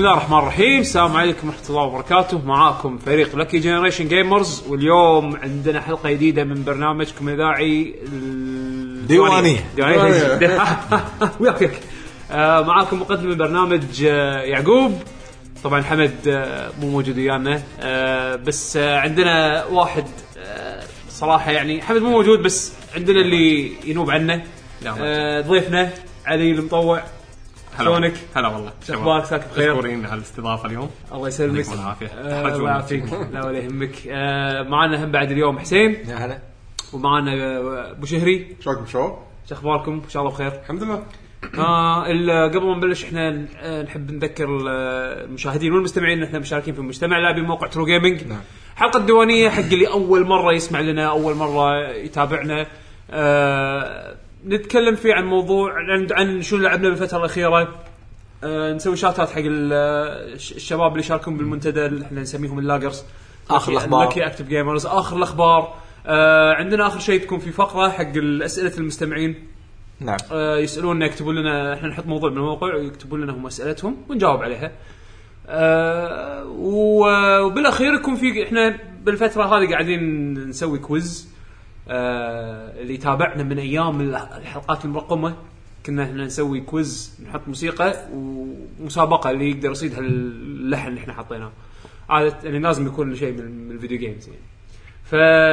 الله الرحمن الرحيم. السلام عليكم ورحمة الله وبركاته. معاكم فريق لكي جنريشن جيمرز، واليوم عندنا حلقة جديدة من برنامجكم الإذاعي ديوانية. وياك معاكم مقدم البرنامج يعقوب. طبعا حمد مو موجود ويانا، بس عندنا واحد صراحة يعني حمد مو موجود، بس عندنا اللي ينوب عنه. ضيفنا علي المطوع. شلونك؟ هلا والله. اخبارك؟ ساكن بخير؟ مشكورين على الاستضافه اليوم. الله يسلمك. الله يعافيك. لا ولا يهمك. معنا هم بعد اليوم حسين. يا هلا. ومعنا ابو شهري. شلونكم شو اخباركم؟ ان شاء الله بخير. الحمد لله. قبل ما نبلش احنا نحب نذكر المشاهدين والمستمعين ان احنا مشاركين في المجتمع لاعبين موقع ترو جيمنج. نعم. حلقه ديوانيه حق اللي اول مره يسمع لنا، اول مره يتابعنا. نتكلم فيه عن موضوع عن شو لعبنا بالفتره الاخيره. نسوي شاتات حق الشباب اللي يشاركون بالمنتدى اللي احنا نسميهم اللاجرز. اخر الاخبار، لكي اكتيف جيمرز، اخر الاخبار. عندنا اخر شيء تكون في فقره حق الاسئله المستمعين. نعم. يسالوننا، يكتبوا لنا، احنا نحط موضوع بالموقع ويكتبوا لنا هم اسئلتهم ونجاوب عليها. وبالاخير يكون في، احنا بالفتره هذه قاعدين نسوي كويز. اللي يتابعنا من ايام الحلقات المرقمه كنا احنا نسوي كويز، نحط موسيقى ومسابقه اللي يقدر يصيد هاللحن اللي احنا حطيناه. عاده يعني لازم يكون شيء من الفيديو جيمز يعني. ف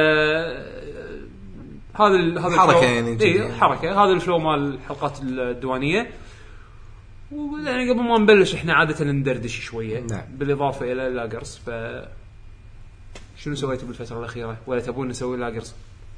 هذا حركه يعني. اي حركه. هذا الفلو مال الحلقات الديوانيه. ويعني قبل ما نبلش احنا عاده ندردش شويه. نعم. بالاضافه الى لاجرز. شنو سويتوا بالفتره الاخيره ولا تبون نسوي لاجرز؟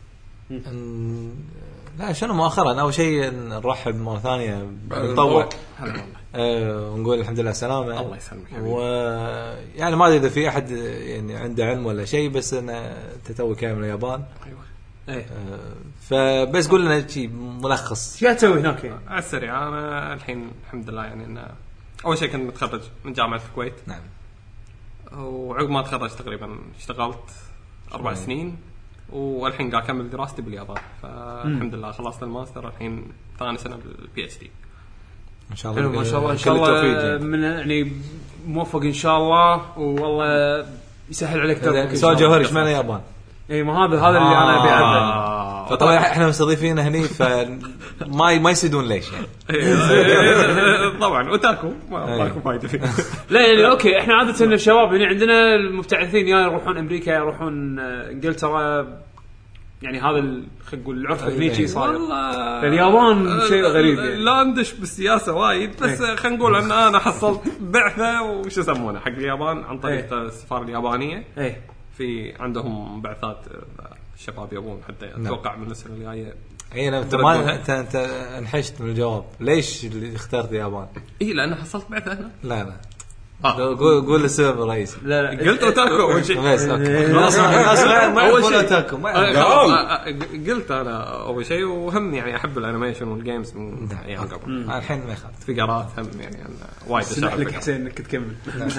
لا شنو مؤخرا اول شيء نرحب مره ثانيه بالمطوع. ونقول الحمد لله سلامه. الله يسلمك. ويعني ما ادري اذا في احد يعني عنده علم ولا شيء، بس انا تتوي كاي من اليابان. ايوه. فبس قول لنا شيء ملخص شو تسوي هناك يعني؟ على السريع انا الحين الحمد لله يعني انا اول شيء كنت متخرج من جامعه الكويت. نعم. وعقب ما تخرجت تقريبا اشتغلت 4 سنين، والحين قاعد اكمل دراستي باليابان. فالحمد لله خلصت الماستر، الحين ثاني سنه بالبي اتش دي. ان شاء الله. ما شاء الله ان شاء الله من يعني موفق ان شاء الله، والله يسهل عليك دربك. سؤال جوهري، ايش معنى اليابان؟ اي ما هذا اللي انا ابي اعرفه. فطبعا احنا مستضيفين هني فما يسيدون ليش يعني. طبعا وتاكو ماكو فايده فيه. لا يعني اوكي، احنا عاده الشباب يعني عندنا المبتعثين يا يروحون امريكا يا يروحون انجلترا، يعني هذا خلينا نقول العرف الامريكي صاير. اليابان شيء غريب يعني. لا ندش بالسياسه وايد، بس خلينا نقول ان انا حصلت بعثه وش يسمونه حق اليابان عن طريق السفاره اليابانيه. في عندهم بعثات الشباب يبون حتى اتوقع من السنه الجايه. اي انت انحشت من الجواب. ليش اللي اخترت اليابان؟ اي لان حصلت بعثه هنا. لا قول السبب الرئيسي. لا قلت اوتاكو اول شيء. بس الناس ما يعرفون اوتاكو. قلت انا اول شيء، وهم يعني احب الانيميشن والجيمز من ايام قبل. الحين ما يخالف في قرات هم يعني وايد اسمح لك حسين انك تكمل.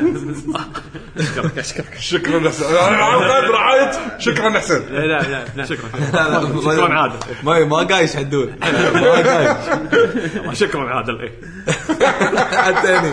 شكرا رعاية. شكرا حسين. لا شكرا عادل. ما قايش حدود. شكرا عادل. ايه حتى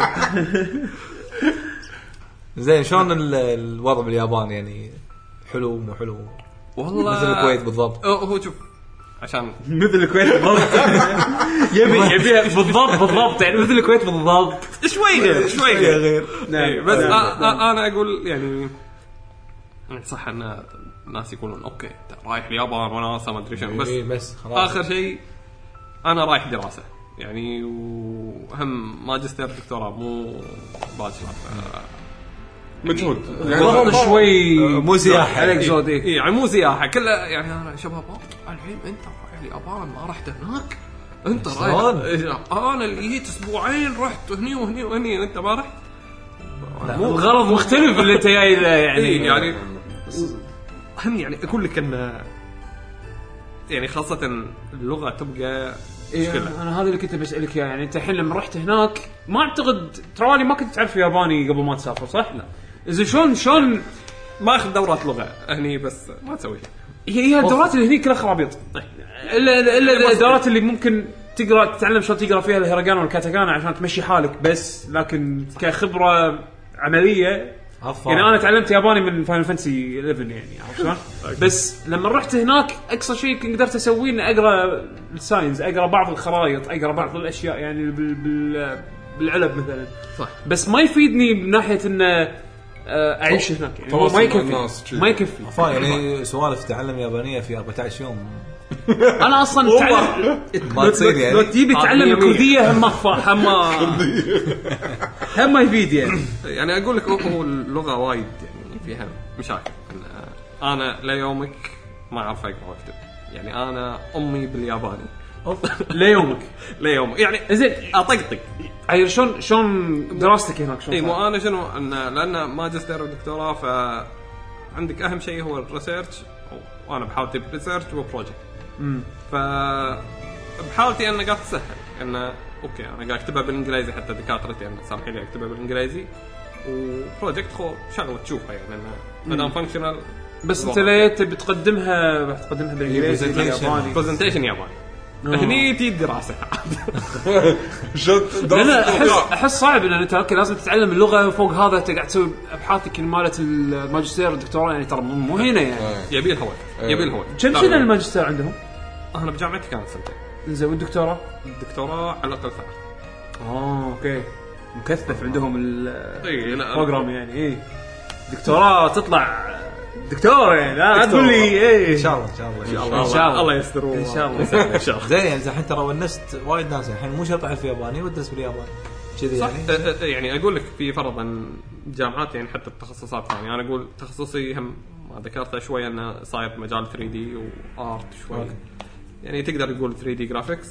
زين. شلون الوضع باليابان يعني؟ حلو مو حلو؟ والله مثل الكويت بالضبط. هو شوف عشان مثل الكويت بالضبط. يبي بالضبط يعني مثل الكويت بالضبط. شوي غير. بس انا اقول يعني صح ان الناس يقولون اوكي رايح اليابان وانا ما ادري شنو، بس اخر شيء انا رايح دراسه يعني، وهم ماجستير دكتوراه مو باتشلر. مجهود يعني شوي مو سياحه عليك زود. يعني مو سياحه كلها يعني. انا شباب الحين انت رايح اليابان ما رحت هناك، انت رايح. انا اللي جيت اسبوعين رحت هني وهني وهني، انت ما رحت. مو غرض مختلف اللي انت جاي يعني هم يعني اقول لك ان يعني خاصه اللغه تبقى مشكله. انا هذا اللي كنت بسالك يعني انت الحين لما رحت هناك ما اعتقد تراني ما كنت تعرف ياباني قبل ما تسافر صح؟ لا. اذا شلون ما اخذ دورات لغه هني بس ما تسوي شيء. هي الدورات اللي هني كلها خرابيط. الا الدورات اللي ممكن تقرا تتعلم شلون تقرا فيها الهيراغانا والكاتاغانا عشان تمشي حالك بس، لكن كخبره عمليه يعني انا تعلمت ياباني من فاينل فانتسي 11 يعني عرفت شلون. بس لما رحت هناك اقصى شيء قدرت اسويه اني اقرا الساينز، اقرا بعض الخرائط، اقرا بعض الاشياء يعني بالعلب مثلا صح. بس ما يفيدني من ناحيه ان اعيش هناك يعني ما يكفي ما يكفي. يعني سوالف تعلم يابانيه في 14 يوم انا اصلا تعلم ما تصير يعني لو تجيب تعلم الكرديه هم ما يفيد يعني اقول لك هو اللغه وايد يعني فيها مشاكل. انا ليومك ما اعرف اقرا واكتب، يعني انا امي بالياباني ليومك يعني زين اطقطق. عيل شلون دراستك هناك شلون؟ اي مو انا شنو لان ماجستير ودكتوراه، فعندك اهم شيء هو الريسيرش، وانا بحاولتي بريسيرش وبروجكت. فبحاولتي انا قاعد اسهل انه اوكي انا قاعد اكتبها بالانجليزي، حتى دكاترتي انا سامحين لي اكتبها بالانجليزي، وبروجكت خو شغله تشوفها يعني انه ما دام فانكشنال. بس انت ليه بتقدمها بالانجليزي ياباني برزنتيشن ياباني هني تي الدراسه. انا احس صعب ان انت اوكي لازم تتعلم اللغه، وفوق هذا انت قاعد تسوي ابحاثك مالت الماجستير والدكتوراه، يعني ترى مو هنا يعني يبي الهواء كم سنه الماجستير عندهم؟ انا بجامعتي كانت سنتين. زين والدكتوراه على الاقل 3. اوكي مكثف عندهم البروجرام يعني. دكتوراه تطلع دكتور يعني لا تقول لي ان شاء الله الله يستر ان شاء الله زين يعني الحين ترى ونست وايد ناس الحين مو شرط اعرف ياباني وادرس باليابان كذي يعني اقول لك في فرضا جامعات يعني حتى التخصصات يعني انا اقول تخصصي هم ما ذكرته شويه انه صاير مجال 3D وارت شوي يعني تقدر تقول 3D جرافيكس.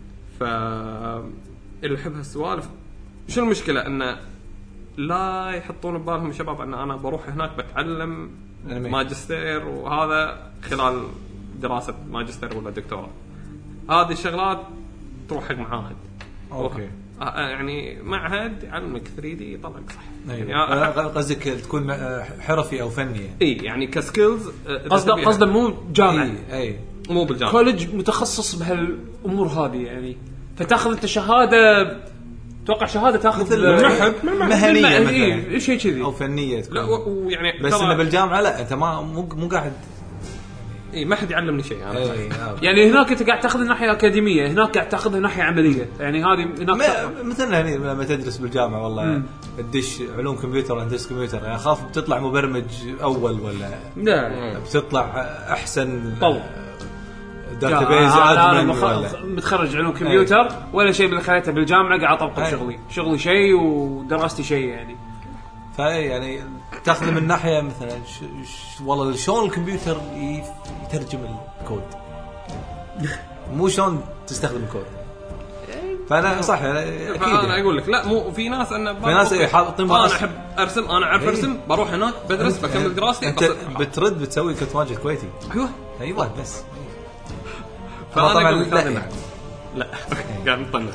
اللي يحب هالسوالف شو المشكله انه لا يحطون ببالهم شباب ان انا بروح هناك بتعلم ماجستير وهذا خلال دراسة ماجستير ولا دكتوراه. هذه الشغلات تروح حق معاهد. اوكي يعني معهد يعلمك 3D يطلق صح. يعني قصدك تكون حرفي او فني يعني كسكيلز قصده مو جامعة اي مو بالجامعة كولج متخصص بهالامور هذه يعني، فتاخذ انت شهادة توقع شهاده تاخذ معهد مهنيه مثلا شيء كذي او فنيه لا ويعني بس انه بالجامعه لا انت مو قاعد ما حد يعلمني شيء يعني هناك انت قاعد تاخذ الناحيه اكاديميه، هناك قاعد تاخذ ناحيه عمليه يعني. هذه هناك مثلا هني لما تدرس بالجامعه والله تدش علوم كمبيوتر هندسه كمبيوتر يعني اخاف بتطلع مبرمج اول ولا لا بتطلع احسن طول داتابيز متخرج علوم كمبيوتر ولا شيء من خليته بالجامعه قاعد اطبق شغلي شيء ودراستي شيء يعني. فاي يعني تاخذ من ناحيه مثلا والله شلون الكمبيوتر يترجم الكود مو شلون تستخدم الكود. فانا صح اكيد انا اقول لك لا مو في ناس في ناس حاطين انا احب ارسم انا اعرف ارسم بروح هناك بدرس بكمل دراستي انت بترد بتسوي كتواجه كويتي ايوه بس فانا لا قاعد نطنش.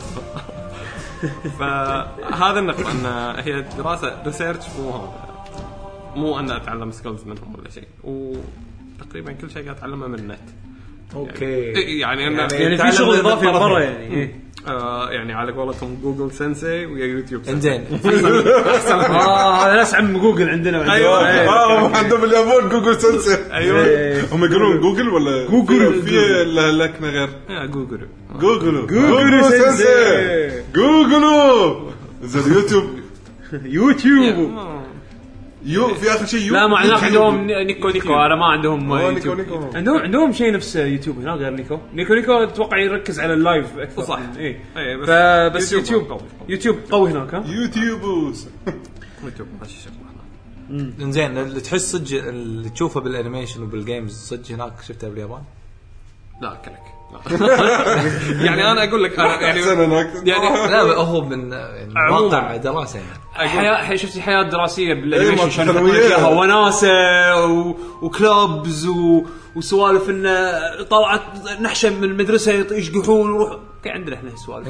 فهذا النقطة أن هي دراسة ريسيرش مو أن أتعلم سكيلز منهم ولا شيء، وتقريبا كل شيء قاعد أتعلمه من النت. أوكي يعني في شغل إضافي برا يعني يعني على قولتهم جوجل سensei ويا يوتيوب إنزين هذا ناس عم جوجل عندنا أيوة عندهم اليابان جوجل سensei. أيوة هم يقولون جوجل ولا جوجل في لكنة غير جوجل سensei جوجل زين يوتيوب في اخر شيء لا ما عندهم نيكو انا ما عندهم عندهم شيء نفس يوتيوب هنا غير نيكو اتوقع يركز على اللايف اكثر صح بس يوتيوب قوي هناك يوتيوب ماشي شغله. زين اللي تحس صدق اللي تشوفه بالانيميشن وبالجيمز صدق هناك شفتها باليابان؟ لا كلك يعني انا اقول لك يعني لا هو من واقع دراسه يعني شفت حياه دراسيه بالانيميشن شلون فيها وناسه وكلوبز وسوالف انه طلعت نحشه من المدرسه يشقحون وروح عندنا احنا سوالف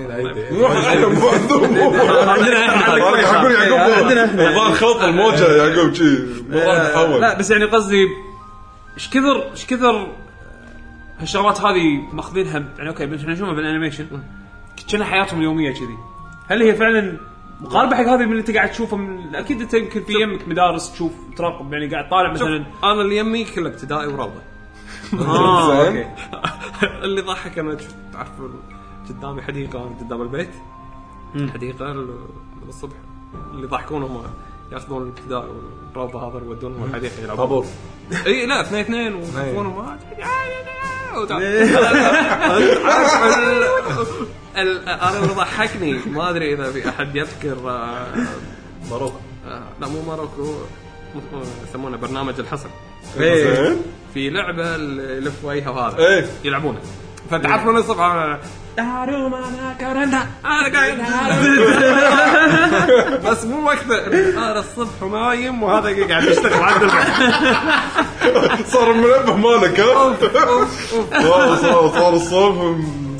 عندنا خلط الموجه يعقوب شيء لا بس يعني قصدي ايش كثر هالشغلات هذه ماخذينها يعني اوكي احنا نشوفها بالانيميشن كنا حياتهم اليوميه كذي. هل هي فعلا مقاربه حق هذه من اللي انت قاعد تشوفه من اكيد انت يمكن في يمك مدارس تشوف تراقب يعني قاعد طالع مثلا. انا اللي يمي كله ابتدائي وروضه. اوكي. اللي ضحك انا تعرف قدامي حديقه قدام البيت حديقه الصبح اللي ضحكونهم ياخذون الابتدائي والروضه هذا يودونهم الحديقه يلعبون طابور. اي لا 2-2 ويكونوا ما انا اللي ضحكني ما ادري اذا في احد يذكر ماروكو. لا مو ماروكو يسمونه برنامج الحصر. في لعبه اللف وجهها وهذا يلعبونه فتعرفون الصبح دارو ما كرنا انا قاعد بس مو وقته انا الصبح ونايم وهذا قاعد يشتغل عند البيت صار المنبه مالك صار الصبح.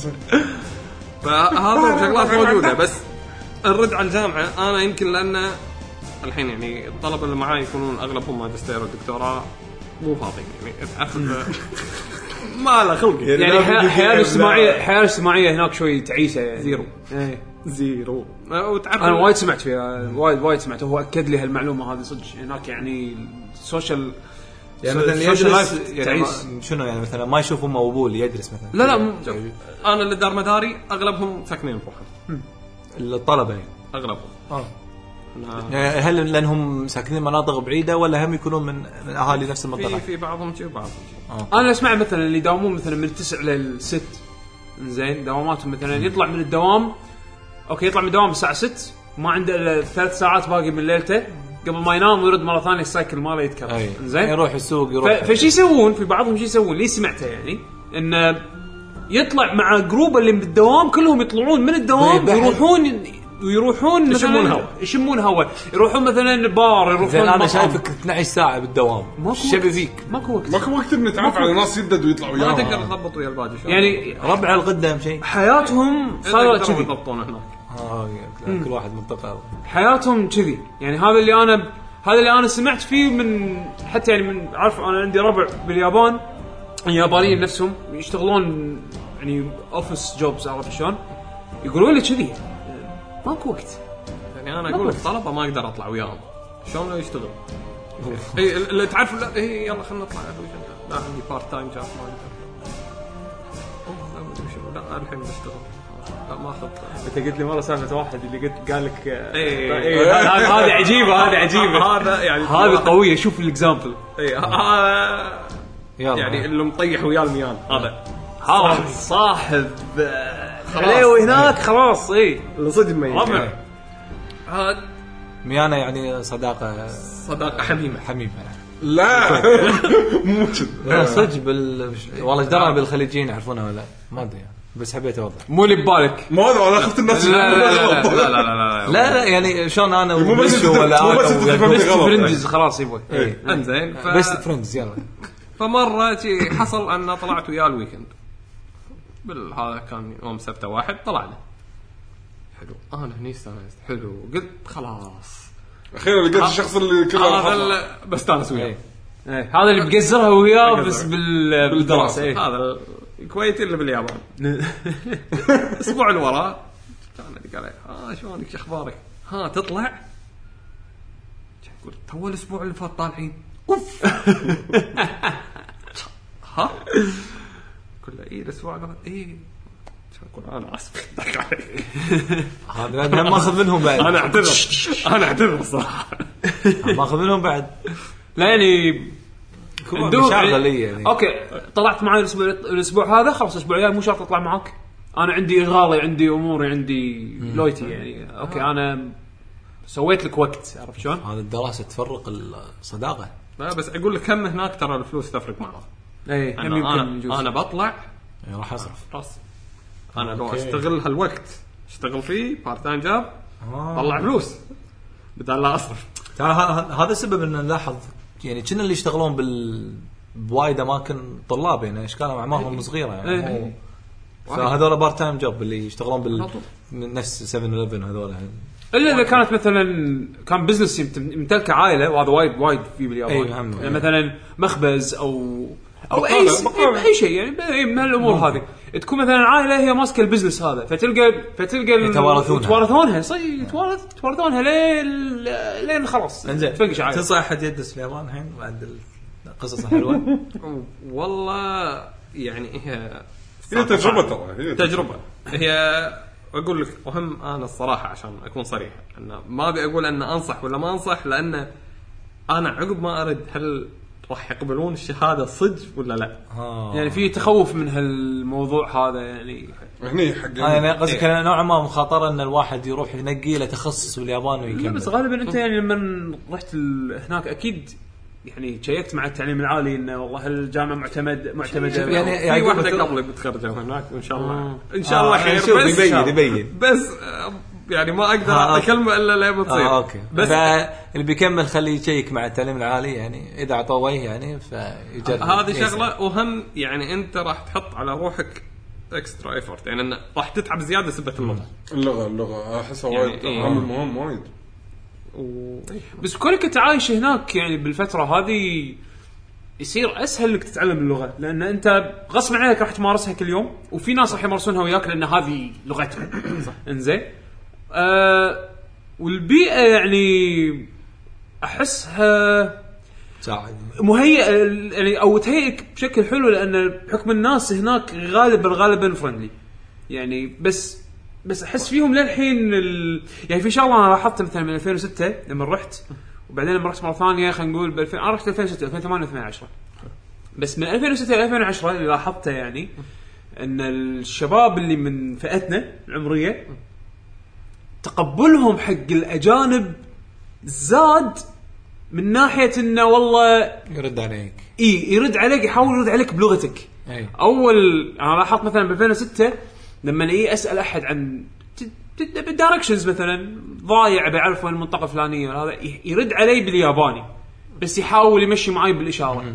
فهذا شغلات موجوده. بس الرد على الجامعه انا يمكن لان الحين يعني الطلبه اللي معاي يكونون اغلبهم ماجستير ودكتوراه مو فاضيين يعني اخذ ما له خلق يعني الحياه الاجتماعيه هناك شوي تعيسه يعني. زيرو وتعرف انا وايد سمعت فيها وايد سمعت. هو اكد لي هالمعلومه هذه صدق هناك يعني السوشيال يعني مثلا يدرس يعني شنو يعني مثلا ما يشوف امه وابوه اللي يدرس مثلا. لا انا اللي دار مداري اغلبهم ساكنين بروحهم الطلبه يعني اغلبهم يعني هل لانهم ساكنين مناطق بعيده ولا هم يكونون من اهالي نفس المنطقه؟ في بعضهم شيء وبعضهم انا اسمع مثلا اللي يداومون مثلا من 9 ل 6 زين دواماتهم مثلا يطلع من الدوام اوكي يطلع من الدوام الساعه 6 ما عنده الا 3 ساعات باقي من ليلته قبل ما ينام ويرد مره ثانيه السايكل ماله يتكرر زين يروح السوق يروح فشي يسوون في بعضهم شي يسوون اللي سمعته يعني انه يطلع مع جروب اللي من الدوام كلهم يطلعون من الدوام ويروحون يشمون هوا يروحون مثلا بار يروحون انا شايفك 12 ساعه بالدوام شبي فيك ماكو وقت نتعرف على ناس يدد ويطلعوا ما تقدر تضبط ويا الباقي يعني ربع القدام شيء حياتهم صارت كذي يضبطون هناك كل واحد منطقه حياتهم كذي يعني. هذا اللي انا سمعت فيه من حتى يعني من عارف انا عندي ربع باليابان اليابانيين نفسهم يشتغلون يعني اوفيس جوبز عرفت شلون يقولون لي كذي ماكو وقت يعني انا اقول الطلبه ما اقدر اطلع وياهم شلون لو يشتغل اي اللي تعرف لا اي يلا خلينا نطلع لا عندي بارت تايم جاب ما اقدر لا الحين بشتغل لا ما اخذ. انت قلت لي مره سالفه واحد اللي قال لك هذه عجيبه هذا يعني هذه قويه شوف الاكزامبل يعني اللي مطيح ويا الميان هذا صاحب عليه هناك خلاص اللي صدق ما هذا ميانا يعني صداقه حميمه لا مو كذا صدق والله جدرنا بالخليجيين يعرفونها ولا ما ادري يعني. بس حبيت اوضح مو اللي ببالك ما هذا انا اخذت الناس لا يعني شلون انا ولا فرنجز خلاص يبغى انزين بس فريندز يلا. فمره حصل ان طلعت وياه الويكند هذا كان يوم سبت واحد طلعنا حلو انا هني استانست حلو قلت خلاص اخيرا لقيت الشخص اللي كله بستانس وياه هذا اللي بقزرها وياه بس بالدراسه هذا الكويتي اللي باليابان اسبوع اللي وراه كان قال شلونك شو اخبارك تطلع يقول تو الاسبوع اللي فات طالعين اوف كله الاسبوع اللي فات اقول انا اسف هذا ما اخذ منهم بعد انا اعتذر الصراحه ما اخذ منهم بعد لا يعني مشاغل يعني اوكي طلعت معي الاسبوع هذا خلاص الاسبوع الجاي مو شرط اطلع معك انا عندي اشغالي عندي اموري عندي لويتي يعني اوكي انا سويت لك وقت عرفت شلون هذا الدراسه تفرق الصداقه لا بس اقول لك كم هناك ترى الفلوس تفرق معه انا بطلع راح اصرف راس انا لو استغل هالوقت اشتغل فيه بارت تايم جاب طلع فلوس بدل لا اصرف هذا السبب ان نلاحظ يعني كنا اللي يشتغلون بوايد اماكن طلاب يعني اشكالهم اعمارهم صغيره يعني فهذول بارت تايم جوب اللي يشتغلون نفس 7-11 هذول الا اذا كانت مثلا كان بزنس يمتلكه عائله وهذا وايد في باليابان يعني مثلا مخبز او او اي شيء يعني من الامور هذه. تكون مثلا عائله هي ماسكه البزنس هذا فتلقى يتوارثونها يتوارثونها لين خلاص تنصح احد يدرس في اليابان الحين بعد القصص الحلوه؟ والله يعني هي تجربه ترى تجربه هي اقول لك مهم. انا الصراحه عشان اكون صريح انه ما ابي اقول ان انصح ولا ما انصح، لان انا عقب ما ارد هل راح يقبلون الشهاده صدق ولا لا. يعني في تخوف من هالموضوع هذا يعني هني حق انا قصدي نوعا ما مخاطره ان الواحد يروح ينقي له تخصص باليابان ويكمل. بس غالبا انت يعني لما رحت هناك اكيد يعني شيكت مع التعليم العالي انه والله الجامعه معتمده يعني في واحده قبل بتخرج هناك وان شاء الله ان شاء الله خير. بس يبين بس يعني ما اقدر اعطي كلمه الا لا بتصير. اوكي بس اللي بيكمل خليه يشيك مع التعليم العالي يعني اذا اعطوه يعني فيجرب. هذه شغله وهم يعني انت راح تحط على روحك اكسترا ايفورت يعني انه راح تتعب زياده سبه اللغه احسها وايد عامل مهم وايد. بس كونك تعايش هناك يعني بالفتره هذه يصير اسهل لك تتعلم اللغه، لان انت غصب عنك راح تمارسها كل يوم وفي ناس راح يمارسونها وياك لان هذه لغتهم. انزين والبيئه يعني احسها تساعد مهيئه يعني او تهيئك بشكل حلو، لان حكم الناس هناك غالبا فرندلي يعني. بس احس فيهم للحين يعني في شغله انا لاحظتها مثلا من 2006 لما رحت، وبعدين لما رحت مره ثانيه خلينا نقول انا رحت 2006 2008 2010. بس من 2006 ل 2010 اللي لاحظته يعني ان الشباب اللي من فئتنا العمريه تقبلهم حق الاجانب زاد من ناحيه انه والله يرد عليك يرد عليك، يحاول يرد عليك بلغتك. اول انا لاحظت مثلا ب 2006 لما اسال احد عن الدايركشنز مثلا ضايع بعرف وين المنطقه الفلانيه هذا يرد علي بالياباني بس يحاول يمشي معي بالاشاره.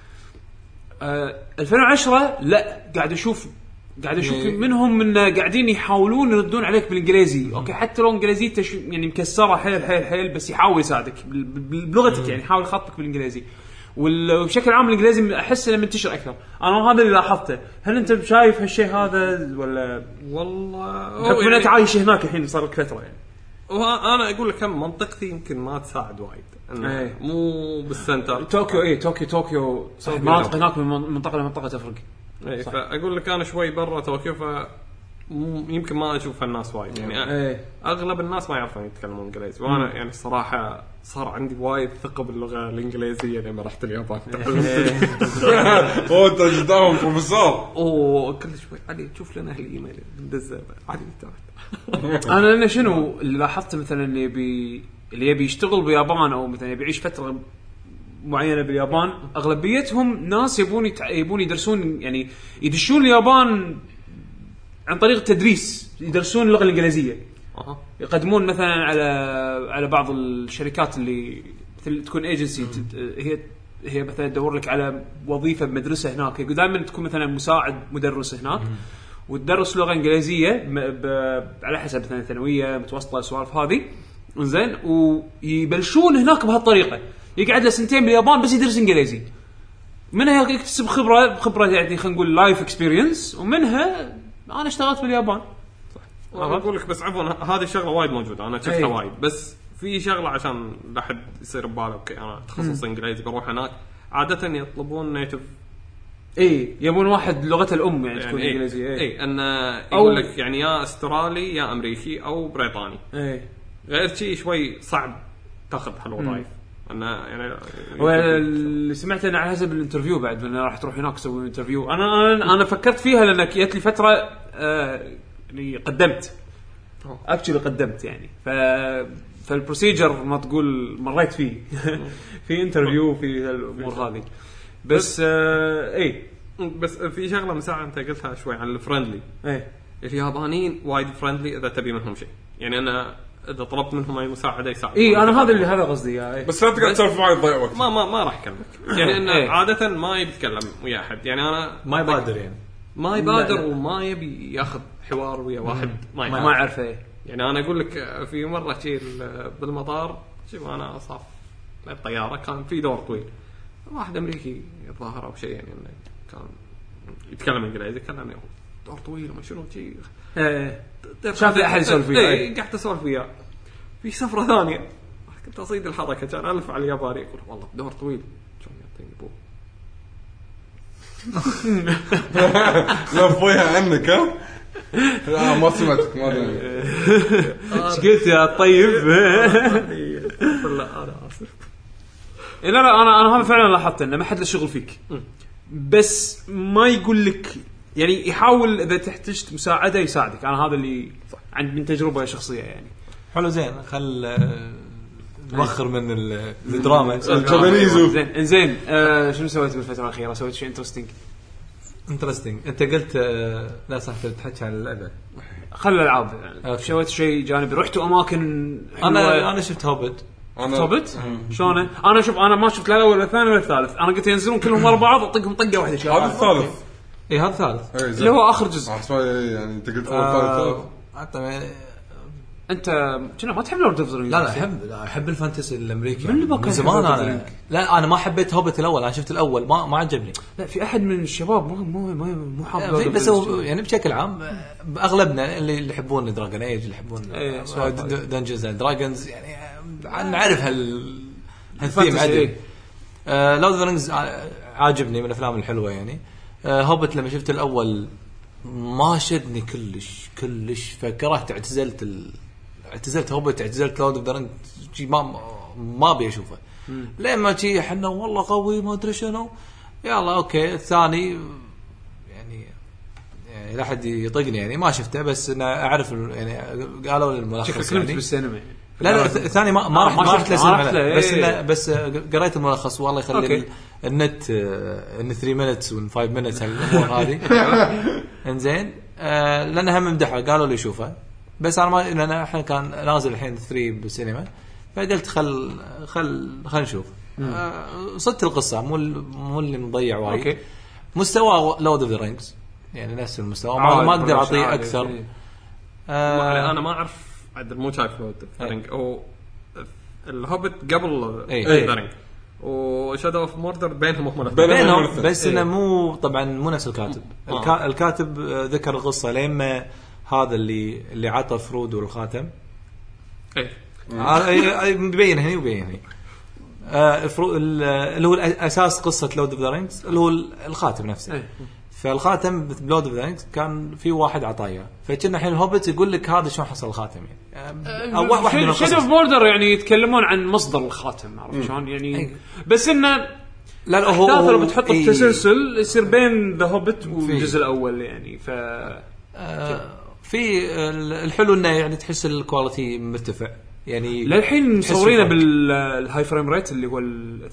2010 لا قاعد اشوف منهم من قاعدين يحاولون يردون عليك بالانجليزي. اوكي حتى لو انجليزيته يعني مكسره حيل بس يحاول يساعدك بلغتك يعني يحاول يخاطبك بالانجليزي. وبشكل عام الانجليزي احس انه منتشر اكثر. انا هذا اللي لاحظته. هل انت شايف هالشيء هذا ولا والله يعني انت عايش هناك الحين صار لك فتره يعني؟ وانا اقول لك كم منطقتي يمكن ما تساعد وايد مو بالسنتر طوكيو طوكيو مناطق هناك من منطقه لمنطقه تفرق. فاقول لك انا شوي برا طوكيو يمكن ما اشوف الناس وايد يعني اغلب الناس ما يعرفون يتكلمون انجليزي. وانا يعني الصراحه صار عندي وايد ثقه باللغه الانجليزيه لما رحت اليابان. هو تجدهم بروفيسور وكل شوي علي تشوف لنا الايميل ندزه علي انا شنو اللي لاحظته مثلا اللي يبي يشتغل باليابان او مثلا يبي يعيش فتره معينه باليابان اغلبيتهم ناس يبون يدرسون يعني يدشون اليابان عن طريق التدريس، يدرسون اللغه الانجليزيه. يقدمون مثلا على بعض الشركات اللي تكون ايجنسي هي مثلا تدور لك على وظيفه بمدرسه هناك. دائما تكون مثلا مساعد مدرس هناك وتدرس لغه انجليزيه على حسب مثلا ثانويه متوسطه السوالف هذه. زين ويبلشون هناك بهالطريقه. يقعد له سنتين باليابان بس يدرس انجليزي، منها يكتسب خبره يعني خلينا نقول لايف اكسبيرينس، ومنها انا اشتغلت باليابان. اقول لك بس عفوا هذه الشغله وايد موجوده انا شفتها وايد. بس في شغله عشان لا حد يصير بباله اوكي انا تخصص انجليزي بروح هناك عاده يطلبون نيتيف يبون واحد لغته الام يعني تكون انجليزيه. ان يقول لك يعني يا استرالي يا امريكي او بريطاني. غير شيء شوي صعب تاخذ هالوظائف. انا يعني واللي سمعت انا على حسب الانترفيو بعد انه راح تروح هناك تسوي انترفيو. انا فكرت فيها لانك جت لي فتره يعني قدمت قدمت يعني فالبروسيجر ما تقول مريت فيه في انترفيو في الامور هذه. بس بس في شغله مساعه انت قلتها شوي عن الفرندلي. اليابانيين وايد فرندلي اذا تبي منهم شيء يعني انا اذا طلبت منهم اي مساعده يساعد. انا هذا قصدي بس لا تقعد تسولف معي تضيع وقت. ما راح اكلمك يعني انه عاده ما يتكلم ويا احد يعني انا ما يبادر يعني ما يبادر وما يبي ياخذ حوار ويا واحد ما يعرفه يعني. انا اقول لك في مره شيء بالمطار شوف انا اصاف الطياره كان في دور طويل واحد امريكي الظاهر او شيء يعني كان يتكلم انجليزي كان يعني دور طويل وما شنو شيء شاف احد يسولف وياه قعدت اسولف وياه في سفره ثانيه كنت اصيد الحركه كان الف على الياباني يقول والله دور طويل شلون يعطيني بو لفوها عنك ها لا ما سمعتك ما ادري ايش قلت يا طيب لا انا اسف لا انا هذا فعلا لاحظت انه ما حد له شغل فيك بس ما يقول لك يعني يحاول اذا تحتاج مساعده يساعدك. انا هذا اللي عند من تجربه شخصيه يعني حلو زين خل نوخر من الدراما الجابانيزو زين شنو سويت بالفتره الاخيره؟ سويت شيء انترستينج انت قلت لا صح تحكي عن اللعبه خل الالعاب يعني. سويت شيء جانبي رحت اماكن انا شفت هوبت شلونه انا شوف انا ما شفت لا الاول ولا الثاني ولا الثالث انا قلت ينزلون كلهم ورا بعض اطقهم طقه واحده هذا الثالث هذا الثالث اللي هو اخر جزء يعني انت قلت اول ثالث انت كنا ما تحب لورد اوف ذا رينجز؟ لا احب الفانتسي الامريكي من زمان انا لا انا ما حبيت هوبت الاول انا شفت الاول ما عجبني. لا في احد من الشباب مو حاب بس يعني بشكل عام اغلبنا اللي يحبون دراجون ايج اللي يحبون دنجنز اند دراجونز يعني نعرف هالثيم عدل. لورد اوف ذا رينجز عاجبني من الافلام الحلوه يعني. هوبت لما شفت الاول ما شدني كلش فكرهت اعتزلت هوبت اعتزلت لورد اوف ذا رينجز ما ابي اشوفه لما شي احنا والله قوي ما ادري شنو يلا اوكي. الثاني يعني لا حد يطقني يعني ما شفته بس انا اعرف يعني قالوا الملخص يعني بالسينما لا الثاني ما رحت للسينما بس قريت الملخص والله يخلي النت ان 3 minutes و 5 minutes هالامور هذه انزين لانها ممدحه قالوا لي شوفها بس انا ما لان احنا كان نازل الحين 3 بالسينما فقلت خل نشوف. صدت القصه مو اللي مضيع وايد. مستوى لورد اوف ذا رينجز يعني نفس المستوى ما اقدر اعطيه اكثر. انا ما اعرف عدل مو شايف لورد اوف ذا رينج او الهوبت قبل ذا رينج وشادو اوف موردر بينهم بس انه مو طبعا مو نفس الكاتب. الكاتب ذكر القصه لما هذا اللي عطى فرودو الخاتم مبين هني وبين هني اللي هو اساس قصه لورد اوف ذا رينجز اللي هو الخاتم نفسه. فالخاتم بلورد اوف ذا رينجز كان في واحد عطايا فكنا الحين الهوبت يقول لك هذا شلون حصل الخاتم يعني او واحد من شادو اوف موردر يعني يتكلمون عن مصدر الخاتم عرفت شلون يعني بس انه لا هو لو بتحط التسلسل يصير بين ذا هوبت والجزء الاول يعني ف في الحلو انه يعني تحس الكواليتي مرتفع يعني للحين مصورينه بالهاي فريم ريت اللي هو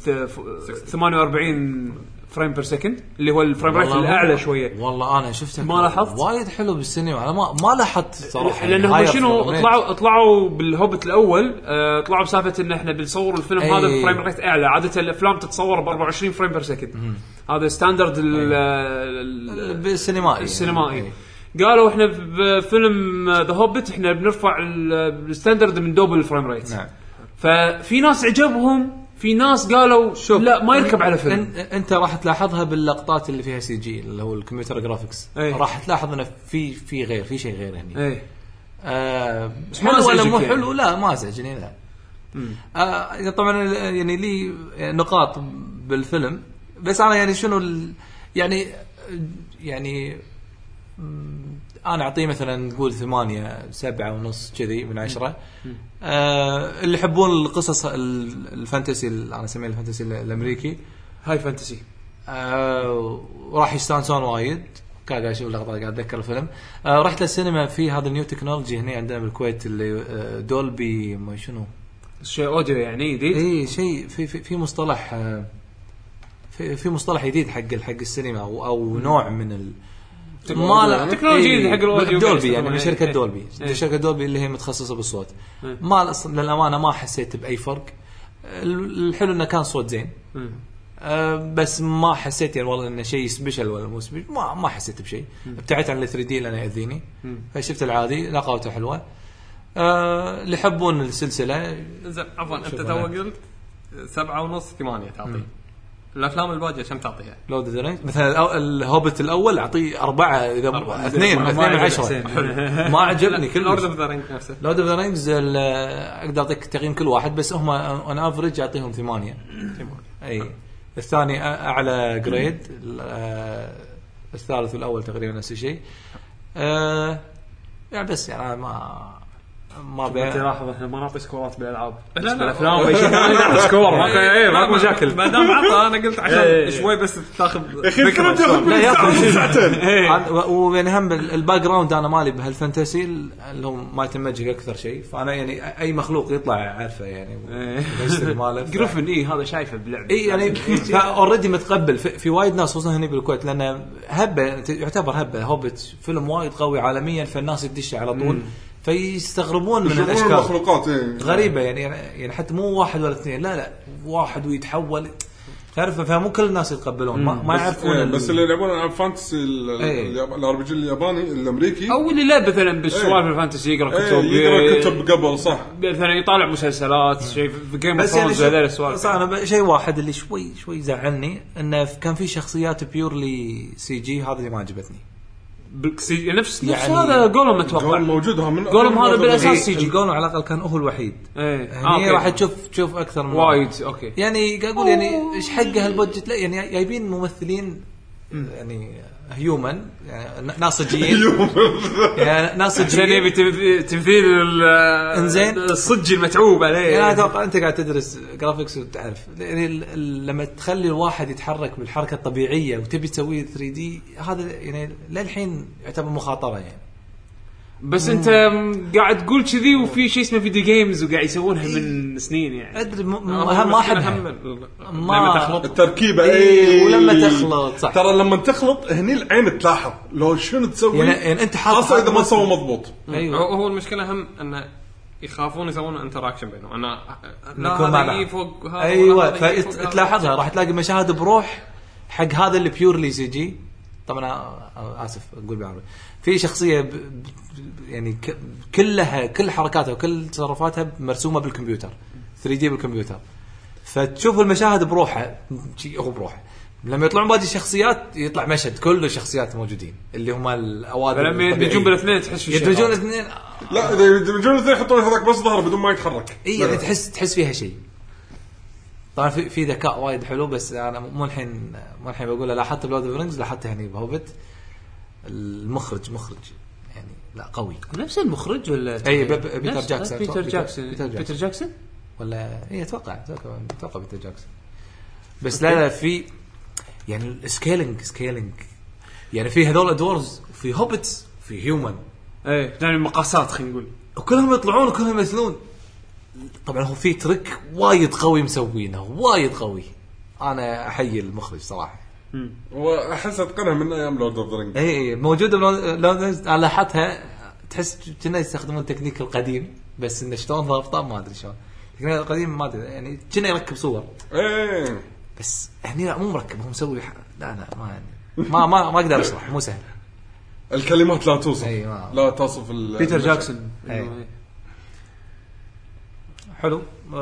48 فريم بير سكند اللي هو الفريم ريت الاعلى شويه. والله انا شفته ما لاحظت وايد حلو بالسينما. انا ما لاحظت صراحه لانه شنو طلعوا بالهوبت الاول طلعوا بسالفه ان احنا بنصور الفيلم هذا بفريم ريت اعلى. عاده الافلام تتصور ب 24 فريم بير سكند هذا ستاندرد السينمائي. قالوا احنا بفيلم ذا هوبت احنا بنرفع الستاندرد من دوبل الفريم ريت. نعم. ففي ناس عجبهم في ناس قالوا لا ما يركب على فيلم. انت راح تلاحظها باللقطات اللي فيها سي جي اللي هو الكمبيوتر جرافيكس راح تلاحظ انه في غير في شيء غير هني. حلو ولا مو حلو؟ لا ما ازعجني لا. طبعا يعني لي نقاط بالفيلم بس انا يعني شنو يعني انا اعطيه مثلا نقول 8-7.5 كذي من 10. اللي يحبون القصص الفانتسي انا اسميه الفانتسي الامريكي هاي فانتسي وراح يستانسون وايد. قاعد اشوف لقطات قاعد اتذكر الفيلم. رحت للسينما في هذا النيو تكنولوجي هنا عندنا بالكويت اللي دولبي ما شنو شيء اوديو يعني جديد. شيء في مصطلح في مصطلح جديد حق السينما او نوع من تكنولوجيا حق الاوديو دولبي يعني من شركه دولبي. شركه دولبي اللي هي متخصصه بالصوت. ما للامانه ما حسيت باي فرق. الحلو انه كان صوت زين بس ما حسيت يعني والله انه شيء سبيشال ولا مو سبيشال. ما حسيت بشيء. ابتعدت عن ال 3 دي لانه يأذيني فشفت العادي لقاوته حلوه. اللي يحبون السلسله زين عفوا انت تو قلت 7.5 8 تعطي الافلام الباقيه كم تعطيها؟ لورد اوف ذا رينجز مثلا الهوبت الاول اعطيه 4 اذا 2 من 10 ما عجبني كل لورد اوف ذا رينجز نفسه. لورد اوف ذا رينجز اقدر اعطيك تقييم كل واحد بس هم اون افريج اعطيهم 8. اي الثاني اعلى جريد، الثالث والاول تقريبا نفس الشيء. يعني بس يعني ما تلاحظ احنا ما نعطي سكورات بالالعاب، بالافلام اي شيء ثاني نعطي سكور ماكو مشاكل. ما دام عطى انا قلت عشان شوي بس تاخذ فكره. لا ياخذ ساعتين. ويعني هم الباك جراوند انا مالي بهالفانتسي اللي هو ما يتمجق اكثر شيء، فانا يعني اي مخلوق يطلع عارفه يعني ماله جريفن هذا شايفه باللعب يعني اوريدي متقبل في وايد ناس خصوصا هنا بالكويت، لان هبه يعتبر هبه هوبت فيلم وايد قوي عالميا، فالناس تدش على طول فيستغربون من الاشكال المخلوقات غريبه يعني حتى مو واحد ولا اثنين، لا واحد ويتحول تعرف، فمو كل الناس يتقبلون ما يعرفون بس اللي يلعبون العاب فانتسي الار بي جي الياباني الامريكي او اللي لا مثلا بالسوالف الفانتسي يقرا كتب قبل صح مثلا يطالع مسلسلات شيء في جيم اوف ثرونز هذول السوالف. صح انا شيء واحد اللي شوي زعلني انه كان في شخصيات بيورلي سي جي، هذا اللي ما عجبتني. نفس هذا جولم اتوقع موجود من جولم هذا بالاساس سي جي. جولم على الاقل كان هو الوحيد يعني راح تشوف اكثر من وايد اوكي يعني قاعد اقول يعني ايش حقه هالبودجت، لا يعني جايبين ممثلين يعني هيومن يعني ناصجين يعني ناصجين يبي تمثيل الصج المتعوب عليه يعني اتوقع انت قاعد تدرس جرافيكس وتعرف يعني لما تخلي الواحد يتحرك بالحركه الطبيعيه وتبي تسويه 3D هذا يعني للحين يعتبر مخاطره يعني. بس انت قاعد تقول كذي وفي شيء اسمه فيديو جيمز وقاعد يسوونها من سنين يعني ادري ما احبها لما تخلط التركيبه ولما تخلط صح ترى لما تخلط هني العين تلاحظ لو شنو تسوي يعني انت خاصه اذا ما سوى مضبوط. أيوة. هو المشكله هم انه يخافون يسوون انتراكشن بينهم انا لا هذا فوق هذا ايوه فتلاحظها راح تلاقي مشاهد بروح حق هذا اللي بيورلي سي جي. طبعا اسف اقول بالعربي في شخصيه يعني كل حركاتها وكل تصرفاتها مرسومه بالكمبيوتر 3D بالكمبيوتر، فتشوف المشاهد بروحها هو بروحه. لما يطلعون باقي الشخصيات يطلع مشهد كله شخصيات موجودين اللي هم الاوادم، لما يدمجون بالاثنين تحس في يدمجون الاثنين لا اذا يدمجون الاثنين يحطون هذاك بس ظهر بدون ما يتحرك يعني تحس فيها شيء. طبعا في ذكاء وايد حلو، بس انا مو الحين بقول لاحظت بلورد اوف رينجز لاحظت هني بهوبت المخرج يعني لا قوي نفس المخرج ولا اي بيتر جاكسون ولا اتوقع بيتر جاكسون بس لا في يعني السكيلينج يعني في هذول ادورز في هوبتس في هيومن يعني مقاسات خلينا نقول وكلهم يطلعون وكلهم يمثلون. طبعا هو في تريك وايد قوي مسوينه وايد قوي، انا احيي المخرج صراحه واحس اتقنها من ايام لورد اوف ذا رينجز. اي موجوده لورد انا لاحظتها تحس كنا يستخدمون التكنيك القديم بس انه شلون ضابطه ما ادري شلون التكنيك القديم ما ادري يعني كنا يركب صور بس هني لا مو مركب هو مسوي لا ما اقدر اشرح مو سهل الكلمات لا توصف لا تصف بيتر جاكسون حلو.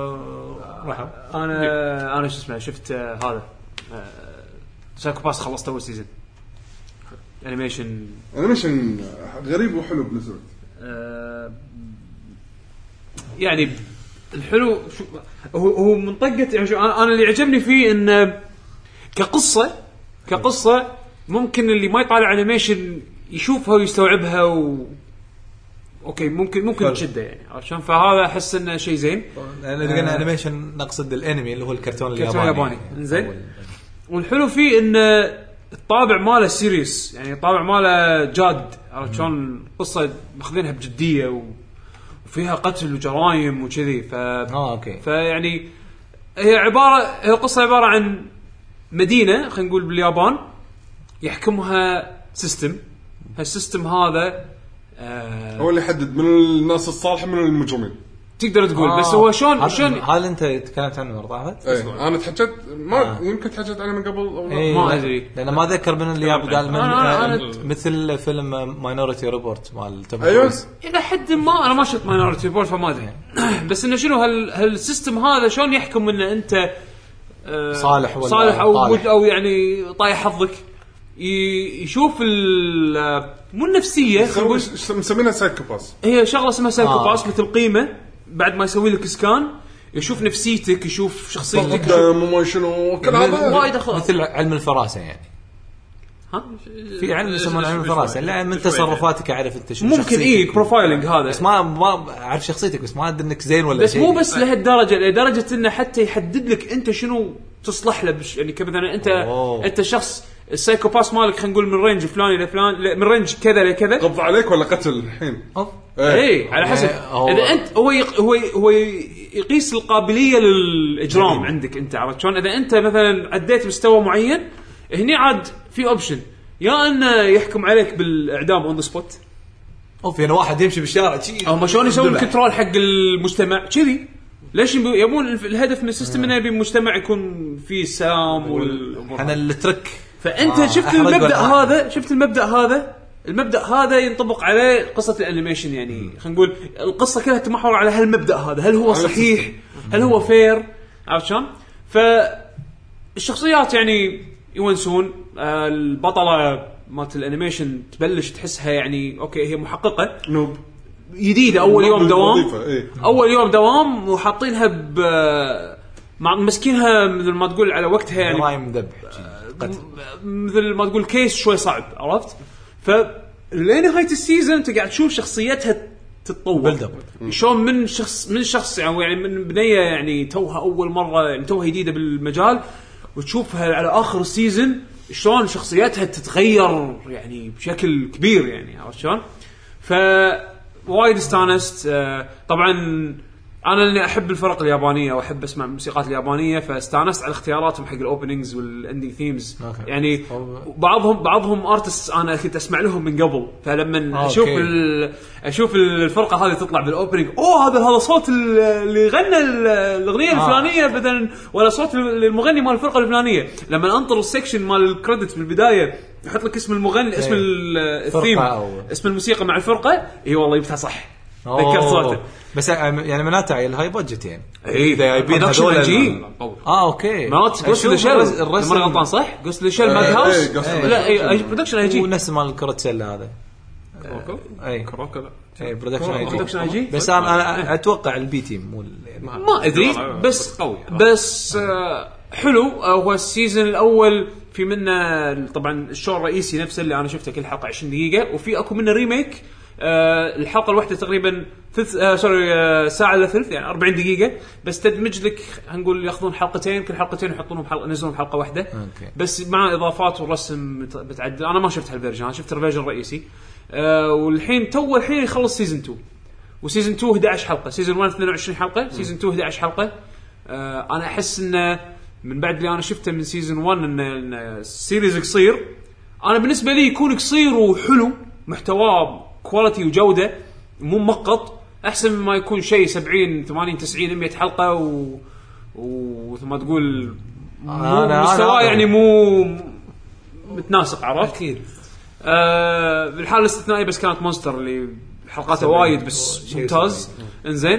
انا شو اسمه شفت هذا سايكو باس خلصت اول سيزون انيميشن غريب وحلو بنسبة يعني الحلو هو منطقة يعني انا اللي عجبني فيه ان كقصة ممكن اللي ما يطالع انيميشن يشوفها ويستوعبها اوكي ممكن تشده يعني عشان فهذا احس انه شيء زين. انا قلنا انيميشن نقصد الانمي اللي هو الكرتون الياباني زين. والحلو فيه ان الطابع ماله سيريس يعني الطابع ماله جاد عرفت شلون قصه ماخذينها بجديه وفيها قتل وجرايم وكذي اوكي فيعني هي القصه عباره عن مدينه خلينا نقول باليابان يحكمها سيستم. هالسيستم هذا هو اللي يحدد من الناس الصالحه من المجرمين تقدر تقول بس هو شلون هل انت تكلمت عنه مرة انا تحكيت ما يمكن تحكيت عنه من قبل او ما ادري لان ما ذكر من اللي قال من مثل فيلم ماينورتي ريبورت مال توم كروز الى حد ما انا ما شفت ماينورتي ريبورت فما ادري بس انه شنو هالسيستم هذا شلون يحكم ان انت صالح او يعني طايح حظك يشوف مو النفسيه مسمينها سايكوباس. هي شغله اسمها سايكوباس مثل قيمه بعد ما يسوي لك سكان يشوف نفسيتك يشوف شخصيتك ما شنو كل هذا وايد مثل علم الفراسه يعني في علم يسمونه علم الفراسه لا من تصرفاتك اعرف انت شو ممكن بروفايلنج هذا بس ما اعرف شخصيتك بس ما ادري انك زين ولا بس مو بس لهالدرجه لدرجه انه حتى يحدد لك انت شنو تصلح له يعني كمثلا انت شخص السايكوباث مالك خلينا نقول من رينج فلاني لفلان من رينج كذا لكذا قبض عليك ولا قتل الحين اي على حسب اذا انت هو يقيس القابليه للاجرام عندك انت عرفت شلون اذا انت مثلا عديت مستوى معين هني عاد في اوبشن يا انه يحكم عليك بالاعدام اون ذا سبوت يعني واحد يمشي بالشارع شيء او ما شلون يسوي كنترول حق المجتمع كذي ليش يبون الهدف من السيستم انه يبي المجتمع يكون فيه سلام احنا الترك فانت شفت المبدأ هذا ينطبق عليه قصة الانيميشن يعني خلينا نقول القصة كلها تمحور على هالمبدأ هذا هل هو صحيح هل هو فير عرفت شلون فالشخصيات يعني يونسون البطلة مالت الانيميشن تبلش تحسها يعني اوكي هي محققة نوب جديدة اول يوم دوام وحاطينها مسكينها مثل ما تقول على وقتها يعني جرائم ذبح مثل ما تقول كيس شوي صعب عرفت فلنهاية السيزون انت قاعد تشوف شخصيتها تتطور شلون من شخص يعني من بنية يعني توها اول مرة يعني توها جديدة بالمجال وتشوفها على اخر السيزون شلون شخصيتها تتغير يعني بشكل كبير يعني عرفت شلون وايد استانست طبعا انا اللي احب الفرق اليابانيه واحب اسمع الموسيقات اليابانيه فاستانست على اختياراتهم حق الاوبننجز والاندينج ثيمز يعني بعضهم ارتست انا كنت اسمع لهم من قبل فلما اشوف الفرقه هذه تطلع بالاوبننج هذا صوت اللي غنى الاغنيه الفلانيه مثلا ولا صوت المغني مال الفرقه الفلانيه لما انطر السكشن مال الكريدت بالبدايه يحط لك اسم المغني اسم الثيم اسم الموسيقى مع الفرقه اي والله جبتها صح ذكرت صوته بس يعني مناته الهاي بادجت يعني اذا جايبين هذول اوكي مالت جوست ليشل ما غلطان صح جوست ليشل ماد هاوس لا برودكشن اي جي ونفس مال الكروتسيل هذا كروكو اي برودكشن اي جي بس انا اتوقع البي تيم مو ما ادري بس حلو هو السيزون الاول في منه طبعا الشو الرئيسي نفسه اللي انا شفته كل حلقه 20 دقيقه وفي اكو منه ريميك الحلقه الواحده تقريبا ساعه الا ثلث يعني 40 دقيقه بس تدمج لك هنقول ياخذون حلقتين كل حلقتين يحطونهم حلقه ينزلون حلقه واحده بس مع اضافات والرسم بتعدل انا ما شفت هالفيرجن انا شفت الفيرجن الرئيسي والحين الحين يخلص سيزون 2 وسيزون 2 11 حلقه سيزون 1 22 حلقه سيزون 2 11 حلقه انا احس انه من بعد اللي انا شفته من سيزون 1 ان السيريز قصير انا بالنسبه لي يكون قصير وحلو محتواه كواليتي وجوده مو مقط احسن مما يكون شيء 70 80 90 100 حلقه وثم ما تقول مستوى يعني مو متناسق عرفت اكيد بالحاله الاستثنائيه بس كانت مونستر اللي حلقاته وايد بس ممتاز انزين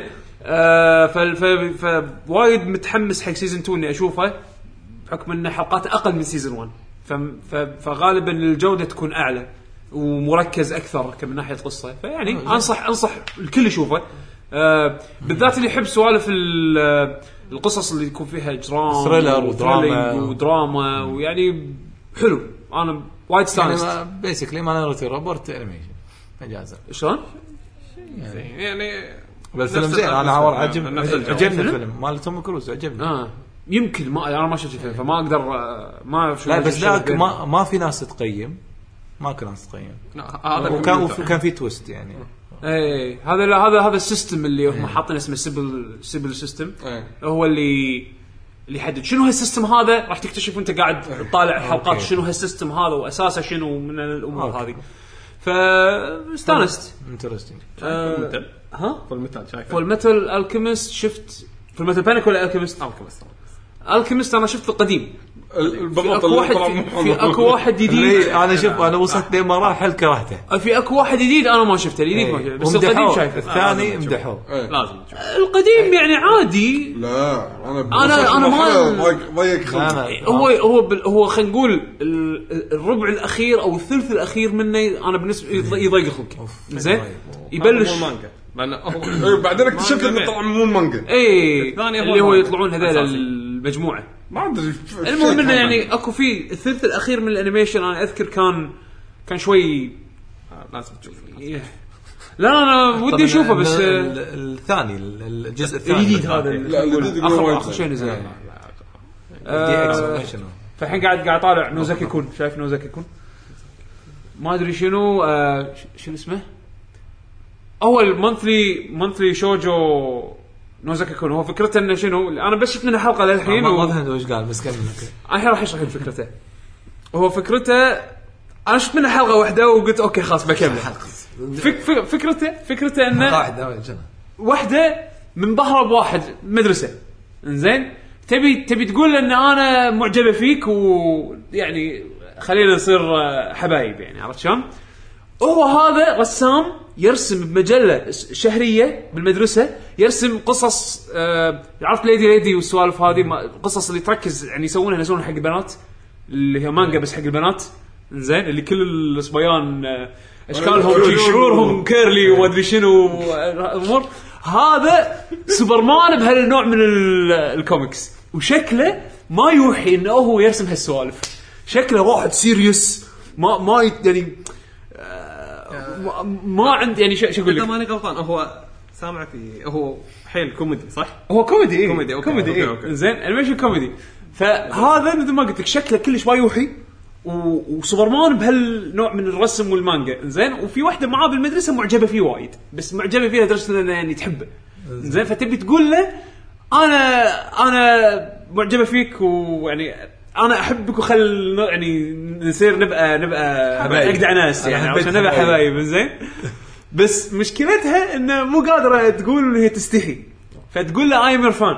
فوايد متحمس حق سيزون 2 اني اشوفه بحكم ان حلقات اقل من سيزون 1 فغالبا الجوده تكون اعلى ومركز اكثر كمن ناحيه قصه فيعني انصح الكل يشوفه بالذات اللي يحب سوالف القصص اللي يكون فيها اجرام ثريلر ودراما ويعني حلو انا وايد استانست يعني بيسكلي ما نرتي روبوت انيميشن اجازه شلون يعني بالفيلم زين انا عجبني الفيلم مال توم كروز عجبني يمكن ما انا ما شفت الفيلم فما اقدر ما اعرف لا بس ذاك ما في ناس تقيم ما كان ناس تقيم وكان في تويست يعني اي هذا السيستم اللي هم حاطين اسمه سيبل سيستم هو اللي يحدد شنو هالسيستم هذا راح تكتشف وانت قاعد تطالع الحلقات شنو هالسيستم هذا واساسه شنو من الامور هذه فاستانست انترستينج فول ميتال شايف فول ميتال الكيميست شفت فول ميتال بانيك ولا الكيميست الكيمست انا شفت القديم بالضبط في اكو واحد جديد انا شوف انا وصلت لمراحل كرهته في اكو واحد جديد انا ما شفته الجديد ما شفته بس القديم شايفه الثاني مدحوه لازم تشوف القديم يعني عادي لا انا ما ضيق هو خلينا نقول الربع الاخير او الثلث الاخير منه انا بالنسبه يضيق خلقي زين يبلش المانجا بعدين اكتشفت انه طلع مو المانجا اللي هو يطلعون هذول المجموعه ما ادري المهم انه يعني اكو في الثلث الاخير من الانيميشن انا اذكر كان شوي لازم تشوف لا انا ودي اشوفه بس الثاني الجزء الثاني الجديد هذا اخر شيء نزل فالحين قاعد طالع نوزاكي كون شايف نوزاكي كون ما ادري شنو اسمه اول مونثلي شوجو نوزاكي كون هو فكرته انه شنو انا بس شفت منها حلقه للحين ما فهمت وش قال بس كمل الحين راح اشرح فكرته هو فكرته انا شفت منها حلقه واحده وقلت اوكي خلاص بكمل فكرته انه واحده من بهرب واحد مدرسه انزين تبي تقول ان انا معجبه فيك ويعني خلينا نصير حبايب يعني عرفت شلون هو هذا رسام يرسم بمجله شهريه بالمدرسه يرسم قصص عرفت ليدي والسوالف هذه قصص اللي تركز يعني يسوونها حق البنات اللي هي مانجا بس حق البنات زين اللي كل الصبيان اشكالهم شعورهم كيرلي وما ادري شنو امور هذا سوبرمان بهالنوع من الكوميكس وشكله ما يوحي انه هو يرسم هالسوالف شكله واحد سيريس ما يعني ما عندي يعني شو اقول لك ماني غلطان هو سامع في هو حيل كوميدي صح هو كوميدي كوميدي زين انيميشن كوميدي فهذا مثل ما قلت لك شكله كلش ما يوحي وسوبرمان بهالنوع من الرسم والمانجا زين وفي واحده معاه بالمدرسه معجبه فيه وايد بس معجبه فيه لدرجه انه يعني تحبه زين فتبي تقول له انا معجبه فيك ويعني انا احبك وخل يعني نصير نبقى اجدع ناس يعني عشان نبقى حبايب زين بس مشكلتها انه مو قادره تقول ان هي تستحي فتقول له اي ام فان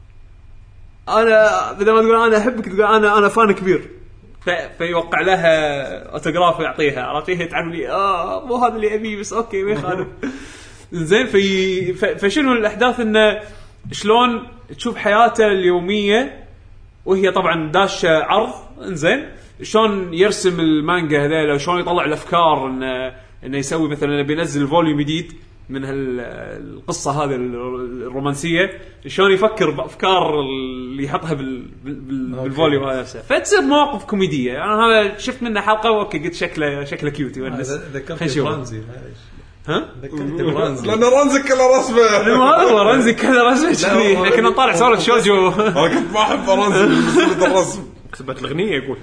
انا بدل ما تقول انا احبك تقول انا فان كبير فيوقع لها اوتوغراف ويعطيها عرفتيه تعرف لي مو هذا اللي ابي بس اوكي ما يخالف زين فشنو الاحداث انه شلون تشوف حياته اليوميه وهي طبعا داشه عرض انزين شلون يرسم المانجا هذول شلون يطلع الافكار انه يسوي مثلا بينزل فوليوم جديد من القصه هذه الرومانسيه شلون يفكر بافكار اللي يحطها بالفوليوم هذا نفسه فتصير مواقف كوميديه انا هذا شفت منه حلقه اوكي قلت شكله كيوت ذكرت رمزي ها لأن رمزي كله رسمه هو رمزي كله رسمه كذي احنا كنا نطالع سوالف شوجو انا كنت ما احب رمزي بس الرسم كتبت الاغنيه يقول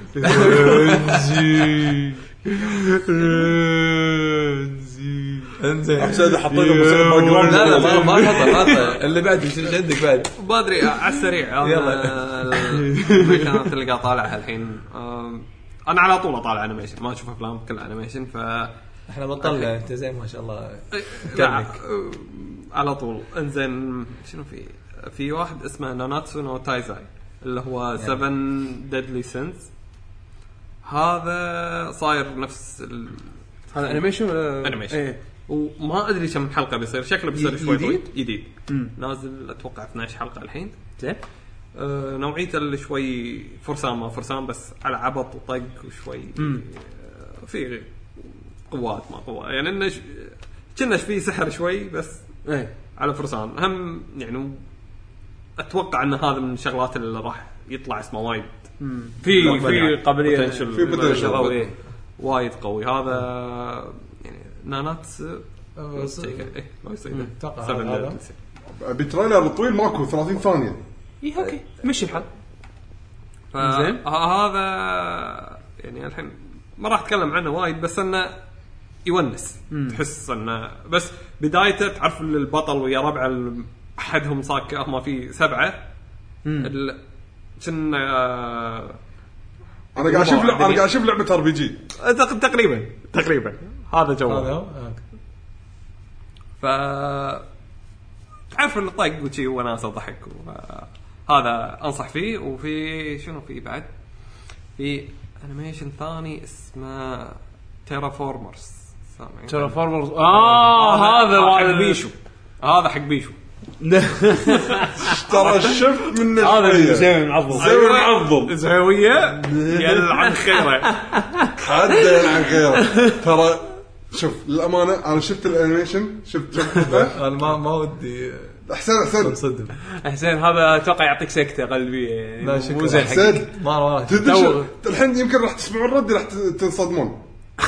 انزين عشان حطينا موسيقى باك جراوند لا ما حط اللي بعد ايش عندك بعد ما ادري على السريع الميشنات اللي قاعد طالعها الحين انا على طول اطالع انيميشن ما اشوف افلام كلها انيميشن احنا بنطلع انت زين ما شاء الله على طول انزين شنو في واحد اسمه ناناتسو نو تايزاي اللي هو 7 ديدلي سينز هذا صاير نفس هذا انيميشن انيميشن وما ادري كم حلقه بيصير شكله بيصير شوي طويل جديد نازل اتوقع 12 حلقه الحين زين نوعيته اللي شوي فرسان بس على عبط وطق وشوي في قوات ما قوة يعني انه كنا فيه سحر شوي بس على فرسان هم يعني اتوقع ان هذا من الشغلات اللي راح يطلع اسمه وايد في قابليه في بدل وايد قوي هذا يعني نانات ما يصير بتريلر طويل ماكو 30 ثانيه اوكي مشي الحال زين هذا يعني الحين ما راح اتكلم عنه وايد بس انه يونس تحس انه بس بدايته تعرف البطل ويا ربع احدهم صاك هم في 7 كنا انا قاعد اشوف لعبه ار بي جي تقريبا هذا جو ف تعرف الطق وشي وناسه وضحك هذا انصح فيه. وفي شنو في بعد في انيميشن ثاني اسمه تيرافورمرز. تيرافورمرز هذا حق بيشو. هذا حق بيشو ترى شفت من هذا زين معضل زهويه يلعن خيره حد يلعن خيره. ترى شوف للامانه انا شفت الانيميشن شفت انا ما ودي احسن صدق حسين هذا اتوقع يعطيك سكته قلبيه يعني لا شكرا مو زين حسين ما تدري الحين يمكن راح تسمعون ردي راح تنصدمون.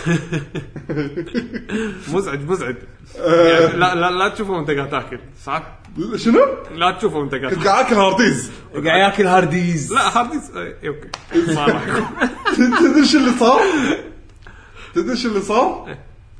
مزعج يعني لا تشوفه وانت قاعد تاكل ساعات. شنو لا تشوفه وانت قاعد كنت قاعد اكل هارديز قاعد ياكل هارديز. لا هارديز اوكي ما راح تدري شو اللي صار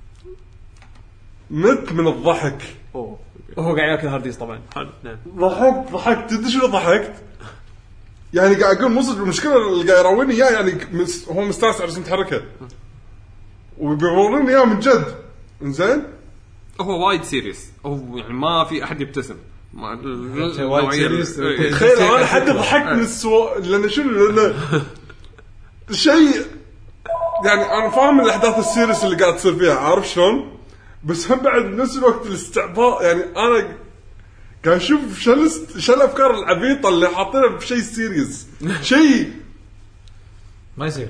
مت من الضحك. وهو قاعد ياكل هارديز طبعا. نعم ضحكت تدري شو ضحكت يعني قاعد اقول مو صدق. المشكله اللي قاعد يراوني اياه يعني هو مستانس على رسم تحركه وبيوروني اياه من جد. انزين هو وايد سيريس هو يعني ما في احد يبتسم وايد سيريس. تخيل انا حد ضحكت من لان شنو لان شيء يعني انا فاهم الاحداث السيريس اللي قاعد تصير فيها عارف شلون. بس هم بعد بنفس الوقت الاستعباء يعني انا قاعد اشوف شو الافكار العبيطه اللي حاطينها بشيء سيريس. شيء ما يصير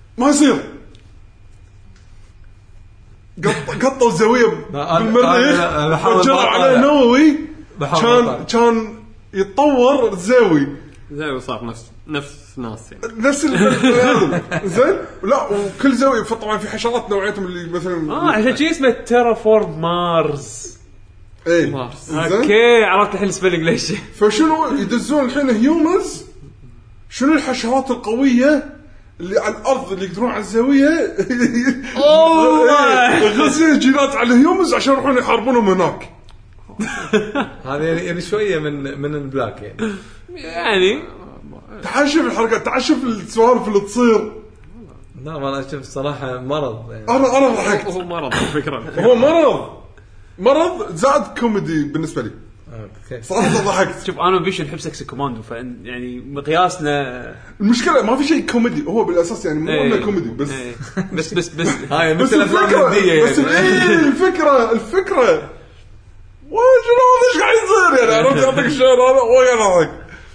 قطوا زاويه بالمريخ وجروا على نووي كان يتطور زاوي صار نفس ناس يعني نفس البني زين. لا وكل زاويه طبعا في حشرات نوعيتهم اللي مثلا عشان شيء اسمه تيرافورم مارس. اي مارس اوكي عرفت الحين سبيلنج ليش. فشنو يدزون الحين هيومنز شنو الحشرات القويه اللي على الارض اللي يقدرون على الزاويه غزين جينات على الهيومنز عشان يروحون يحاربونهم هناك. هذا يعني شويه من البلاك يعني تعال الحركات تعال السوالف اللي تصير. لا ما انا شفت صراحه مرض يعني. انا ضحكت. هو مرض الفكره هو مرض زاد كوميدي بالنسبه لي. اوكي صراحه ضحكت. شوف انا وبيش نحب سكس كوماندو يعني مقياسنا المشكله ما في شيء كوميدي هو بالاساس يعني مو انه كوميدي بس بس هاي مثل الافلام الهنديه بس الفكره وشنو ايش قاعد يصير يعني عرفت يعطيك الشعر هذا ويا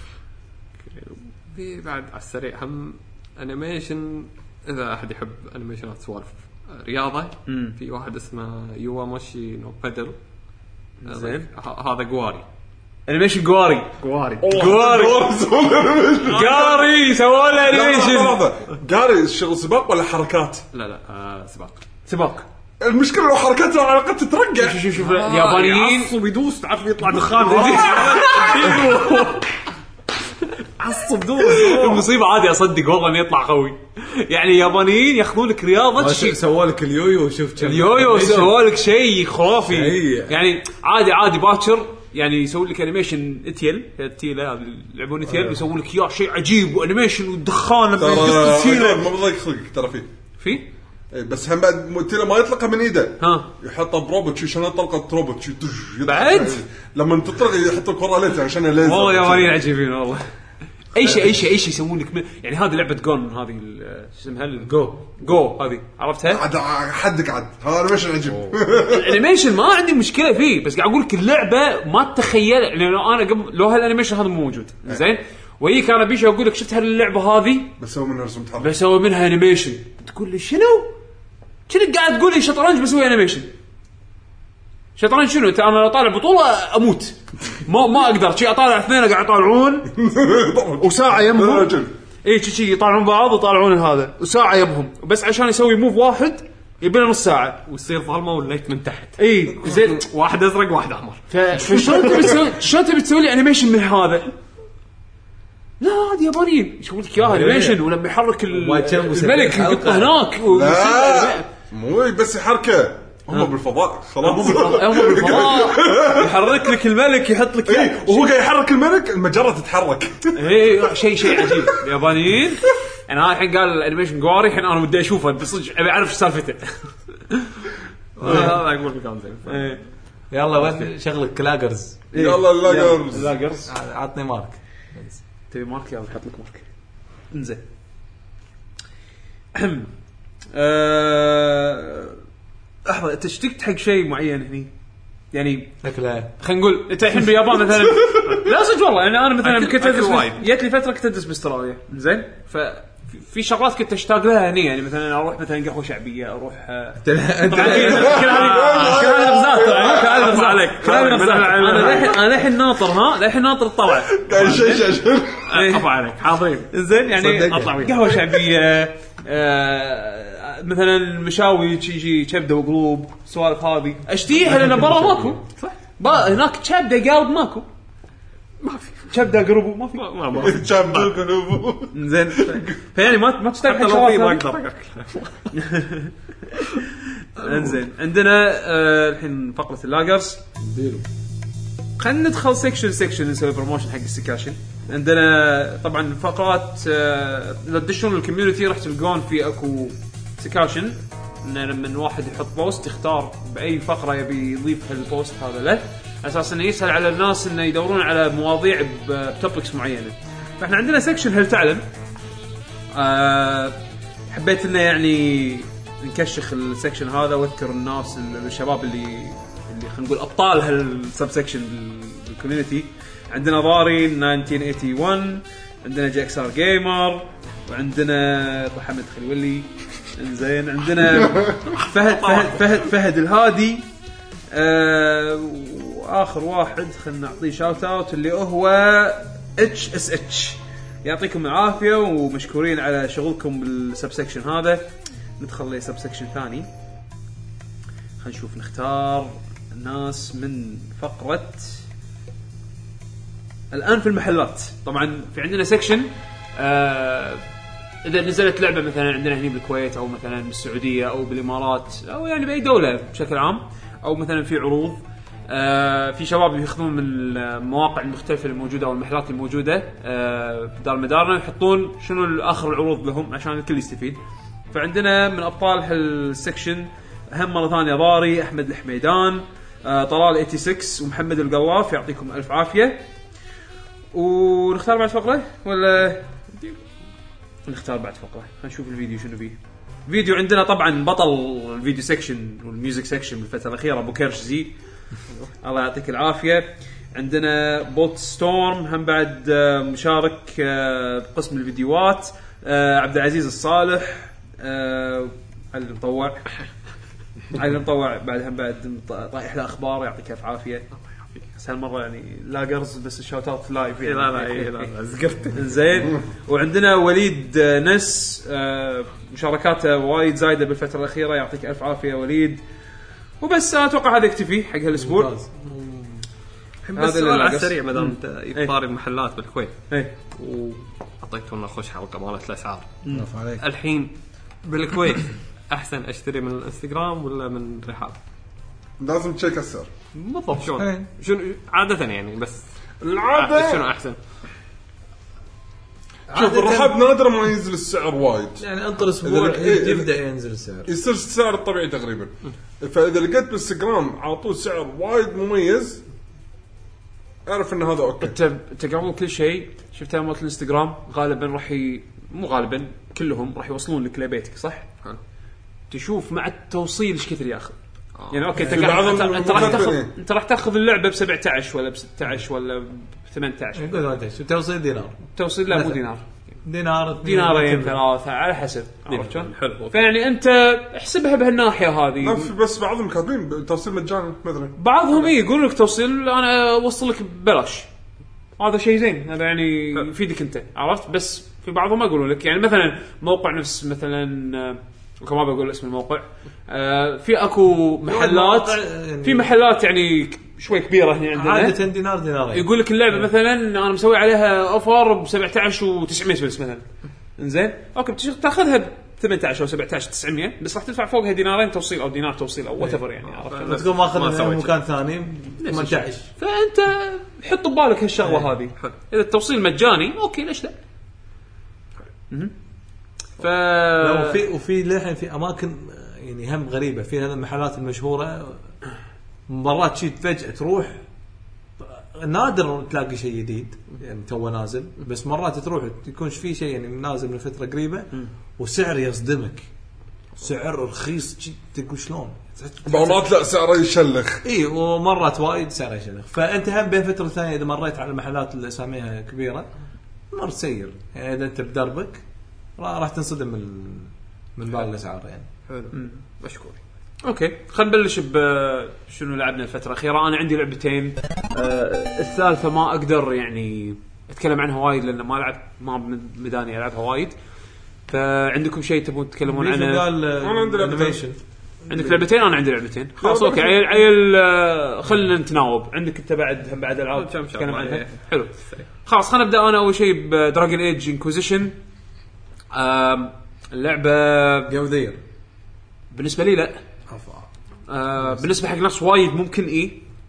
في بعد على السريع هم انيميشن. اذا احد يحب انيميشنات سوالف رياضه في واحد اسمه يواماشي نو بيدل. زين هذا قواري انيميشن قواري سووا له انيميشن. قاري الشغل سباق ولا حركات؟ لا سباق. المشكله لو حركاته على قد تترقع. شوف اليابانيين يعصب يدوس تعرف يطلع دخان عصب دوس. المصيبه عادي اصدق والله انه يطلع قوي يعني. اليابانيين ياخذون لك رياضه شيء سووا لك اليويو وشوف اليويو سووا لك شيء خرافي يعني. عادي باكر يعني يسوي لك انيميشن اتيل يلعبون اتيل يسوون لك اياه شيء عجيب وانيميشن ودخان ما بضيق خلقك ترى في بس هم بعد متيله ما يطلقها من ايده يحطها بروبوت شو طلقه روبوت بعد لما تطلق يحط الكره ليت عشان ليزر. والله يابانيين عجيبين والله. اي شيء يسوون لك يعني. هذه لعبه جون هذه اسمها جو هذه عرفتها حدك عاد هذا مش عجيب. الانيميشن ما عندي مشكله فيه بس قاعد اقول لك اللعبه ما تتخيل لانه انا قبل لو هالانيميشن هذا مو موجود زين وهي كان بيش اقول لك شفت هاللعبه هذه بسوي منها انيميشن تقول لي شنو قاعد تقول لي شطرنج بسوي انيميشن شطرنج شنو انا لو طالع بطوله اموت ما اقدر شيء اطالع اثنين قاعد يطالعون وساعه يمهم شيء يطالعون بعض ويطالعون هذا وساعه يبهم بس عشان يسوي موف واحد يبي له نص ساعه ويصير ظلمه والليت من تحت زين واحد ازرق واحد احمر. شلون تبي تسوي لي انيميشن من هذا؟ لا هذا يابانيين يسوون لك اياها انيميشن ولما يحرك الملك يقط هناك مو بس حركه هم بالفضاء خلاص هم بالفضاء يحرك لك الملك يحط لك وهو قاعد يحرك الملك المجره تتحرك. شيء عجيب اليابانيين. انا الحين قال الانيميشن قواري الحين انا بدي اشوفه بصدق ابي اعرف ايش سالفته. هذا اقول لك زين. يلا وين شغلك لاجرز؟ يلا لاجرز عطني مارك تبي مارك؟ يلا نحط لك مارك. انزين لحظه انت اشتقت حق شيء معين هني يعني اكله خلينا نقول انت الحين باليابان مثلا لا صدق والله انا مثلا كنت جت لي فتره كنت ادرس باستراليا زين في شغلات كنت اشتاق لها هني يعني مثلا اروح مثلا قهوه شعبيه اروح انت كل هذه غزات عليك انا الحين ناطر الطلعه اطلع عليك حاضرين زين يعني قهوه شعبيه مثلا مشاوي شيء كبده وقلوب سوالف هذه اشتيها لان برا ماكو صح هناك كبده قلب ماكو ما في كبده قلوب ما في ما كبده قلوب زين فيعني ما تستمتع لو في ما اقدر اكل انزين عندنا الحين فقره اللاجرز خلينا ندخل سيكشن نسوي بروموشن حق السكاشن. عندنا طبعا فقرات اذا تدشون الكوميونتي راح تلقون في اكو سكاشن ان لما واحد يحط بوست يختار باي فقره يبي يضيف هالبوست هذا له اساسا يسهل على الناس انه يدورون على مواضيع بتوبكس معينه. فاحنا عندنا سيكشن هل تعلم حبيت انه يعني نكشخ السيكشن هذا واذكر الناس الشباب اللي خلينا نقول ابطال هالسب سيكشن بالكوميونتي. عندنا ضاري 1981 عندنا جي اكس ار جيمر وعندنا محمد خليولي انزين عندنا فهد الهادي واخر واحد خلينا نعطيه شاوت اوت اللي هو HSH. يعطيكم العافيه ومشكورين على شغلكم بالسب سيكشن هذا. ندخل لسب سيكشن ثاني خلينا نشوف نختار الناس من فقره الآن في المحلات. طبعا في عندنا سيكشن إذا نزلت لعبة مثلا عندنا هنا بالكويت أو مثلا بالسعودية أو بالإمارات أو يعني بأي دولة بشكل عام أو مثلا في عروض في شباب يأخذون من المواقع المختلفة الموجودة أو المحلات الموجودة بدار مدارنا يحطون شنو آخر العروض لهم عشان الكل يستفيد. فعندنا من أبطال هالسيكشن هم مرة ثانية ضاري أحمد الحميدان طلال 86 ومحمد القواف. يعطيكم ألف عافية. ونختار بعد فقرة ولا نختار بعد فقرة؟ هنشوف الفيديو شنو فيه. فيديو عندنا طبعا بطل الفيديو سيكشن والميوزك سيكشن بالفترة الأخيرة أبو كيرش زي الله يعطيك العافية. عندنا بوت ستورم هم بعد مشارك بقسم الفيديوهات. عبد العزيز الصالح علي المطوع بعد هم بعد طايح الأخبار يعطيك ألف عافية. بس هالمرة يعني لاجرز بس الشوت اوت لايف يعني. لا زقرت زين. وعندنا وليد نس مشاركاته وايد زايدة بالفترة الأخيرة يعطيك ألف عافية وليد. وبس أتوقع هذا يكتفي حق هالأسبوع. هذا السؤال على السريع مدام انت يطاري المحلات بالكويت وعطيتونا خوش حلقة مالت الأسعار الحين بالكويت أحسن أشتري من الانستغرام ولا من رحاب؟ لازم تشيك السعر بالضبط. شنو عادة يعني بس العادة شنو أحسن؟ شوف الرحاب نادرا ما ينزل السعر وايد يعني انطر اسبوع يبدا ينزل السعر يصير السعر الطبيعي تقريبا. فاذا لقيت بالانستغرام عطوه سعر وايد مميز اعرف ان هذا اوكي. انت قبل كل شيء شفتها مال الانستغرام غالبا راح مو غالبا كلهم راح يوصلون لك لبيتك صح. تشوف مع التوصيل ايش كثر ياخذ يعني اوكي انت راح تاخذ اللعبه ب 17 ولا ب 16 ولا ب 18 يقول انت توصيل دينار توصيل لا مو دينارين ثلاثه على حسب عرفت شلون. فيعني انت احسبها بهالناحيه هذه. بس بعضهم كاتبين توصيل مجاني مثلا بعضهم يقول لك توصيل انا اوصل لك ببلاش هذا شيء زين هذا يعني يفيدك انت عرفت. بس في بعضهم ما يقولون لك يعني مثلا موقع نفس مثلا وكما بقول اسم الموقع في اكو محلات في محلات يعني شوي كبيره هنا عندنا عاده دينار يقول لك اللعبه مثلا انا مسوي عليها اوفر ب 17 و900 فلس مثلا انزين اوكي تاخذها ب 18 او 17 900 بس راح تدفع فوقها دينارين توصيل او دينار توصيل او وات ايفر يعني عرفت. تقول ماخذ من مكان ثاني 18 فانت حط ببالك هالشغله هذه اذا التوصيل مجاني اوكي ليش لا. وفي للحين في اماكن يعني هم غريبه في هذه المحلات المشهوره مرات شيء فجاه تروح نادر تلاقي شيء جديد يعني تو نازل، بس مرات تروح يكون في شيء يعني نازل من فتره قريبه وسعر يصدمك، سعر رخيص تقول شلون مرات لا سعره يشلخ. اي ومرات وايد سعره يشلخ. فانت هم بين فتره ثانيه اذا مريت على المحلات اللي اساميها كبيره مر سير يعني اذا انت بدربك راح تنصدم من بال الاسعار يعني. حلو مشكور. اوكي خلينا نبلش بشنو لعبنا الفتره الاخيره. انا عندي لعبتين، الثالثه ما اقدر يعني اتكلم عنها وايد لان ما مداني العبها وايد. فعندكم شيء تبون تتكلمون عنه؟ انا عندي لعبتين. عندك لعبتين انا عندي لعبتين. خلاص اوكي عيل خلينا نتناوب. عندك انت بعد العاب تتكلم عنها؟ حلو خلاص خلينا نبدا. انا اول شيء بدراجون ايج انكوزيشن. اللعبه جودير بالنسبه لي لا، بالنسبه حق ناس وايد ممكن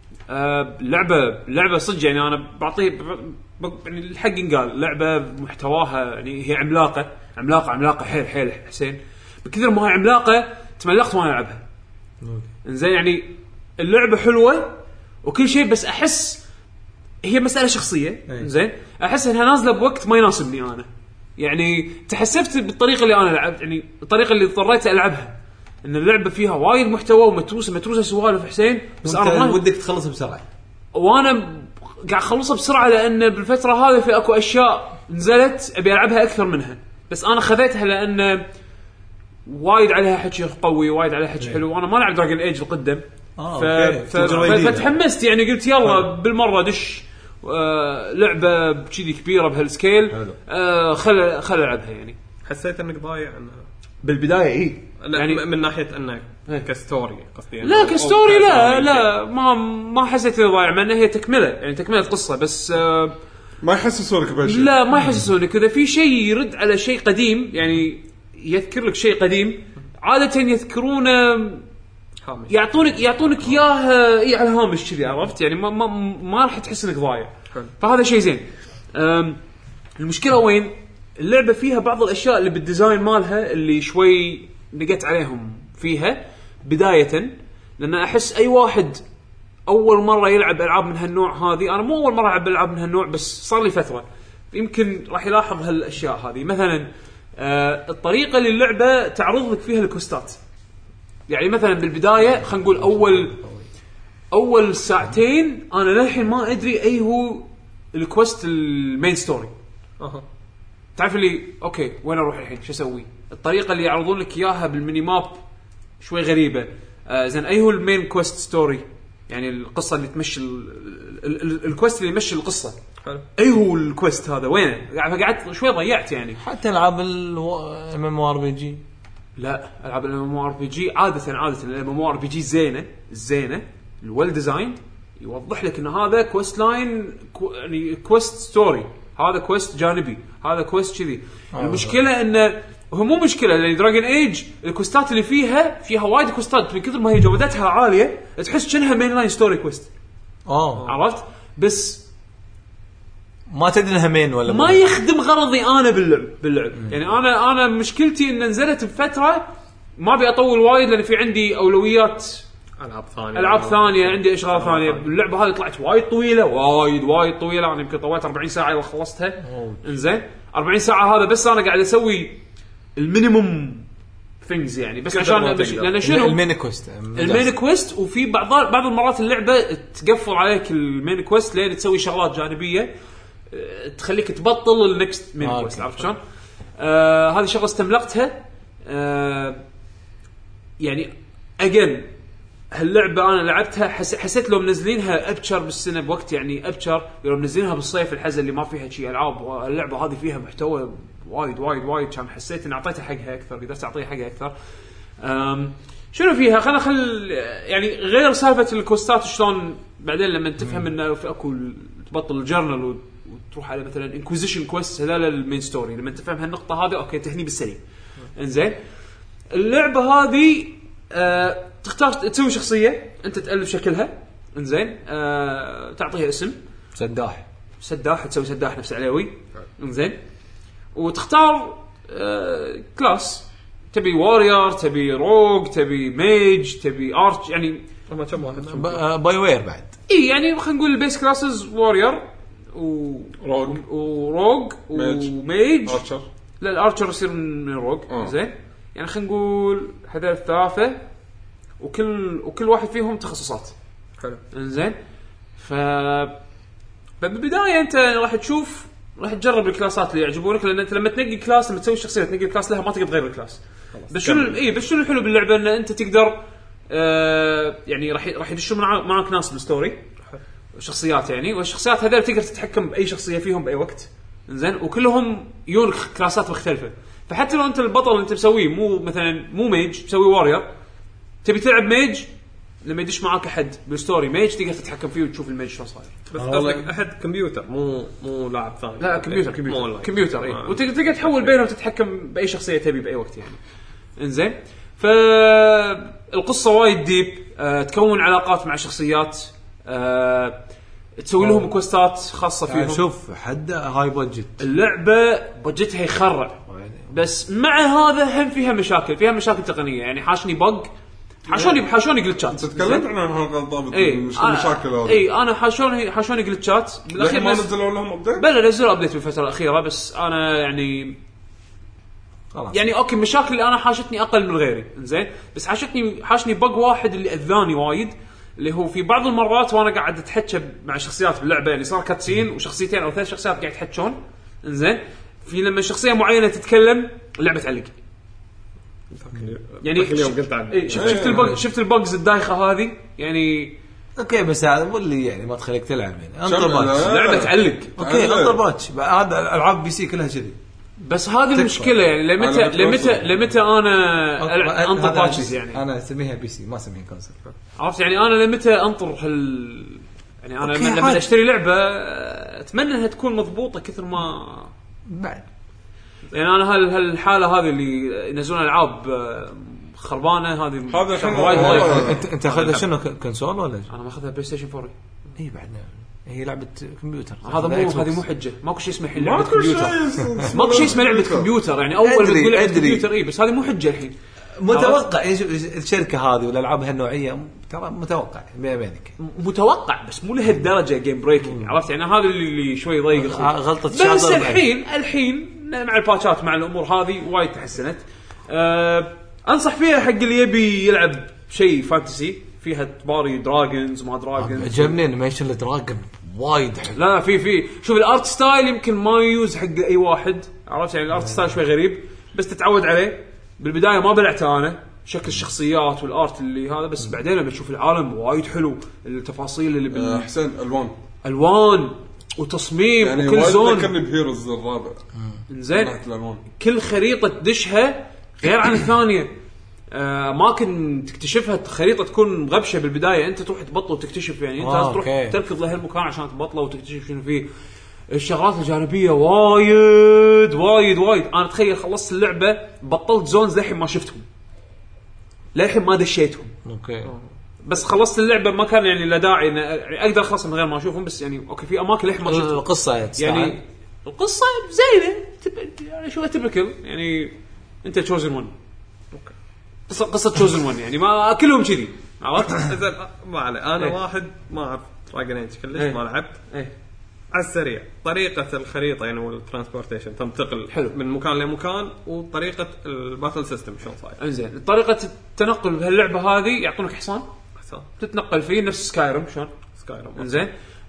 لعبه صدق يعني. انا بعطيه يعني الحق قال لعبه محتواها يعني هي عملاقه حيل حسين. بكثر ما هي عملاقه تملقت وانا العبها. انزين يعني اللعبه حلوه وكل شيء، بس احس هي مساله شخصيه. انزين احس انها نازله بوقت ما يناسبني انا يعني. تحسفت بالطريقه اللي انا لعبت يعني الطريقه اللي اضطريت العبها ان اللعبه فيها وايد محتوى ومتروسه سوالف حسين، بس انا ودك تخلص بسرعه وانا قاعد اخلصها بسرعه لان بالفتره هذه في اكو اشياء نزلت ابي العبها اكثر منها. بس انا خذيتها لان وايد عليها حكي قوي وايد عليها حكي حلو. وانا ما لعب دراجون ايج القدم فتحمست يعني قلت يلا بالمره دش لعبه بكذي كبيره بهالسكيل خل العبها يعني. حسيت انك ضايع بالبدايه يعني من ناحيه انك كستوري قصدي يعني لا كستوري لا ما حسيت اني ضايع، مع انها هي تكمله قصه بس ما يحسسونك بشيء. لا ما يحسسونك اذا في شيء يرد على شيء قديم يعني يذكر لك شيء قديم عاده يذكرونه يعطونك اياه على الهامش كذي عرفت يعني. ما راح تحس انك ضايع. فهذا شيء زين. المشكله وين؟ اللعبه فيها بعض الاشياء اللي بالديزاين مالها اللي شوي نقت عليهم فيها بدايه، لان احس اي واحد اول مره يلعب العاب من هالنوع هذه، انا مو اول مره العب العاب من هالنوع بس صار لي فتره، يمكن راح يلاحظ هالاشياء هذه. مثلا الطريقه اللي اللعبه تعرض لك فيها الكوستات يعني. مثلا بالبدايه خلينا نقول اول ساعتين انا للحين ما ادري اي هو الكوست المين ستوري. تعرف اللي اوكي وين اروح الحين شو اسوي؟ الطريقه اللي يعرضون لك اياها بالميني ماب شوي غريبه. زين اي هو المين كوست ستوري يعني القصه اللي تمشي الكوست اللي يمشي القصه. اي هو الكوست هذا وينه؟ قعدت شوي ضيعت يعني. حتى العاب الام ار بي جي لا العاب الام ار بي جي عاده الام ار بي جي زينه الويل ديزاين يوضح لك ان هذا كويست لاين يعني كويست ستوري، هذا كويست جانبي، هذا كويست كذي. المشكله انه هو مو مشكله لان دراجون ايج الكوستات اللي فيها وايد كوستات من كثر ما هي جودتها عاليه تحس كأنها مين لاين ستوري كويست. عرفت؟ بس ما تدري انها مين ولا ما يخدم غرضي انا باللعب. يعني انا مشكلتي ان نزلت بفتره ما ابي اطول وايد لان في عندي اولويات العاب ثانيه عندي اشغال ثانيه. اللعبه هذه طلعت وايد طويله وايد طويله. انا يمكن طولت 40 ساعه اذا خلصتها. انزين 40 ساعه هذا بس انا قاعد اسوي المينيمم ثينجز يعني بس عشان لان شنو المين كويست وفي بعض المرات اللعبه تقفل عليك المين كويست لين تسوي شغلات جانبيه تخليك تبطل النكست مين كويست. عرفت شلون؟ هذه شغله استملقتها. يعني اجين هاللعبه انا لعبتها حسيت لو منزلينها ابشر بالسنه بوقت يعني ابشر لو منزلينها بالصيف الحزن اللي ما فيها شيء العاب واللعبه هذه فيها محتوى وايد كان حسيت ان اعطيتها حقها اكثر قدرت اعطيها حقها اكثر. شنو فيها خل يعني غير سالفه الكوستات شلون بعدين لما تفهم انه في اكو تبطل الجورنال وتروح على مثلا انكوزيشن كويست هذا المين ستوري لما تفهم هالنقطه هذه اوكي تهني بالسليم. انزين اللعبه هذه تختار تسوي شخصيه انت تالف شكلها. انزين تعطيها اسم سداح تسوي سداح نفس عليوي. انزين وتختار كلاس تبي وارير تبي روج تبي ميج تبي ارش يعني ما كم واحد باي وير بعد اي يعني خلينا نقول البيس كلاسز وورير وروج وميج ارشر. لا الارشر يصير من الروج. زين يعني خلينا نقول هذول الثلاثه وكل واحد فيهم تخصصات. حلو زين بالبدايه انت راح تجرب الكلاسات اللي يعجبونك لان انت لما تنقي كلاس لما تسوي الشخصيه تنقي الكلاس لها ما تقدر تغير الكلاس. بس شنو الحلو باللعبه ان انت تقدر يعني راح يدشوا معك ناس بالستوري شخصيات يعني والشخصيات هذول تقدر تتحكم باي شخصيه فيهم باي وقت. زين وكلهم يون كلاسات مختلفه فحتى لو انت البطل اللي انت مسويه مو ميج مسوي وارير تبي تلعب ميج لما يدش معاك احد بالستوري ميج تقدر تتحكم فيه وتشوف الميج شلون صاير. بس قصدك احد كمبيوتر مو لاعب ثاني. لا كمبيوتر اي وتقدر تحول بينهم وتتحكم باي شخصيه تبي باي وقت يعني. انزين فالقصه وايد ديب تكون علاقات مع شخصيات تسوي لهم كوستات خاصه فيهم. شوف حد هاي بادجت اللعبه بادجتها يخرع بس مع هذا هم فيها مشاكل تقنيه يعني حاشني بق حاشوني جلتشات. تكلمت عن هالغلطات المشاكل هذه. اي انا حاشوني جلتشات بالاخير ما نزلوا لهم ابديت. بلا نزلوا ابديت بالفتره الاخيره بس انا يعني اوكي مشاكل اللي انا حاشتني اقل من غيري. زين بس حاشني بق واحد اللي اذاني وايد اللي هو في بعض المرات وانا قاعد اتحكى مع شخصيات باللعبه يعني صار كاتسين وشخصيتين او 3 شخصيات قاعد يتحكون. زين في لما شخصيه معينه تتكلم اللعبه تعلق يعني اليوم قلت عنه. شفت البجز الدايخه هذه يعني اوكي بس هذا مو اللي يعني ما تخليك تلعب يعني انطر باتش لعبه تعلق اوكي انطر باتش هذا العاب بي سي كلها كذي. بس هذه المشكله يعني لمتى انا انطر باتشز يعني انا اسميها بي سي ما اسميها كونسول عرفت يعني انا لمتى انطر يعني انا لما اشتري لعبه اتمنى انها تكون مضبوطه كثر ما بعد يعني انا هالحاله هذه اللي ينزلون العاب خربانه هذه وايد ضايقه. انت اخذها شنو كونسول ولا انا ماخذها بلاي ستيشن 4. اي بعد هي لعبه كمبيوتر هذا مو حجه ماكو شيء اسمه الحين لعبه كمبيوتر ماكو شيء اسمه لعبه كمبيوتر يعني اول ما تقول لعبه كمبيوتر اي بس هذه مو حجه الحين. متوقع الشركه هذه ولا العاب هالنوعيه ترى متوقع بينك متوقع بس مو لهالدرجه جيم بريكنج عرفت يعني هذا اللي شوي ضيق غلطه بس الحين مع الباتشات مع الامور هذه وايد تحسنت. انصح فيها حق اللي يبي يلعب شيء فانتسي فيها تباري دراجونز ما دراجونز. عجبني انيميشن الدراجون وايد حلو. لا في شوف الارت ستايل يمكن ما يوز حق اي واحد عرفت يعني الارت ستايل شوي غريب بس تتعود عليه. بالبدايه ما بلعته انا شكل الشخصيات والارت اللي هذا بس بعدين لما تشوف العالم وايد حلو التفاصيل اللي حسين الوان وتصميم يعني وكل زون ذكرني بهيروز الرابع. زين كل خريطه تدشها غير عن الثانيه. اماكن تكتشفها خريطه تكون مغبشه بالبدايه انت تروح تبطل وتكتشف يعني انت لازم تروح تركض لهالمكان عشان تبطله وتكتشف شنو فيه. الشغلات الجانبيه وايد انا تخيل خلصت اللعبه بطلت زونز للحين ما شفتهم للحين ما دشيتهم. اوكي بس خلصت اللعبه ما كان يعني لا داعي يعني اقدر اخلص من غير ما اشوفهم بس يعني اوكي في اماكن للحين ما شفتهم. القصه يعني القصه زينه يعني شو تبكل يعني انت تشوزن 1 قصه تشوزن 1 يعني ما كلهم كذي عرفت. ما علي انا واحد ما اعرف دراجون ايج كلش ما لعبت على السريع طريقه الخريطه يعني والترانسبورتيشن تنتقل من مكان لمكان وطريقه الباتل سيستم شلون صاير. انزين طريقه التنقل بهاللعبه هذه يعطونك حصان تتنقل فيه نفس سكايرم شلون سكايرم. انزين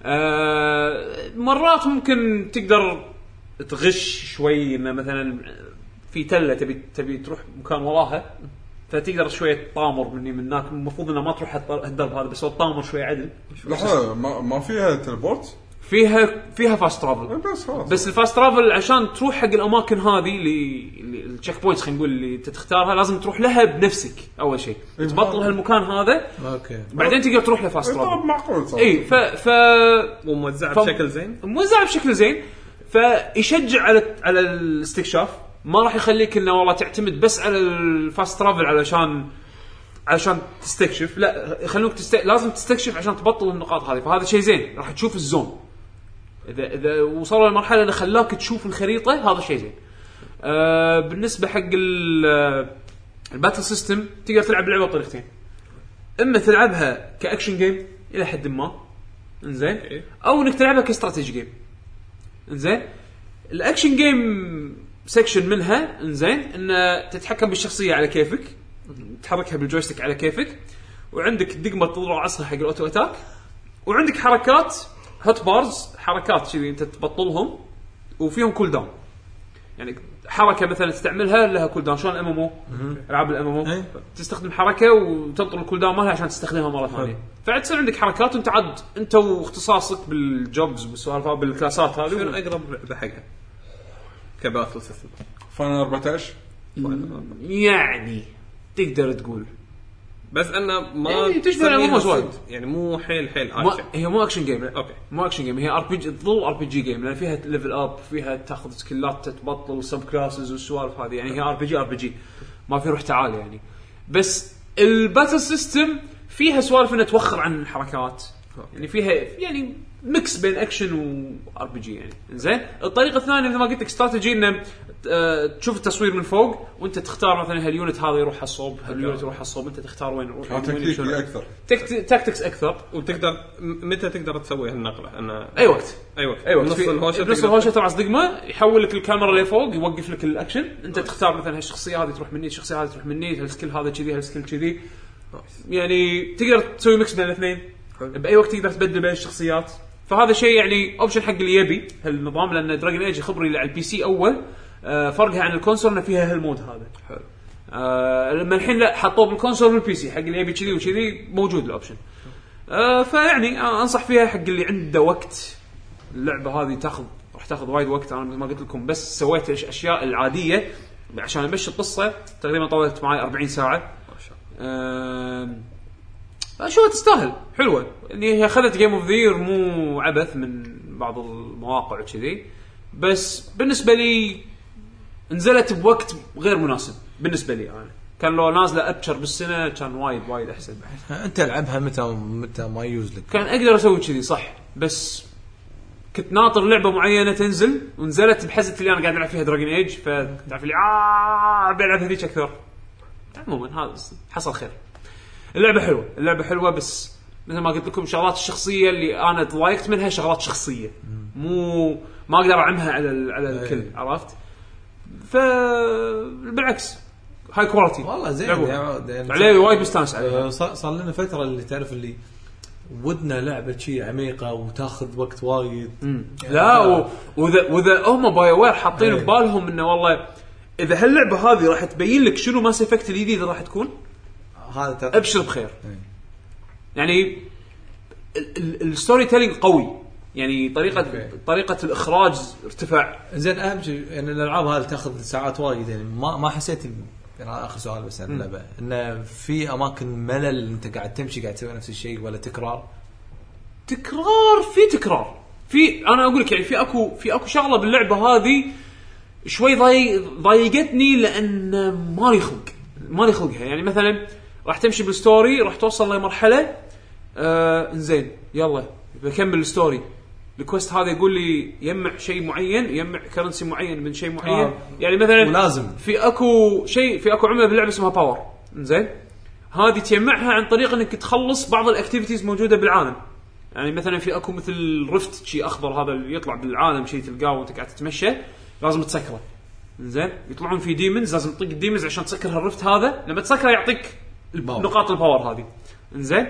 مرات ممكن تقدر تغش شوي ان مثلا في تله تبي تروح مكان وراها فتقدر شويه تطامر مني من هناك المفروض انه ما تروح هالدرب هذا بس تطامر شوي عدل. لحظه ما فيها تلبورت فيها فاست ترافل بس الفاست ترافل عشان تروح حق الاماكن هذه اللي التشيك بوينتس خلينا نقول اللي تختارها لازم تروح لها بنفسك اول شيء تبطل هالمكان هذا بعدين تقدر تروح له فاست ترافل معقول صح. اي وموزعه بشكل زين بشكل زين فيشجع على الاستكشاف ما راح يخليك انه والله تعتمد بس على الفاست ترافل علشان تستكشف لا يخلوك لازم تستكشف عشان تبطل النقاط هذه فهذا شيء زين راح تشوف الزون اذا وصلوا لمرحله اللي خلاك تشوف الخريطه هذا شيء زين. بالنسبه حق الباتل سيستم تقدر تلعب اللعبه بطريقتين اما تلعبها كاكشن جيم الى حد ما انزين او انك تلعبها كاستراتيجي جيم انزين. الاكشن جيم سيكشن منها انزين ان تتحكم بالشخصيه على كيفك تحركها بالجويستيك على كيفك وعندك دقمه تضرب عصا حق الاوتو اتاك وعندك حركات هوت بارز حركات كذي انت تبطلهم وفيهم كول داون يعني حركه مثلا تستعملها لها كول داون شلون ام العاب الام ام تستخدم حركه وتنطر الكول داون مالها عشان تستخدمها مره ثانيه فتصير عندك حركات وانت عاد انت واختصاصك بالجوبز بالسوالف بالكلاسات هذه شنو اقرب بحقها كباتل سيستم فانا 14 يعني تقدر تقول بس انا ما يعني تشبه الام ام يعني مو حيل اكشن هي مو اكشن جيم اوكي مو اكشن جيم هي ار بي جي تظل ار بي جي جيم لان فيها ليفل اب فيها تاخذ سكيلات تتبطل سب كلاسز والسوالف هذه يعني هي ار بي جي ما في روح تعال يعني بس الباتل سيستم فيها سوالف انها توخر عن الحركات يعني فيها يعني ميكس بين اكشن وار بي جي يعني زين. الطريقه الثانيه مثل ما قلت لك استراتيجي انه تشوف التصوير من فوق وانت تختار مثلا هاليونت هذا يروح على الصوب هاليونت يروح على الصوب انت تختار وين يروح تكتيكي اكثر تاكتكس اكثر وتقدر متى تقدر تسوي هالنقله انا اي وقت نص الهوشه تبع صدقمه يحول لك الكاميرا لفوق يوقف لك الاكشن انت تختار مثلا هالشخصيه هذه تروح مني الشخصيه هذه تروح مني هالسكيل هذا كذي هالسكيل كذي يعني تقدر تسوي ميكس بين الاثنين باي وقت تقدر تبدل بين الشخصيات فهذا شيء يعني اوبشن حق اللي يبي هالنظام لان دراجون ايج خبري على البي سي اول فرقها عن الكونسول انه فيها هالمود هذا حلو لما الحين لا حطوه بالكونسول والبي سي حق اللي يبي كذي وكذي موجود الاوبشن فيعني انصح فيها حق اللي عنده وقت اللعبه هذه راح تاخذ وايد وقت انا ما قلت لكم بس سويت الاشياء العاديه عشان امشي القصه تقريبا طولت معي 40 ساعه ما شاء الله شو تستاهل حلوه يعني هي اخذت جيم اوف ذا يير مو عبث من بعض المواقع وكذي بس بالنسبه لي نزلت بوقت غير مناسب بالنسبه لي انا كان لو نازله ابشر بالسنه كان وايد احسن انت العبها متى ما يوز لك كان اقدر اسوي كذي صح بس كنت ناطر لعبه معينه تنزل ونزلت بحزه اللي انا قاعد العب فيها دراجون ايج فتعرف لي بلعب هذيك اكثر عموما هذا حصل خير اللعبه حلوه بس مثل ما قلت لكم شغلات الشخصيه اللي انا تضايقت منها شغلات شخصيه مو ما اقدر اعمها على الكل عرفت فبالعكس هاي كواليتي والله زين عليه وايد مستانس عليه صار لنا فتره اللي تعرف اللي ودنا لعبه شيء عميقه وتاخذ وقت وايد لا واذا هم باي وير حاطين ببالهم انه والله اذا هاللعبه هذه راح تبين لك شنو ماس افكت الجديد راح تكون هذا ابشر بخير يعني الستوري تيلينج قوي يعني طريقه الاخراج ارتفع زين اهم شيء يعني الالعاب هذه تاخذ ساعات وايد يعني ما حسيت يعني اخر سؤال بس عن اللعبه انه في اماكن ملل انت قاعد تمشي قاعد تسوي نفس الشيء ولا تكرار في انا اقول لك يعني في اكو شغله باللعبه هذه شوي ضايقتني لان ما لي خلقها يعني مثلا راح تمشي بالستوري راح توصل لمرحله انزين يلا بكمل الستوري الكوست هذا يقول لي يجمع شيء معين يجمع كرنسي معين من شيء معين يعني مثلا ولازم في اكو عمله باللعبه اسمها باور انزين هذه تجمعها عن طريق انك تخلص بعض الاكتيفيتيز موجوده بالعالم يعني مثلا في اكو مثل رفت شيء اخضر هذا اللي يطلع بالعالم شيء تلقاه وانت قاعد تتمشى لازم تسكره انزين يطلعون في ديمونز لازم تطق الديمونز عشان تسكر هالرفت هذا لما تسكره يعطيك نقاط الباور هذه انزين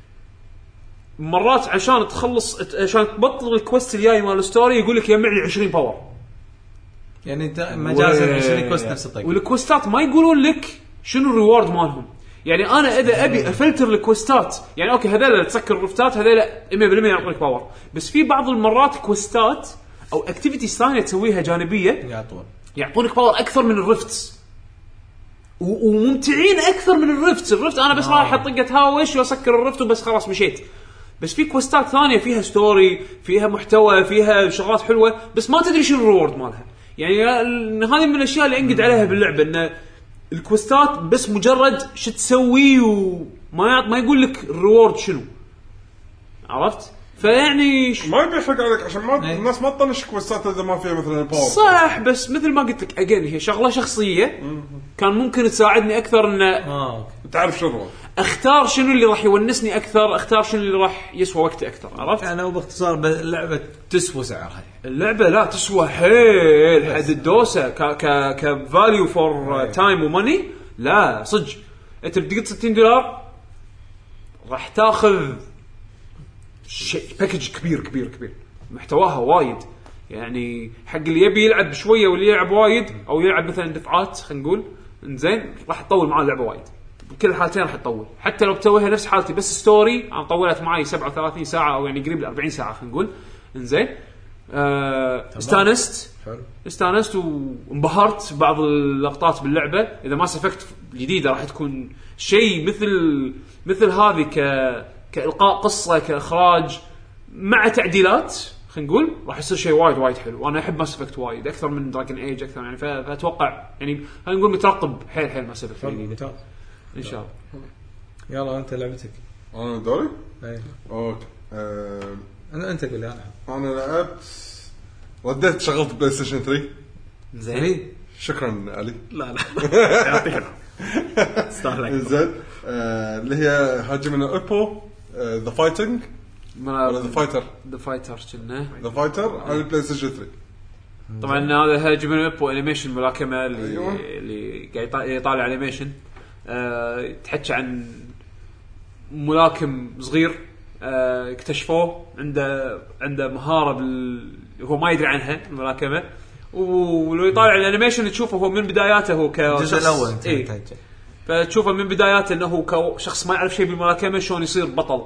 مرات عشان تخلص عشان تبطل الكويست الجاي مال الستوري يقول لك يجمع لي 20 باور يعني انت مجازا 20 كويست نفس الطريقه والكويستات ما يقولون لك شنو الريورد مالهم يعني انا اذا ابي افلتر الكويستات يعني اوكي هذول تسكر الرفتات هذول 100% يعطونك باور بس في بعض المرات كويستات او اكتيفيتيز ثانيه تسويها جانبيه يعطونك باور اكثر من الرفتس وممتعين اكثر من الرفت انا بس رايح اطقت هاوش واسكر الرفت وبس خلاص مشيت بس في كوستات ثانيه فيها ستوري فيها محتوى فيها شغلات حلوه بس ما تدري شنو الريورد مالها يعني هذه من الاشياء اللي انقد عليها باللعبه ان الكوستات بس مجرد شو تسوي وما يقول لك الريورد شنو عرفت فيعني ما يبي يحرق عليك عشان ما الناس ما تطنش كوستات اذا ما فيها مثلا الباور صح بس مثل ما قلت لك اجين هي شغله شخصيه كان ممكن تساعدني اكثر ان تعرف شنو اختار شنو اللي راح يونسني اكثر، اختار شنو اللي راح يسوى وقتي اكثر. عرفت يعني وباختصار اللعبه تسوى سعرها. اللعبه لا تسوى حيل حد الدوسه كفاليو فور تايم وماني. لا صدق انت بتقط $60 راح تاخذ شيء باكج كبير كبير كبير محتواها وايد. يعني حق اللي يبي يلعب شويه واللي يلعب وايد او يلعب مثلا دفعات خلينا نقول انزين راح تطول معاه اللعبه وايد. بكل الحالتين راح تطول. حتى لو بتسويها نفس حالتي بس ستوري انا طولت معي 37 ساعه او يعني قريب ل 40 ساعه خلينا نقول انزين. استانست وانبهرت بعض اللقطات باللعبه. اذا ما سفكت جديده راح تكون شيء مثل هذه كالقاء قصه كاخراج مع تعديلات خلينا نقول راح يصير شيء وايد حلو. وانا احب ماس افكت وايد اكثر من دراجون ايج اكثر يعني. فاتوقع يعني خلينا نقول مترقب حيل ماس افكت جديده ان شاء الله. يلا انت لعبتك. انا دوري اي اوكي. انت قول لي. انا لعبت رديت شغلت بلاي ستيشن 3. زين شكرا علي. لا يعطيك استاهل زين. اللي هي هاجمنا ايبو ذا فايتنج ولا ذا فايتر على البلاي ستيشن 3. طبعا هذا هاجمنا ايبو انيميشن ملاكمه اللي قاعد يطالع انيميشن. تحكي عن ملاكم صغير اكتشفوه عنده مهاره هو ما يدري عنها الملاكمه. ولو يطالع الانيميشن تشوفه هو من بداياته هو الجزء الاول فتشوفه من بداياته انه كشخص ما يعرف شيء بالملاكمه شلون يصير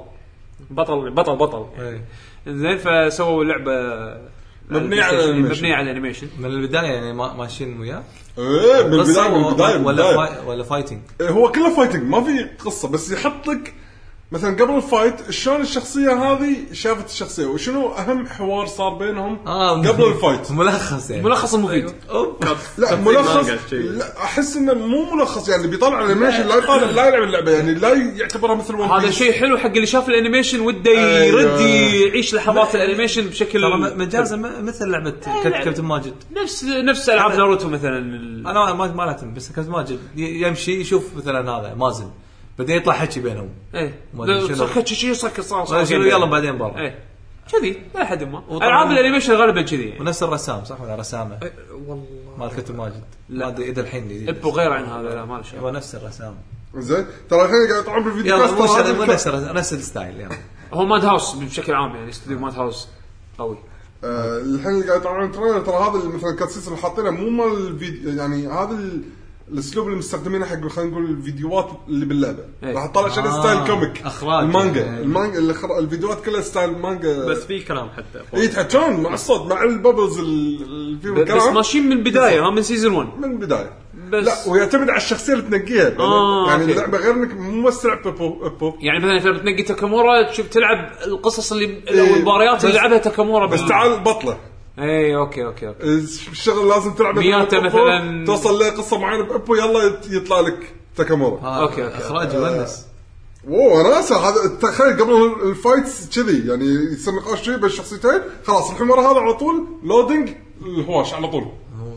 بطل زين. فسووا لعبه مبنيه على الانيميشن من البدايه يعني ماشيين وياه. ايه من البدايه ولا فايتنج. هو كله فايتنج ما في قصه بس يحط لك مثلا قبل الفايت شلون الشخصيه هذه شافت الشخصيه وشنو اهم حوار صار بينهم قبل الفايت. ملخص يعني ملخص مفيد. لا ملخص لا احس انه مو ملخص يعني بيطلع الانيميشن لا يلعب اللعبه يعني لا يعتبرها مثل هذا شيء حلو حق اللي شاف الانيميشن وده يرد يعيش لحظات الانيميشن بشكل مجازا مثل لعبه كابتن ماجد نفس العاب ناروتو مثلا. انا ما لعبت بس كابتن ماجد يمشي يشوف مثلا هذا مازن بدأ يطلع حكي بينهم. ايه شيء صار يلا بعدين برا. ايه كذي لا حد ما العاب الانيميشن غالبا كذي يعني. ونفس الرسام صح ولا رسامه والله مال كابتن ماجد ما ادري اذا الحين ابو غير عن هذا لا ما له شيء. هو نفس الرسام. زين ترى الحين قاعد يطلعون بالفيديو كاست نفس الستايل يعني. هو ماد هاوس بشكل عام يعني استوديو ماد هاوس قوي. الحين قاعد يطلعون ترى هذا مثلا كاتسيس اللي حاطينه مو مال الفيديو يعني هذا الاسلوب اللي مستخدمينه حق خلينا نقول الفيديوهات اللي باللعبه. راح تطلع شيء ستايل كوميك المانجا الفيديوهات كلها ستايل مانجا بس في كلام حتى يتحكون مع الصوت مع البابلز اللي فيه الكلام بس ماشيين من البدايه من سيزون 1 من البدايه لا ويعتمد على الشخصيه اللي تنقيها يعني اللعبه غير انك ممثل بوب يعني مثلا انت بتنقي تاكامورا تشوف تلعب القصص اللي او المباريات اللي لعبها تاكامورا بس تعال بطله. اي اوكي الشغل لازم تلعب مثلا توصل لقصه معينه بابو يلا يطلع لك تاكامورا. اوكي اخراج ونس انا هذا تخيل قبل الفايتس كذي يعني يصير نقاش شيء بين الشخصيتين خلاص الحمار هذا على طول لودينج الهواش على طول.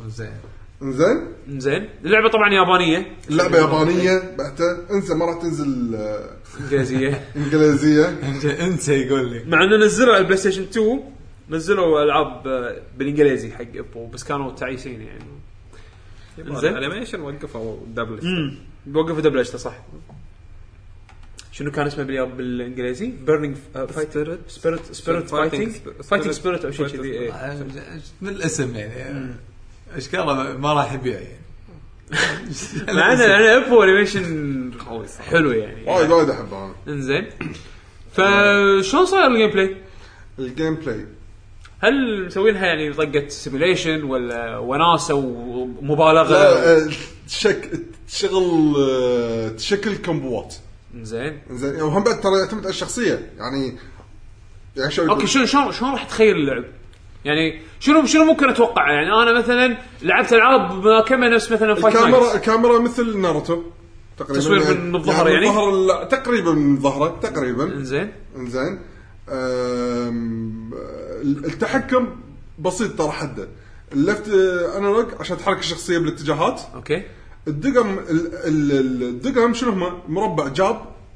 زين اللعبه طبعا يابانيه. اللعبه يابانيه بحته انسى ما راح تنزل انجليزيه انسى يقول لي مع انه نزلوا على البلاي ستيشن 2 نزلوا العاب بالانجليزي حق ابو بس كانوا تعيسين يعني. زين انيميشن وقفوا وقفوا دبلجته صح. شنو كان اسمه بالانجليزي بيرنينج سبيريت فايتنج سبيريت او شيء كذي من الاسم يعني اشكاله ما راح يبيع يعني. انا ابو انيميشن قوي حلو يعني وايد احبه. انزين فشلون صاير الجيم بلاي هل مسوينها يعني طقه سيميليشن ولا وناسه ومبالغه تشكل كومبوات. زين وهم بعد ترى يعتمد على الشخصيه يعني اوكي شلون راح تخيل اللعب يعني شنو ممكن اتوقع يعني انا مثلا لعبت العاب ملاكمه نفس مثلا فايت نايت الكاميرا مثل ناروتو تقريبا تصوير من الظهر يعني تقريبا من ظهره تقريبا. انزين التحكم بسيط ترى حده اللفت انالوج عشان تحرك الشخصيه بالاتجاهات. اوكي الدقم شنو هم مربع جاب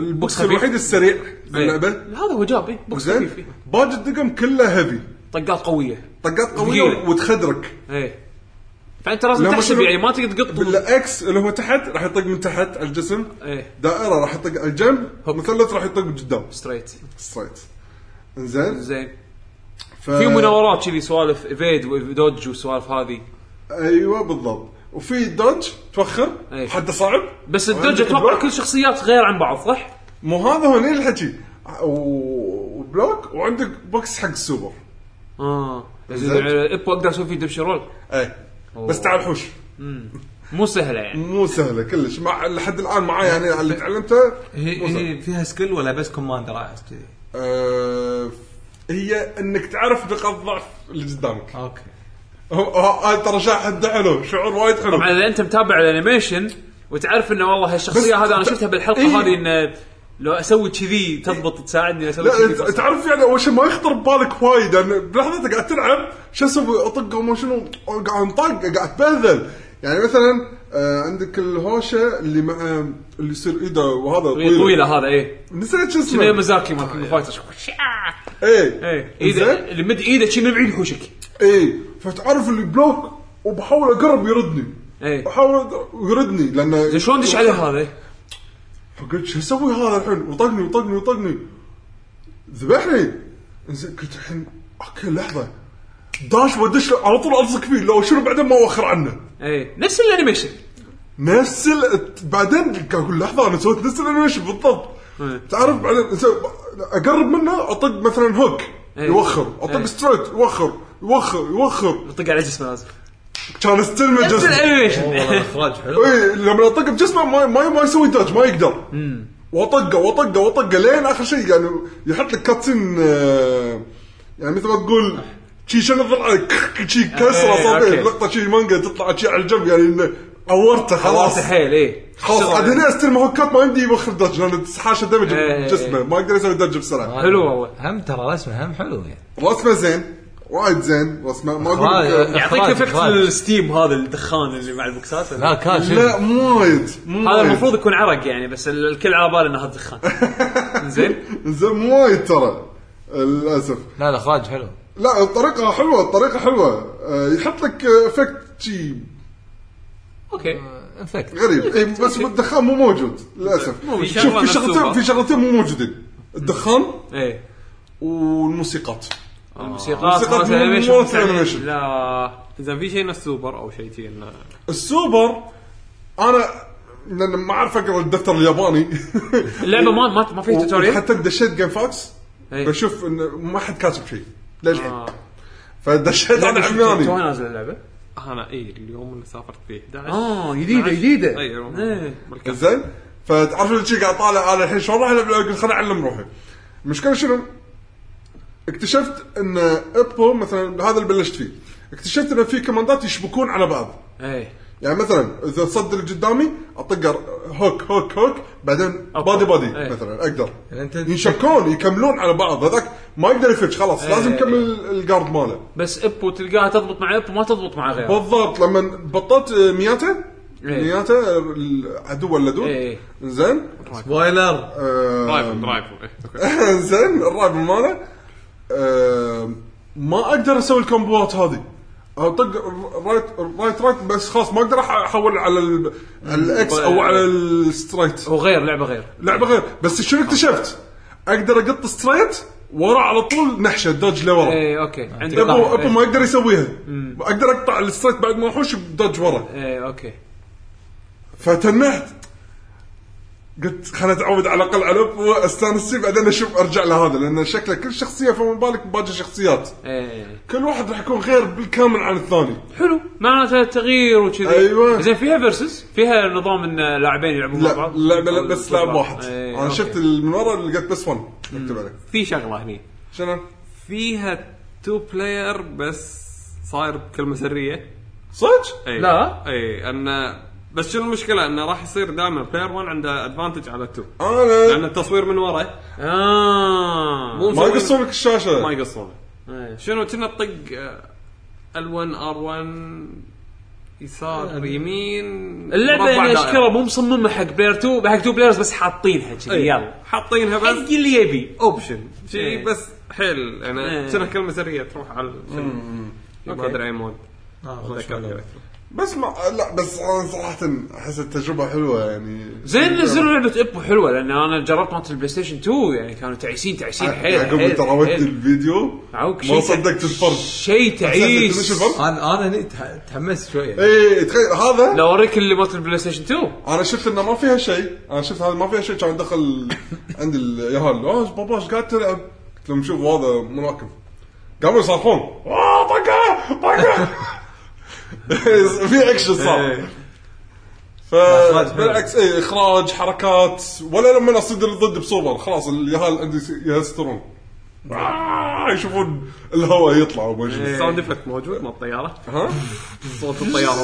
البوكس الوحيد السريع باللعبه هذا هو جاب بوكس خفيف فيه. باقي الدقم كله هيفي، طقات قويه وتخدرك. فانت لازم تحسب يعني ما تقدر تقط بالاكس اللي هو تحت راح يطق من تحت على الجسم، دائره راح يطق على الجنب، مثلث راح يطق من قدام ستريت. زين في مناورات كذي سوالف ايفيد ودوج وسوالف هذه. ايوه بالضبط. وفي دوج توخر حد صعب، بس الدوج اتوقع كل شخصيات غير عن بعض صح؟ مو هذا هو الحكي. وبلوك وعندك بوكس حق السوبر. ابو اقدر اسوي فيه دبش رول. بس تعال حوش. مو سهله يعني، مو سهله كلش مع لحد الان معايا يعني اللي تعلمته. هي فيها سكيل ولا بس كوماندر عايز كذي؟ هي انك تعرف نقاط ضعف اللي قدامك. اوكي ترى شاهد حلو، شعور وايد حلو. طبعا اذا انت متابع الانيميشن وتعرف انه والله هالشخصيه هذه انا شفتها بالحلقه هذه انه لو اسوي كذي تضبط تساعدني اسوي كذي. تعرف يعني اول شيء ما يخطر ببالك وايد يعني بلحظه قاعد تلعب شو اسوي، اطق وما شنو، قاعد نطق قاعد تبهذل. يعني مثلا عندك الهوشه اللي مع اللي يصير ايده وهذا طويله هذا نسيت شو اسمه، شنو مزاكي مال فايتر ايده اللي مد ايده شي من بعيد يحوشك. فتعرف اللي بلوك وبحاول اقرب يردني، بحاول يردني لانه شلون دش عليه هذا. فقلت شو اسوي هذا الحين، وطقني ذبحني. زين قلت الحين اوكي لحظه داش ودش على طول الصق فيه، لو شنو بعدين ما اوخر عنه. نفس الانيميشن بعدين اقول لحظه انا سويت نفس الانيميشن بالضبط. تعرف بعدين اقرب منه اطق مثلا هوك يوخر، اطق ستريت يوخر اطق على جسمه لازم كان استلم الجسم. والله الاخراج حلو. لما اطق بجسمه ما يسوي داج، ما يقدر. وطقه لين اخر شيء يعني يحط لك كاتسين، يعني مثل ما تقول شي شنو ضلع شي كسره صابع لقطه شي مانجا تطلع شي على الجنب، يعني انه عورته خلاص حيل. خلاص بعدين استلم هوكات ما عندي يوخر داج لان حاشه دمج جسمه، ما يقدر يسوي داج بسرعه. حلو والله. هم ترى رسمه هم حلو يعني، رسمه زين وايد زين. رسمه ما اقول يعطيك افكت الستيم هذا الدخان اللي مع البوكسات. لا مو وايد هذا المفروض يكون عرق يعني، بس الكل على باله انه هذا دخان. زين مو وايد ترى للاسف. لا الاخراج حلو. لا الطريقه حلوه يحط لك افكت شي اوكي افكت غريب. بس الدخان مو موجود للاسف. شوف في شغلتين مو موجودين، الدخان والموسيقات. الموسيقات انيميشن. لا اذا في شيء السوبر او شيء تي السوبر انا ما اعرف اقرا الدفتر الياباني. اللعبه ما في توتوريال. حتى دشيت جيم فاكس بشوف انه ما حد كاتب شيء للحين. فدشيت انا عمياني تو نازل اللعبه انا اليوم اللي سافرت فيه 11 جديده زين. فتعرف الشيء قاعد طالع انا الحين شلون راح العب، قلت خليني اعلم روحي. المشكله شنو اكتشفت ان ابو مثلا هذا اللي بلشت فيه، اكتشفت ان في كماندات يشبكون على بعض. يعني مثلا اذا صد اللي قدامي اطق هوك بعدين بادي مثلا اقدر ينشبكون يكملون على بعض. هذاك ما يقدر يفش خلاص لازم يكمل الجارد ماله. بس ابو تلقاها تضبط مع ابو ما تضبط مع غيره بالضبط. لما بطلت مياته العدو ولا دود زين سبويلر درايف زين الرايفل ماله ما اقدر اسوي الكومبوات هذه، اطق رايت بس خلاص ما اقدر احول على الاكس او على الستريت. هو غير لعبه غير. بس شنو اكتشفت اقدر اقط ستريت ورا على طول نحشه دوج لورا. اوكي ابو ما يقدر يسويها. اقدر اقطع الستريت بعد ما احوش بدوج ورا. اوكي فتنحت قلت خلنا اتعود على الاقل على واستانس بعدين اشوف ارجع لهذا، لان شكله كل شخصيه فما بالك باقي شخصيات كل واحد راح يكون غير بالكامل عن الثاني. حلو معناته تغيير وكذي. أيوة. زين فيها فيرسس فيها نظام ان لاعبين يلعبون مع بعض. لا بس لاعب واحد. انا شفت من ورا اللي لقيت بس 1 اكتب عليه. في شغله هني شنو فيها 2 بلاير بس صاير بكلمه سريه صدق. لا ان بس شنو المشكله انه راح يصير دائما بلاير 1 عنده ادفانتج على 2 لان التصوير من ورا ما يقصون لك الشاشه ما يقصون. شنو كنا تطق ال1 R1 يسار يمين. اللعبه يعني اشكره مو مصممه حق بلاير 2 حق 2 بلايرز بس حاطينها كذي يلا حاطينها بس حق اللي يبي اوبشن شيء بس حيل يعني شنو كلمه سريه تروح على ما ادري اي مود بس ما لا بس انا صراحه احس التجربه حلوه يعني زين نزلوا لعبه ابو حلوه لان انا جربت مالت البلاي ستيشن 2 يعني كانوا تعيسين حيل قبل ترى ودي الفيديو ما صدقت الفرق شيء تعيس انا تحمست شويه اي تخيل هذا لو اوريك اللي مالت البلاي ستيشن 2 انا شفت انه ما فيها شيء انا شفت هذا ما فيها شيء كان دخل عند اليهال بابا ايش قاعد تلعب قلت لهم شوف هذا مراكب قاموا يصرخون طقه في اكشن صار فبالعكس اي اخراج حركات ولا لما اصيد ضد بصوبر خلاص اليهال عندي يهسترون يشوفون الهواء يطلع وماشي ساوند افكت موجود مع الطياره صوت الطياره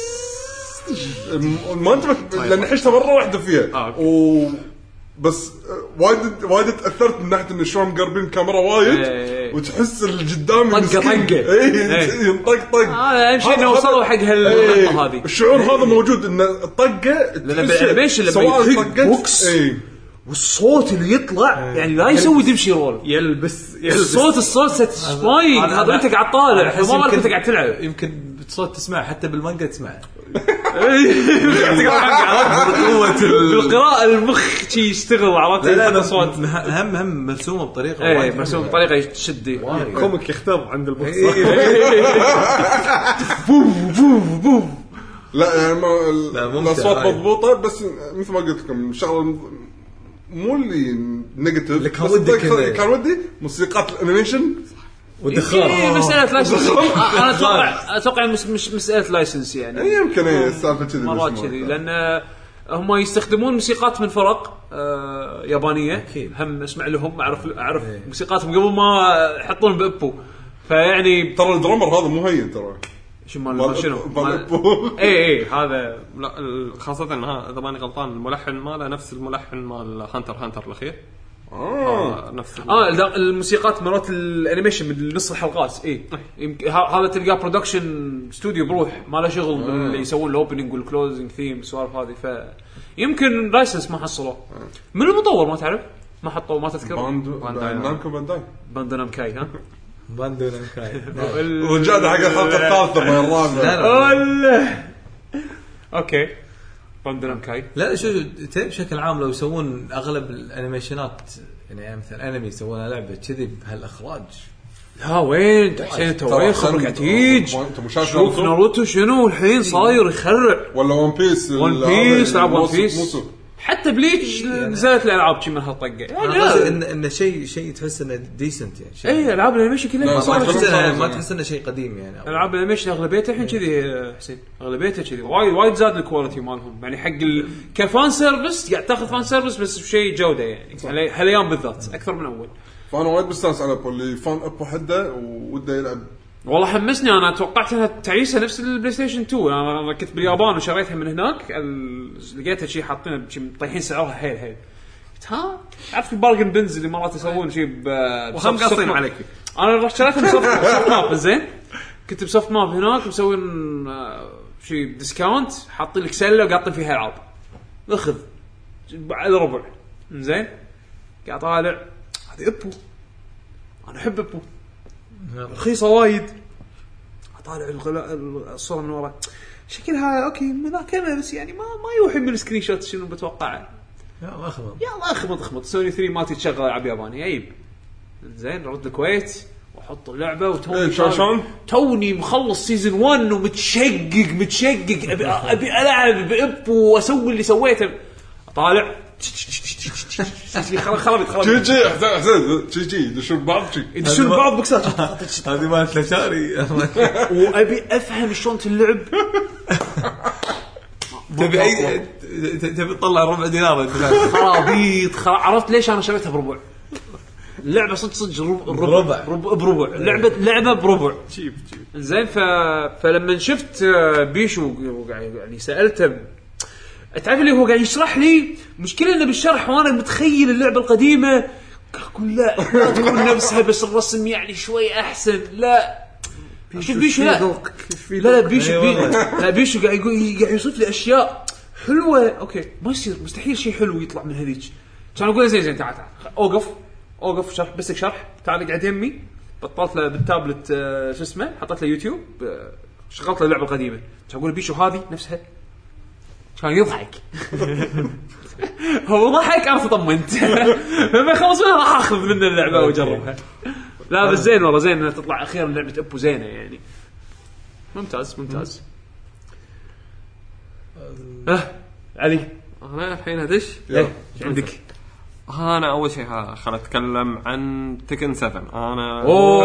ما انت لان حشتها مره واحده فيها بس وايد تاثرت من ناحيه انه شلون مقربين الكاميرا وايد وتحس القدام طقه ينطق اهم شيء انه وصلوا حق هالنقطه هذه الشعور هذا موجود ان الطقه بالانيميشن لما يطق بوكس والصوت اللي يطلع يعني لا يسوي دمشي رول يلبس الصوت ساتسفاينج هذا انت قاعد طالع ما مالك انت قاعد تلعب يمكن بصوت تسمع حتى بالمانجا تسمع بالقراءة المخ شي يشتغل عرفت هذا صوت هم مرسومه بطريقه مرسومه بطريقه تشدي كوميك يختار عند البوكس لا يعني الاصوات مضبوطه بس مثل ما قلت لكم شغله مو اللي نيجاتيف كان ودي موسيقات الانيميشن ودخان مسألة لايسنس أنا أتوقع مش مسألة لايسنس يعني يمكن السالفة كذي مرات كذي لأن هم يستخدمون موسيقات من فرق يابانية هم أسمع لهم أعرف موسيقاتهم قبل ما يحطون بأبو فيعني ترى الدرامر هذا مو هين ترى شنو اي هذا لا خاصة انها اذا ماني غلطان الملحن ماله نفس الملحن مال هانتر الاخير نفس الموسيقات مرات الانيميشن من نص الحلقات يمكن هذا تلقاه برودكشن استوديو بروح ما له شغل اللي يسوون الاوبننج والكلوزنج ثيم السوالف هذه فيمكن لايسنس ما حصلوا من المطور ما تعرف ما حطوا ما تذكر بانداي نامكاي ها باندو نامكاي ورجعنا حق الحلقه الثالثه الرابعه اوكي باندو نامكاي لا شو بشكل عام لو يسوون اغلب الانيميشنات يعني مثلا انمي يسوون لعبه كذي بهالاخراج ها وين حسين توي خبرك عتيج شوف ناروتو شنو الحين صاير يخرع ولا ون بيس لعب ون بيس حتى بليتش نزلت الالعاب شي من هالطقه يعني ان شيء تحس انه ديسنت يعني شيء اي العاب الانيميشن كلها ما تحس انه شيء قديم يعني العاب الانيميشن اغلبيتها الحين كذي حسين اغلبيتها كذي وايد زاد الكواليتي مالهم يعني حق كفان سيرفيس قاعد تاخذ فان سيرفيس بس بشيء جوده يعني هالايام بالذات اكثر من اول فانا وايد بستانس على اللي فان ابو حده وده يلعب والله حمسني انا توقعت انها تعيسها نفس البلاي ستيشن 2 انا كنت باليابان وشريتها من هناك لقيتها شيء حاطينها طايحين سعرها حيل ها عارف البارجن بنز اللي مرات يسوون شيء وهم قاصين عليك انا شريتها بسوفت ماب زين كنت بسوفت ماب هناك مسوين شيء ديسكاونت حاطين لك سله وقاطين فيها العاب اخذ على ربع زين قاعد طالع هذه ابو انا احب ابو رخيصه وايد اطالع الصوره من ورا شكلها اوكي مذاكره بس يعني ما يوحي من السكرين شوت شنو بتوقعه يلا اخمط سوني 3 ما تشغل العاب ياباني عيب زين رد الكويت واحط اللعبه توني مخلص سيزن 1 ومتشقق ابي العب باب واسوي اللي سويته اطالع خربت جي يدشون بعض بوكسات هذه مالت لشاري وابي افهم شلون اللعب تبي تطلع ربع دينار خرابيط عرفت ليش انا شريتها بربع اللعبه صدق بربع لعبه بربع زين فلما شفت بيشو يعني سالته تعرف اللي هو قاعد يشرح لي مشكلة إنه بالشرح وأنا متخيل اللعبة القديمة أقول لا تكون نفسها بس الرسم يعني شوي أحسن لا شوف بيشو لا بيشو قاعد يوصف لي اشياء حلوه. اوكي ما يصير مستحيل شيء حلو يطلع من هذيك. كان اقول زين تعال اوقف شرح بس شرح. تعال قاعد يمي بطلت له بالتابلت شو اسمه حطيت له يوتيوب شغلت له اللعبه القديمه. كان اقول بيشو هذه نفسها كان يضحك هو ضحك انا طمنت فما خلص انا راح اخذ منه اللعبه واجربها. لا بس زين والله زين تطلع اخيرا لعبه ابو زينه يعني ممتاز. علي انا الحين هدش عندك. انا اول شيء خل اتكلم عن تكن 7. انا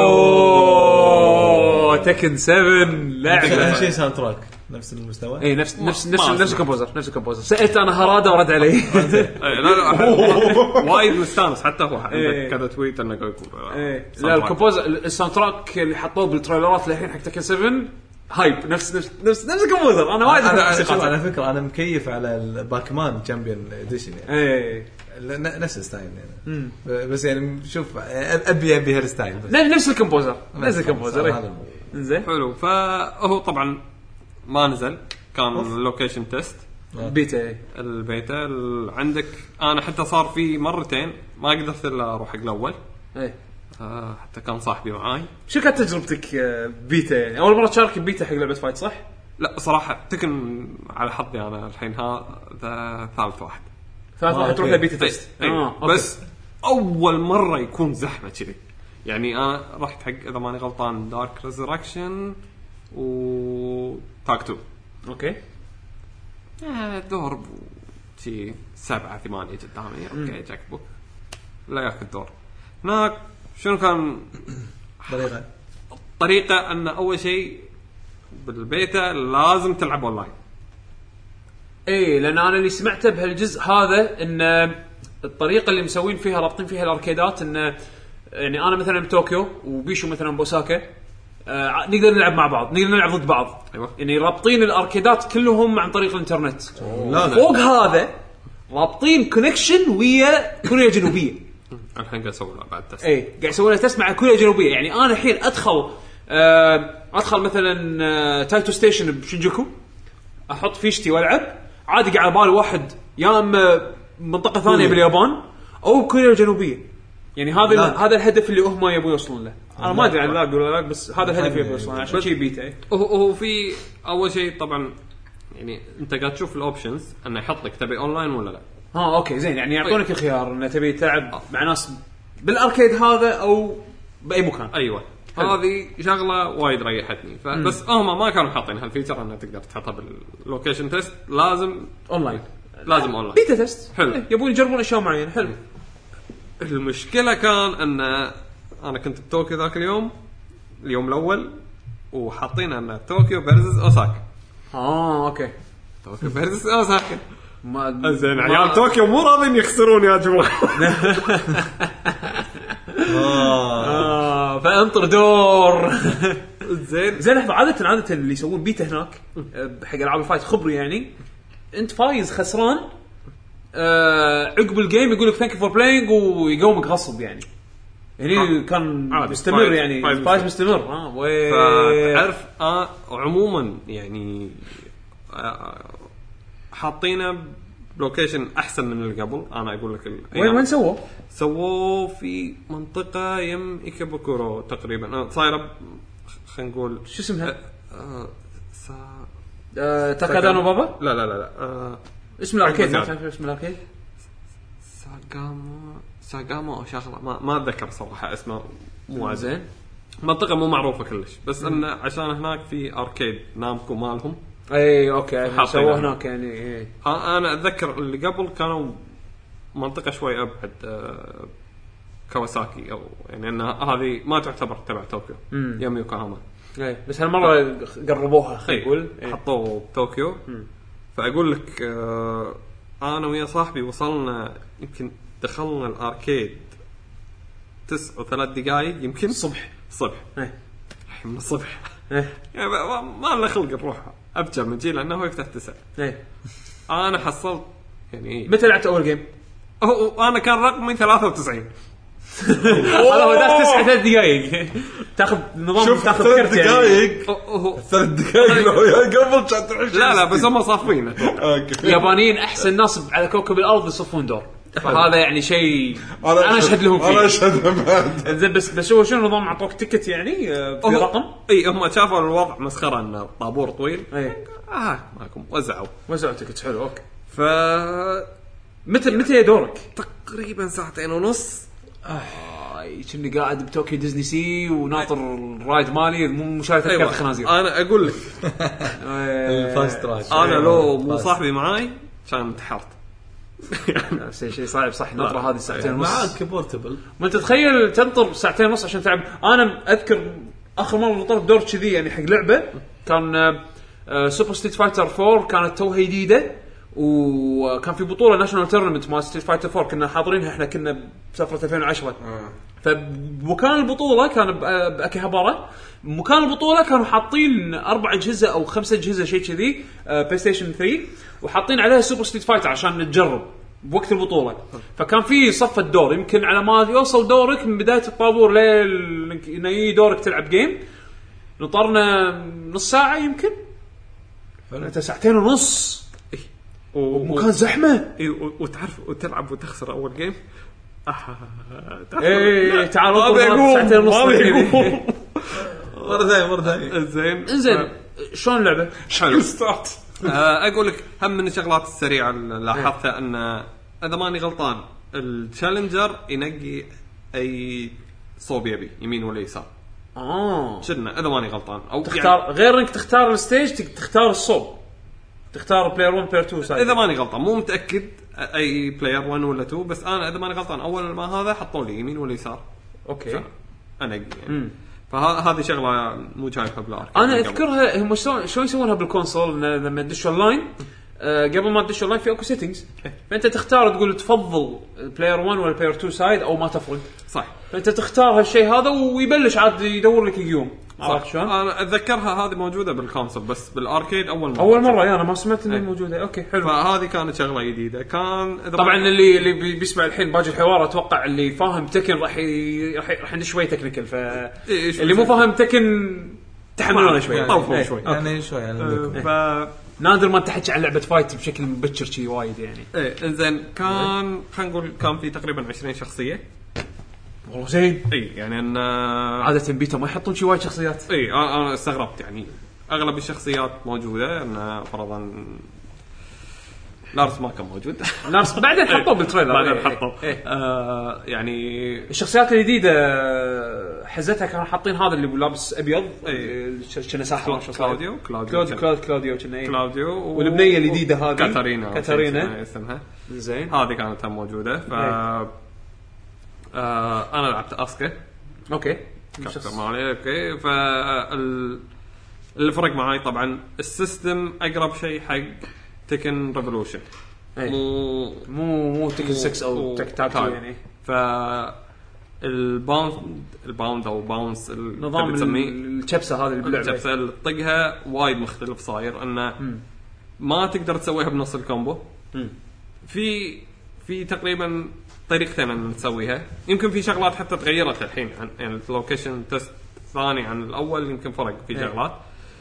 تكن 7 لعبه شيء ساوند تراك نفس المستوى. اي نفس الكمبوزر. سالت انا هراده ورد علي. لا وايد مستانس حتى هو كذا تويت انه يقول لا الكمبوزر الساوند تراك اللي حطوه بالتريلرات الحين حق تكن 7 هايب نفس الكمبوزر. انا وايد على فكره انا مكيف على الباكمان تشامبيون اديشن يعني نفس الستايل يعني بس يعني شوف ابي هير ستايل نفس الكمبوزر زين حلو. فهو طبعا ما نزل كان لوكيشن تيست البيتا عندك. انا حتى صار في مرتين ما قدرت الا اروح حق الاول حتى كان صاحبي معاي. شو كانت تجربتك بيتا يعني اول مره تشارك بيتا حق لعبه فايت صح؟ لا صراحه تكن على حظي انا الحين هذا ثالث واحد تروح لبيتا تيست بس اول مره يكون زحمه كذي يعني. انا رحت حق اذا ماني غلطان دارك ريزركشن وتاك 2 اوكي دور شي 7-8 قدامي اوكي جاكبو لا ياك الدور هناك. شنو كان طريقه ان اول شيء بالبيتا لازم تلعب اونلاين. ايه لان انا اللي سمعته بهالجزء هذا ان الطريقه اللي مسوين فيها رابطين فيها الاركيدات ان يعني انا مثلا بطوكيو وبيشو مثلا بوساكا نقدر نلعب مع بعض نقدر نلعب ضد بعض. أيوة. يعني رابطين الاركيدات كلهم عن طريق الانترنت. فوق هذا رابطين كونكشن ويا كوريا الجنوبيه. الحين قاعد اسوي بعد تست. اي قاعد يسوي تست مع كوريا الجنوبيه. يعني انا الحين ادخل مثلا تايتو ستيشن بشينجوكو احط فيشتي والعب عادي قاعد على بالي واحد يا اما منطقه ثانيه باليابان او كوريا الجنوبيه. يعني هذا الهدف اللي هم يبون يوصلون له. انا ما ادري عن لا اقول لك بس هذا الهدف يبون يوصلون عشان شيء بيتا. هو في اول شيء طبعا يعني انت قاعد تشوف الاوبشنز انه يحط لك تبي اونلاين ولا لا. اوكي زين يعني يعطونك الخيار ان تبي تلعب مع ناس بالاركيد هذا او باي مكان. ايوه هذه شغله وايد ريحتني. بس هم ما كانوا حاطين هالفيتشر انه تقدر تحطها باللوكيشن تيست لازم اونلاين. بيتا تيست حلو. يبون يجربون اشياء معينه حلو. المشكله كان ان انا كنت بطوكيو ذاك اليوم الاول وحاطين ان طوكيو فيرسز اوساكا. اوكي طوكيو فيرسز اوساكا زين عيال طوكيو مو راضين يخسرون يا جماعه. فانطر دور. زين عاده اللي يسوون بيتا هناك حق العاب الفايت خبري يعني انت فايز خسران عقب الجيم يقول لك ثانك يو فور بلاينج ويقومك غصب يعني كان مستمر يعني فايز مستمر. تعرف عموما يعني حاطينه بلوكيشن احسن من اللي قبل. انا اقول لك وين سووا في منطقه يم إيكابوكورو تقريبا صايره خلينا نقول شو اسمها تاكادانو بابا. لا اسم الاركيد ما تعرف اسم الاركيد ساغاما او شغله ما اتذكر صراحه اسمه مو زين. منطقه مو معروفه كلش بس انه عشان هناك في اركيد نامكو مالهم. اي اوكي سووا هناك يعني انا اتذكر اللي قبل كانوا منطقه شوي ابعد كواساكي او يعني ان هذه ما تعتبر تبع طوكيو يوم يوكوهاما. بس هالمره قربوها خلينا نقول حطوا طوكيو. فاقول لك انا ويا صاحبي وصلنا يمكن دخلنا الاركيد 9 و3 دقائق يمكن الصبح من الصبح يعني ما له خلق نروح ابجر من جيل لانه هو يفتح 9. انا حصلت يعني متى لعبت اول جيم؟ انا كان رقمي 93 هذا هو داس 9 دقائق تاخذ نظام تاخذ كرت يعني 3 دقائق قبل كانت لا بس هم صافين اليابانيين احسن ناس على كوكب الارض يصفون دور فهذا يعني شيء انا اشهد لهم فيه انا اشهد بعد زين بس هو شنو نظام اعطوك تيكت يعني في رقم اي هم شافوا الوضع مسخره ان الطابور طويل ماكم وزعوا تيكت حلو اوكي ف متى دورك تقريبا 2.5 كني قاعد بتوكيو ديزني سي وناطر الرايد مالي مو مشاركه كرت خنازير انا اقول لك الفاست تراك انا لو مو صاحبي معاي كان انتحرت نفس الشيء صعب صح نطره هذه ساعتين ونص معك بورتبل ما تتخيل تنطر ساعتين ونص عشان تلعب. انا اذكر اخر مره نطرت دور كذي يعني حق لعبه كان سوبر ستريت فايتر 4 كانت توها جديده وكان في بطوله ناشونال تورنمنت مال ستريت فايتر 4 كنا حاضرينها احنا كنا بسفره 2010 فمكان البطوله كان باكيهابارا. مكان البطوله كانوا حاطين 4 أجهزة او 5 أجهزة شيء كذي بلاي ستيشن 3 وحاطين عليها سوبر ستريت فايتر عشان نتجرب بوقت البطوله. فكان في صف الدور يمكن على ما يوصل دورك من بدايه الطابور لين يجي دورك تلعب جيم نطرنا نص ساعه يمكن انت 2.5 ساعة ومكان زحمه وتعرف وتلعب وتخسر اول جيم تعال نطر 2.5 مرتين زين شلون اللعبه حلو ستارت اقول لك هم من الشغلات السريعه اللي لاحظتها ان اذا ماني غلطان التشالنجر ينقي اي صوب يبي يمين ولا يسار شدنا اذا ماني غلطان او تختار يعني غير انك تختار الستيج تختار الصوب تختار بلاير 1 بلاير 2 اذا ماني غلطان مو متاكد اي بلاير 1 ولا 2 بس انا اذا ماني غلطان اول ما هذا حطوا لي يمين ولا يسار اوكي انا يعني فهذه شغله مو جايبها بالارك انا اذكرها هم شلون يسوونها بالكونسول لما تدش اونلاين قبل ما تدش اونلاين في اكو سيتنجز فانت تختار تقول تفضل بلاير 1 ولا بلاير 2 سايد او ما تفرق صح فانت تختار هالشيء هذا ويبلش عاد يدور لك اليوم عرفت شلون انا اتذكرها هذه موجوده بالكونسول بس بالاركيد اول مره انا ما سمعت انها موجوده اوكي حلو فهذه كانت شغله جديده كان طبعا اللي بيسمع الحين باقي الحوار اتوقع اللي فاهم تكن راح ندش شوي تكنيكال اللي مو فاهم تكن تحملونا شوي طوفوا شوي يعني شوي يعني نادر ما تحكي عن لعبه فايت بشكل مبكر شيء وايد يعني انزين كان خلينا نقول كان في تقريبا 20 شخصيه والله زين يعني ان عاده بيتا ما يحطون شيء وايد شخصيات انا استغربت يعني اغلب الشخصيات موجوده ان فرضا لارس ما كان موجود لارس بعدين حطوه بالتريلر بعدين حطوه يعني الشخصيات الجديده حزتها كانوا حاطين هذا اللي لابس ابيض كنا ساحر كلاوديو كنا والبنيه الجديده هذه كاتارينا اسمها زين هذه كانت موجوده ف انا لعبت اسكا اوكي مالي اوكي اللي فرق معي طبعا السيستم اقرب شيء حق تكن ريفولوشن مو تكن 6 او تاكتاكو يعني الباوند او باونس نظام الشبسه هذه اللي باللعبه الشبسه اللي تطقها وايد مختلف صاير انه ما تقدر تسويها بنص الكومبو في تقريبا طريقتين ان نسويها يمكن في شغلات حتى تغيرت الحين يعني اللوكيشن تيست ثاني عن الاول يمكن فرق في شغلات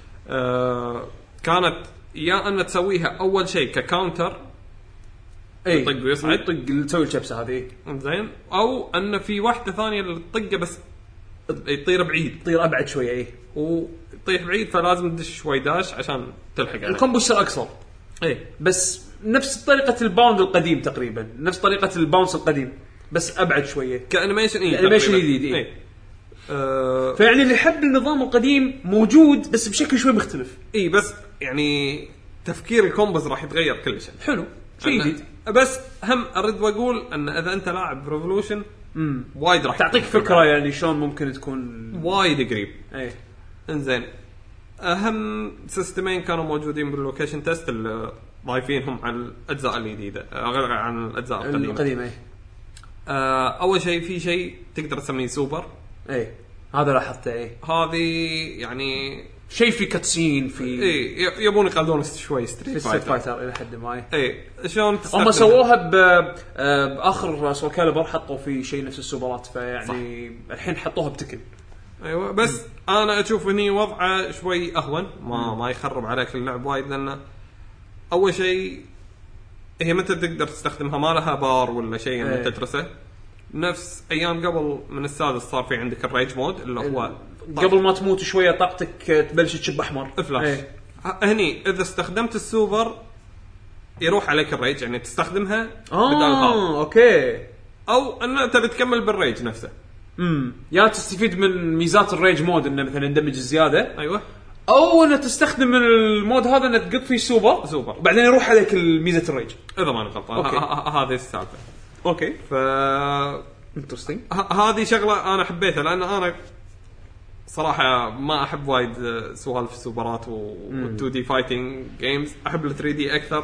كانت يا ان تسويها اول شيء ككاونتر يطق ويصعد يطق تسوي الشبسه هذه زين او ان في واحده ثانيه اللي تطقه بس يطير بعيد يطير ابعد شويه ويطيح بعيد فلازم تدش شوي داش عشان تلحق عليه الكومبو يصير اقصر بس نفس طريقه الباوند القديم تقريبا نفس طريقه الباونس القديم بس ابعد شويه كانيميشن انيميشن جديد فيعني اللي يحب النظام القديم موجود بس بشكل شوي مختلف بس يعني تفكير الكومبوز راح يتغير كل شيء حلو شيء جديد بس هم اريد واقول ان اذا انت لاعب ريفولوشن وايد راح تعطيك فكره يعني شلون ممكن تكون وايد قريب انزين اهم سيستمين كانوا موجودين باللوكيشن تيست اللي ضايفينهم على الاجزاء الجديده غير عن الاجزاء القديمه اول شيء في شيء تقدر تسميه سوبر هذا لاحظته هذه يعني شيء في كاتسين في يبون يقلدون شوي ستريت فايتر الى حد ما. شلون هم سووها باخر سول كاليبر حطوا في شيء نفس السوبرات فيعني الحين حطوها بتكن. ايوه بس انا اشوف اني وضعه شوي اهون ما يخرب عليك اللعب وايد لان اول شيء هي متى تقدر تستخدمها ما لها بار ولا شيء انك تدرسه نفس ايام قبل من السادس صار في عندك الريج مود اللي هو قبل ما تموت شويه طاقتك تبلش تشب احمر فلاش. هني اذا استخدمت السوبر يروح عليك الريج يعني تستخدمها بدالها اوكي او ان تبي تكمل بالريج نفسه. يا تستفيد من ميزات الريج مود انه مثلا دمج زياده ايوه او انه تستخدم المود هذا انك تقط فيه سوبر بعدين يروح عليك ميزه الريج اذا ما انا غلطان. هذه السالفه. اوكي ف انترستينج. هذه شغله انا حبيتها لان انا صراحه ما احب وايد سوالف السوبرات وال2 دي فايتنج جيمز. احب ال3 دي اكثر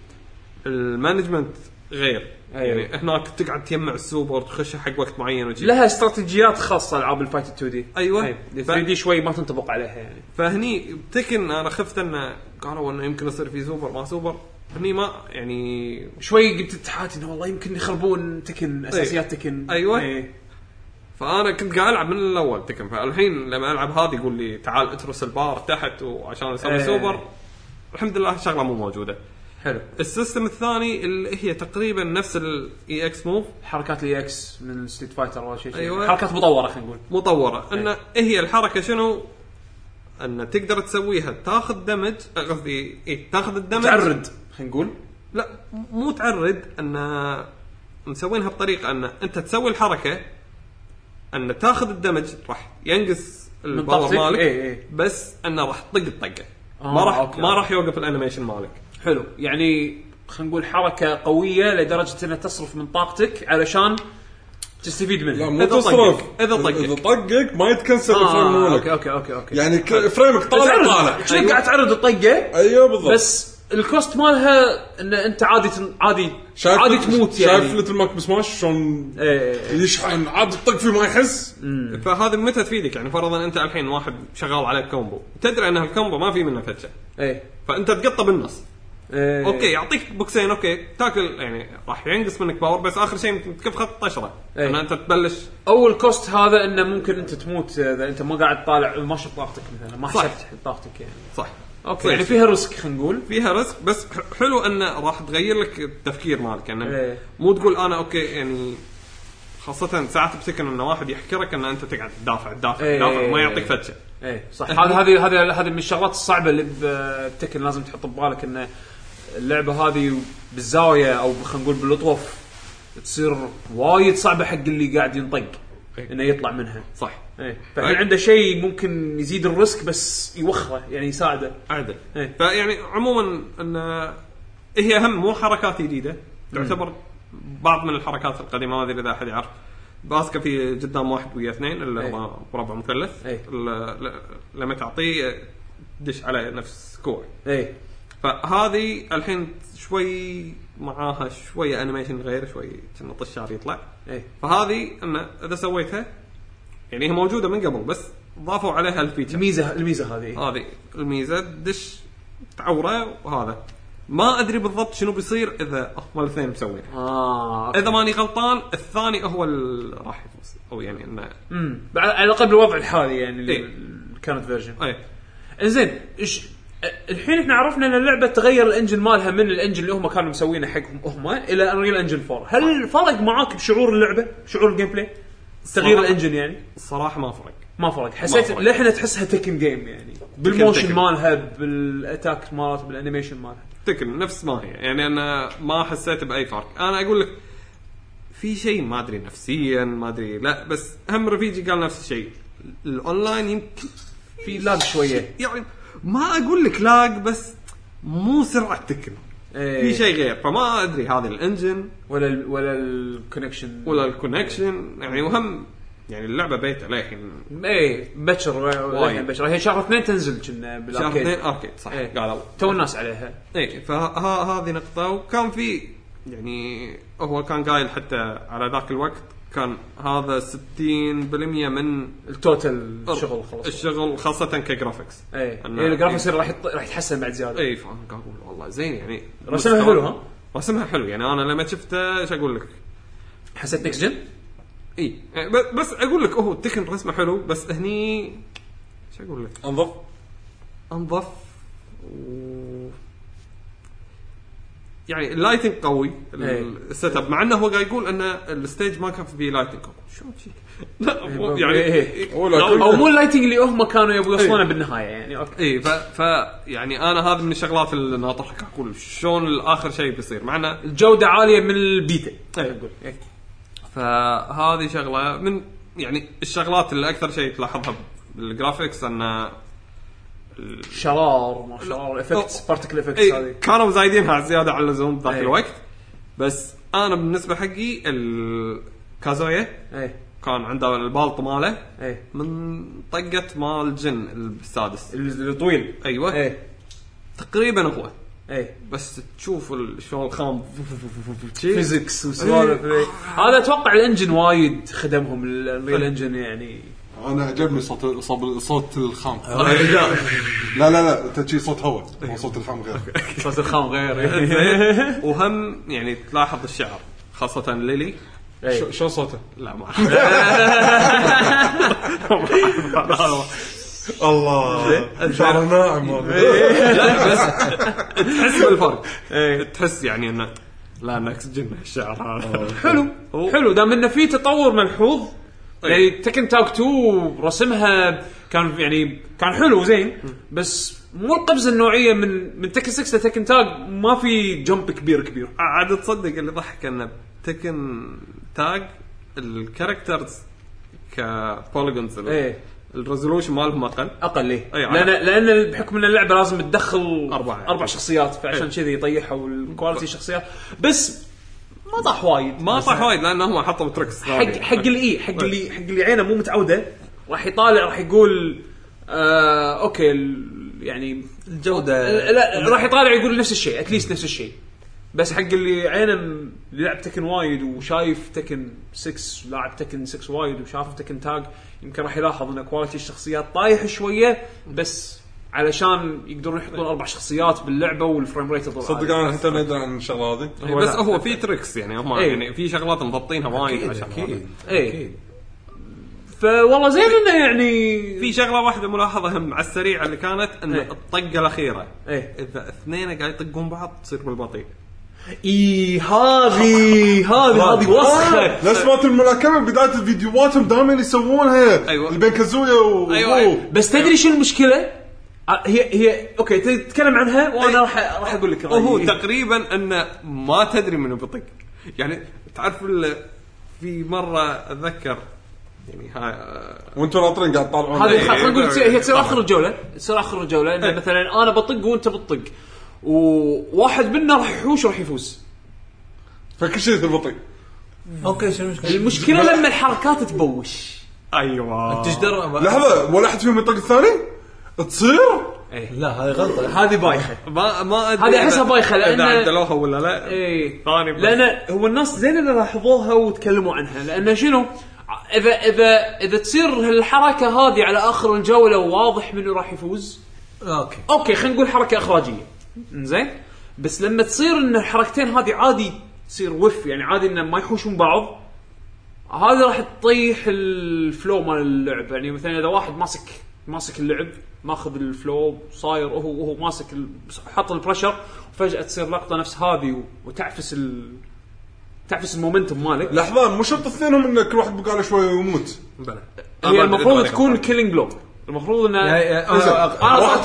والمانجمنت غير. يعني هناك تقعد تجمع السوبر تخش حق وقت معين وجي. لها استراتيجيات خاصه العاب الفايت 2 دي. ايوه 3 دي شوي ما تنطبق عليها يعني. فهني تكن انا خفت انه قالوا انه يمكن يصير في سوبر ما سوبر هني ما يعني شوي قلت تحاتي انه والله يمكن يخربون تكن اساسيات تكن. ايوه فانا كنت قاعد العب من الاول تكن فالحين لما العب هذه يقول لي تعال اترس البار تحت وعشان اسوي سوبر الحمد لله شغله مو موجوده. حلو. السيستم الثاني اللي هي تقريبا نفس الاي اكس موف حركات الاي اكس من ستريت فايتر ولا شيء. أيوة. حركات مطوره خلينا نقول مطوره ان هي الحركه شنو ان تقدر تسويها تاخذ دمج قصدي تاخذ الدمج تعرض خلينا نقول لا مو تعرض ان مسوينها بطريقه ان انت تسوي الحركه ان تاخذ الدمج راح ينقص الباور مالك بس انه راح تطق الطقه ما راح يوقف الانيميشن مالك. حلو يعني خلينا نقول حركه قويه لدرجه انها تصرف من طاقتك علشان تستفيد منها. لا مو تصرف اذا طقك ما يتكنسل الفريم مالك. اوكي يعني فريمك طالع شنو قاعد تعرض الطقه. ايوه بالضبط. بس الكوست مالها ان انت عادي تموت يعني. شايف ليتل ماك بسماش شلون يشحن عاد الطق فيه ما يحس. فهذا متى تفيدك يعني فرضا انت الحين واحد شغال على كومبو تدري ان الكومبو ما في منه فتشه فانت تقطه بالنص. اوكي يعطيك بوكسين اوكي تاكل يعني راح ينقص منك باور بس اخر شيء تكف خط طشره ان انت تبلش. اول كوست هذا انه ممكن انت تموت اذا انت ما قاعد طالع ما شفت طاقتك مثلا ما حسبت طاقتك يعني. صح اوكي يعني فيها ريسك خلينا نقول فيها ريسك بس حلو انه راح تغير لك التفكير مالك يعني مو تقول انا اوكي يعني خاصه ساعات بتكن ان واحد يحكرك ان انت تقعد تدافع ما يعطيك فتشه. صح. هذه من الشغلات الصعبه اللي بتكن لازم تحط ببالك ان اللعبه هذه بالزاويه او خلينا نقول بالاطوف تصير وايد صعبه حق اللي قاعد ينطق انه يطلع منها. صح. فهل عنده شيء ممكن يزيد الريسك بس يوخره يعني يساعده عدل. فيعني عموما ان هي اهم مو حركات جديده تعتبر بعض من الحركات القديمه ما ادري اذا احد يعرف باسكا في قدام واحد ويا اثنين اللي هو مربع مثلث لما تعطيه دش على نفس كوع. فهذه الحين شوي معاها شويه انيميشن غير شوي كأنه طشار يطلع. فهذه ان اذا سويتها يعني هي موجوده من قبل بس ضافوا عليها الفيتشر. الميزه هذه الميزه دش تعوره وهذا ما ادري بالضبط شنو بيصير اذا هم الاثنين مسوينها. اذا ماني غلطان الثاني هو اللي راح يفوز او يعني انه على الاقل بالوضع الحالي يعني اللي كانت فيرجن. انزين الحين احنا عرفنا ان اللعبه تغير الانجن مالها من الانجن اللي هم كانوا مسوينه حقهم هم الى انريل انجن 4. هل فرق معاك بشعور اللعبه شعور الجيم بلاي تغيير الانجن يعني؟ الصراحه ما فرق حسيت لحين تحسها تكن جيم يعني بالموشن مالها بالاتاك مالها بالانيميشن مالها تكن نفس ما هي يعني انا ما حسيت باي فرق. انا اقول لك في شيء ما ادري نفسيا ما ادري لا بس هم رفيجي قال نفس الشيء الاونلاين يمكن في لاج شويه يعني ما اقول لك لاج بس مو سرعه تكن في شيء غير فما ادري هذا الانجن ولا الكونكشن يعني مهم يعني اللعبه بيت عليهم بشر هي شهر 2 تنزل كنا بالاركيد شهر 2 اركيد صح قالوا تو الناس عليها فهذه نقطه. وكان في يعني هو كان قايل حتى على ذاك الوقت كان هذا 60% من التوتال الشغل خلاص الشغل خاصه كجرافيكس. اي الجرافيكس راح يتحسن بعد زياده. اي فاهم قاعد اقول والله زين يعني رسمها حلو. ها رسمها حلو يعني انا لما شفته ايش اقول لك حسيت نكست جن. اي بس اقول لك هو تكن رسمه حلو بس هني ايش اقول لك انظف يعني اللايتنج قوي السيت اب مع انه هو قاعد يقول ان الستيج ما كان فيه لايتنج قوي شو شيء لا يعني او مو اللايتنج اللي هم كانوا يبغوا يوصلونه بالنهايه يعني اوكي اي ف يعني انا هذا من الشغلات اللي ناطرك اقول شلون الاخر شيء بيصير معنا الجوده عاليه من البيتا. اقول فهذه شغله من يعني الشغلات اللي اكثر شيء تلاحظها بالجرافيكس ان شرار ما شرار افكتس بارتيكل افكتس هذه كانوا زايدينها زياده على اللزوم ذاك الوقت. بس انا بالنسبه حقي الكازويا كان عنده البالط ماله من طقه مال الجن السادس الطويل. ايوه تقريبا هو بس تشوف شلون الخام فيزيكس وسوالف هذا اتوقع الانجن وايد خدمهم الريل انجن يعني. انا عجبني صوت الخام. لا تجي صوت هواء صوت الخام غير صوت الخام غير. وهم يعني تلاحظ الشعر خاصه ليلي شو صوته لا ما الله شعر ناعم. لا بس تحس بالفرق تحس يعني انه لا نكس جن الشعر هذا حلو دام انه في تطور ملحوظ يعني تكن تاك 2 رسمها كان حلو زين بس مو القفزه النوعيه من تكن 6 لتكن تاك ما في جمب كبير عاد تصدق اللي ضحك انه تكن تاج الكاركترز كبوليجونز الريزولوشن مالهم اقل ليه لان بحكم ان اللعبه لازم تدخل 4 شخصيات فعشان كذي يطيحوا الكواليتي الشخصيات بس ما طاح وايد لان هم حطوا تريكس حق اللي عينه مو متعوده راح يطالع راح يقول اوكي يعني الجوده لا راح يطالع يقول نفس الشيء اتليست نفس الشيء. بس حق اللي عينه لعب تكن وايد وشايف تكن 6 لاعب تكن 6 وايد وشاف تكن تاج يمكن راح يلاحظ ان كواليتي الشخصيات طايح شويه بس علشان يقدرون يحطون 4 شخصيات باللعبه والفريم ريت يضل. صدق انا حتى ندري عن الشغله هذه بس هو في تريكس يعني هم يعني في شغلات مضبطينها وايد عشان اكيد فوالله زين انه يعني في شغله واحده ملاحظه هم على السريع اللي كانت ان الطقه الاخيره اذا اثنين قاعد يطقون بعض تصير بالبطيء. هذه وسخه نسمات الملاكمه بدايه الفيديوهاتهم دائما يسوونها البين كازويا بس تدري شو المشكله هي اوكي تتكلم عنها وانا راح اقول لك هو تقريبا انه ما تدري منو بيطق يعني تعرف في مره اتذكر يعني هاي وانتم ناطرين قاعد تطالعون هذه خلينا نقول هي تصير اخر الجوله انه مثلا انا بطق وانت بتطق وواحد منا راح يفوز فكل شيء بطيء. اوكي شو المشكله لما الحركات تبوش. ايوه تجدر لحظه ولا احد فيهم يطق الثاني تصير لا هذه غلطه هذه بايخه ما ادري هذه احسها بايخه لان عدلوها ولا لا ثاني لان هو الناس زين اللي لاحظوها وتكلموا عنها لان شنو اذا تصير الحركه هذه على اخر الجوله واضح منه راح يفوز اوكي خلينا نقول حركه اخراجيه زين. بس لما تصير ان الحركتين هذه عادي تصير وف يعني عادي ان ما يحوشون بعض هذا راح تطيح الفلو مال اللعب. يعني مثلا اذا واحد ماسك اللعب ماخذ الفلو صاير وهو ماسك حط البريشر وفجاه تصير لقطه نفس هذه وتعفس المومنتوم مالك. لحظه مو شرط اثنينهم ان كل واحد بقى له شويه ويموت. هي المفروض تكون كيلينج بلو المفروض ان واحد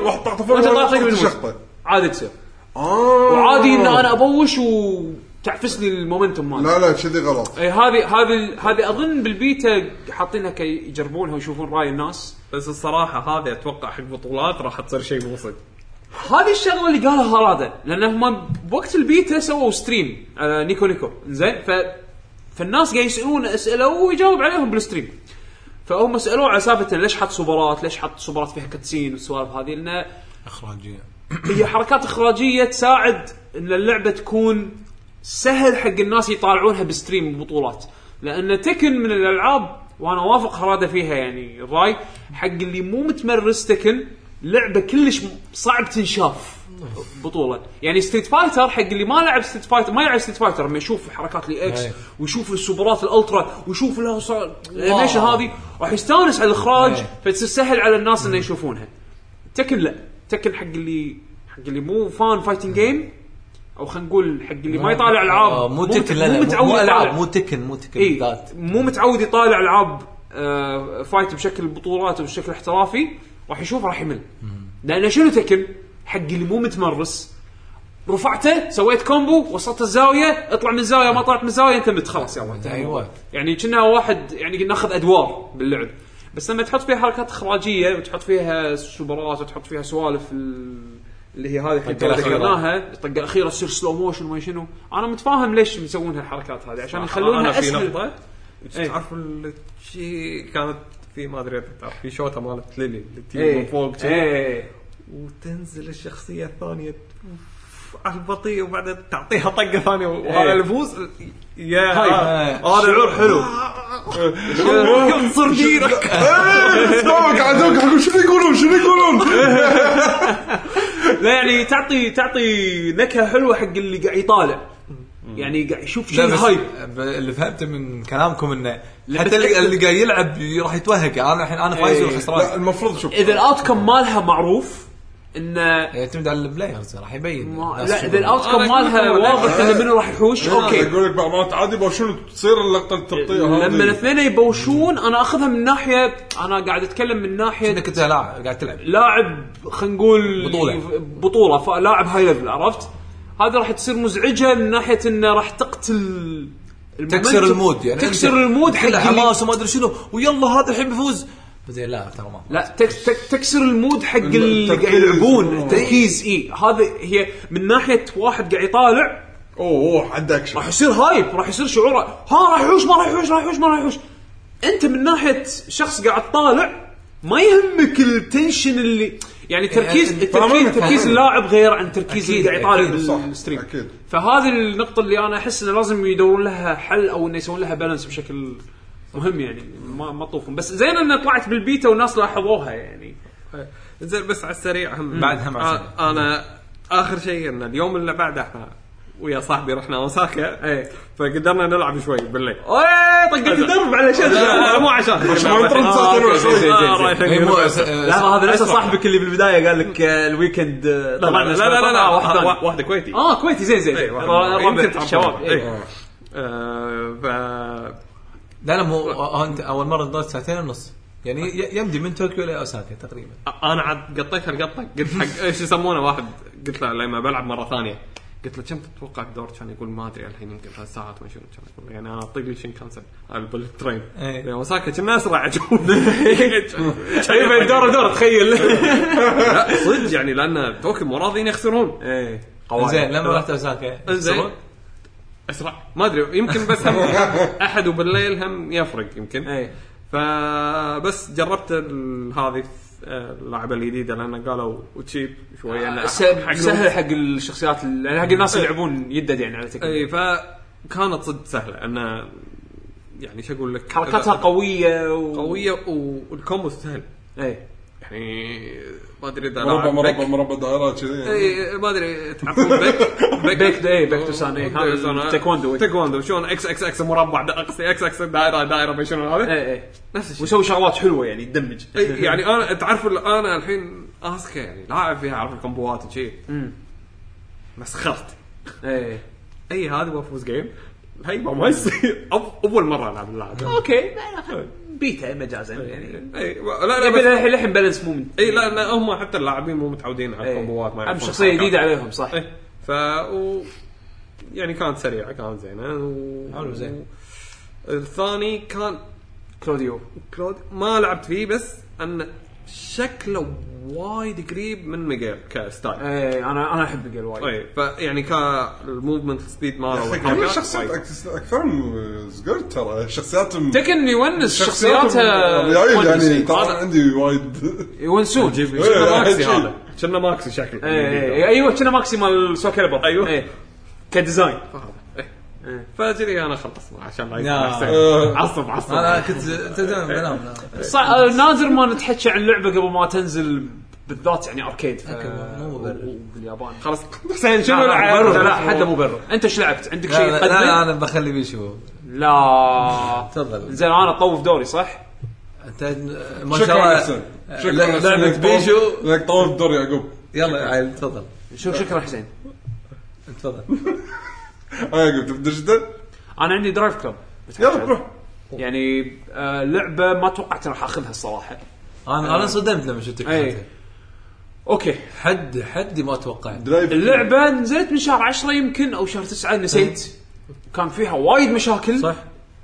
طاقه عادي تصير وعادي ان انا ابوش وتعفس لي المومنتوم مالي. لا كذي غلط. اي هذه اظن بالبيتا حاطينها كي يجربونها ويشوفون راي الناس. بس الصراحه هذه اتوقع حق بطولات راح تصير شيء مو صدق. هذه الشغله اللي قالها هراده لانهم بوقت البيتا سووا ستريم على نيكو زين فالناس قاعد يسالون اسئله ويجاوب عليهم بالستريم. فهم سالوه على سالفه ليش حط صبرات فيها كاتسين والسوالف هذه لانه اخراجيه هي حركات اخراجيه تساعد ان اللعبه تكون سهل حق الناس يطالعونها بستريم ببطولات. لان تكن من الالعاب وانا وافق هراده فيها يعني الراي حق اللي مو متمرس تكن لعبه كلش صعب تنشاف بطوله. يعني ستريت فايتر حق اللي ما لعب ستريت فايتر ما يلعب ستريت فايتر لما يشوف حركات لي اكس ويشوف السوبرات الالترا ويشوف الانيميشن هذه راح يستانس على الاخراج فتصير سهل على الناس انه يشوفونها. تكن لا تكن حق اللي مو فان فايتنج جيم او خلينا نقول حق اللي ما يطالع العاب مو تكن لا مو العاب مو تكن ذات مو متعود يطالع العاب فايت بشكل بطولات وبشكل احترافي راح يشوف راح يمل. لأن شنو تكن حق اللي مو متمرس رفعته سويت كومبو وصلت الزاويه اطلع من الزاويه ما طلعت من الزاويه انت مت خلاص يلا ايوه يعني كنا واحد يعني ناخذ ادوار باللعب. بس لما تحط فيها حركات اخراجيه وتحط فيها سوبرات وتحط فيها سوالف اللي هي هذه اللي ذكرناها الطقه الاخيره تصير سلو موشن وما شنو انا متفاهم ليش يسوون هالحركات هذه عشان يخلونها اسهل. تعرف الشيء كانت في ما ادري تعرف في شوطه مالت ليلي اللي من فوق وتنزل الشخصيه الثانيه على البطيء وبعدين تعطيها طقه ثانيه وهذا الفوز يا هذا شعور حلو ينصر ديرك سامك عندك اقول شنو يقولون لا يعني تعطي نكهه حلوه حق اللي قاعد يطالع يعني قاعد يشوف شيء هاي. اللي فهمته من كلامكم انه حتى اللي قاعد يلعب راح يتوهق. انا الحين انا فايز ولا خسران المفروض شوف اذا الاوتكم مالها معروف انه يعتمد على البلايرز راح يبين. لا اذا الاوتكم مالها واضح انه منو راح يحوش اوكي اقول لك بعض عادي بوشون تصير اللقطه التغطيه هذه لما الاثنين يبوشون انا اخذها من ناحيه انا قاعد اتكلم من ناحيه انك انت قاعد تلعب لاعب خلينا نقول بطوله لاعب هاي ليفل عرفت. هذا راح تصير مزعجه من ناحيه انه راح تقتل تكسر المود يعني تكسر المود حق الحماس وما ادري شنو ويلا هذا الحين بيفوز بعدين لا ترى ما لا تكسر المود حق اللي قاعد يلعبون التركيز هذا هي من ناحيه واحد قاعد يطالع حد اكشن راح يصير هايب راح يصير شعوره راح يحوش ما راح يحوش. انت من ناحيه شخص قاعد طالع ما يهمك التنشن اللي يعني تركيز اللاعب غير عن تركيز اللي قاعد يطالع بالستريم. فهذه النقطه اللي انا احس انه لازم يدورون لها حل او انه يسوون لها بالانس بشكل مهم يعني ما طوفهم. بس زين ان طلعت بالبيتا والناس لاحظوها يعني زين. بس على السريع بعدها مع انا اخر شيء ان اليوم اللي بعده احنا ويا صاحبي رحنا اوساكا فقدرنا نلعب شوي بالليل. طقت الدرب على شيء مو عشان لا هذا نفس صاحبك اللي بالبدايه قال لك الويكند طبعا لا واحده كويتي كويتي زين يمكن شباب لا مو انت اول مره ضلت 2.5 ساعة يعني يمدي من طوكيو الى اوساكا تقريبا. انا عاد قطيت القطه قلت حق ايش يسمونه واحد قلت له لما بلعب مره ثانيه قلت له كم تتوقع دور كان يقول ما ادري الحين يمكن 3 ساعات ما شنو كان يقول يعني انا اطيق لي شينكانسن على البوليت ترين اوساكا كنا اسرع شايف دور تخيل لا صدق يعني لان طوكيو مو راضيين يخسرون زين لما رحت اوساكا اسرع ما ادري يمكن بس هم احد وبالليل هم يفرق يمكن فبس جربت هذه اللعبه الجديده لان قالوا وتشيب شويه سهل حق الشخصيات يعني حق الناس اللي يلعبون يدد يعني على تكنيك فكانت صدق سهله انه يعني شو اقول لك حركاتها قويه والكومبو سهل يعني ما ادري اذا مربع دائرات كذي ما ادري تعرفون بيك توسان هذا تايكوندو شلون اكس مربع اكس دائره شنو هذا نفس الشيء ويسوي شغلات حلوه يعني تدمج يعني انا تعرف انا الحين اسكا يعني لاعب فيها اعرف الكومبوات وشيء مسخرت اي هذا بفوز جيم هاي ما يصير اول مره العب اللعبه اوكي بيتا مجازا يعني لا الحين بالانس مو لا هم حتى اللاعبين مو متعودين على الكومبوات ما يعرفون شخصيه جديده عليهم صح يعني كانت سريعه كانت زينه حلو زين. الثاني كان كلوديو ما لعبت فيه بس ان شكله وايد قريب من ميغيل كستايل انا احب ميغيل وايد فيعني كالموفمنت سبيد ماله شخصيات اكثر من سقرت ترى شخصيات تكن يونس شخصياتها يعني طبعا عندي وايد يونسون ماكسي هذا كنا ماكسي شكله ايوه كنا ماكسي مال سوكيلبر ايوه كديزاين فاجري انا خلصنا عشان لا عصب انا كنت تدري بنام نادر ما نتحكي عن لعبه قبل ما تنزل بالذات يعني اركيد مو مبرر باليابان. خلاص حسين شنو لا حد مبرر. انت ايش لعبت؟ عندك شيء تقدم؟ لا انا بخلي بيشو. لا تفضل. زين انا اطوف دوري صح. انت ما شاء الله لعبه بيشو لك طوف دور يعقوب. يلا يا عيل تفضل. شكرا حسين. تفضل. يعقوب تبدأ جدا. انا عندي درايف كلوب يلا روح. يعني لعبه ما توقعت راح اخذها الصراحه. انا صدمت لما شفتك. اوكي حدي ما توقعت. اللعبه نزلت من شهر 10 يمكن او شهر 9 نسيت. كان فيها وايد مشاكل صح.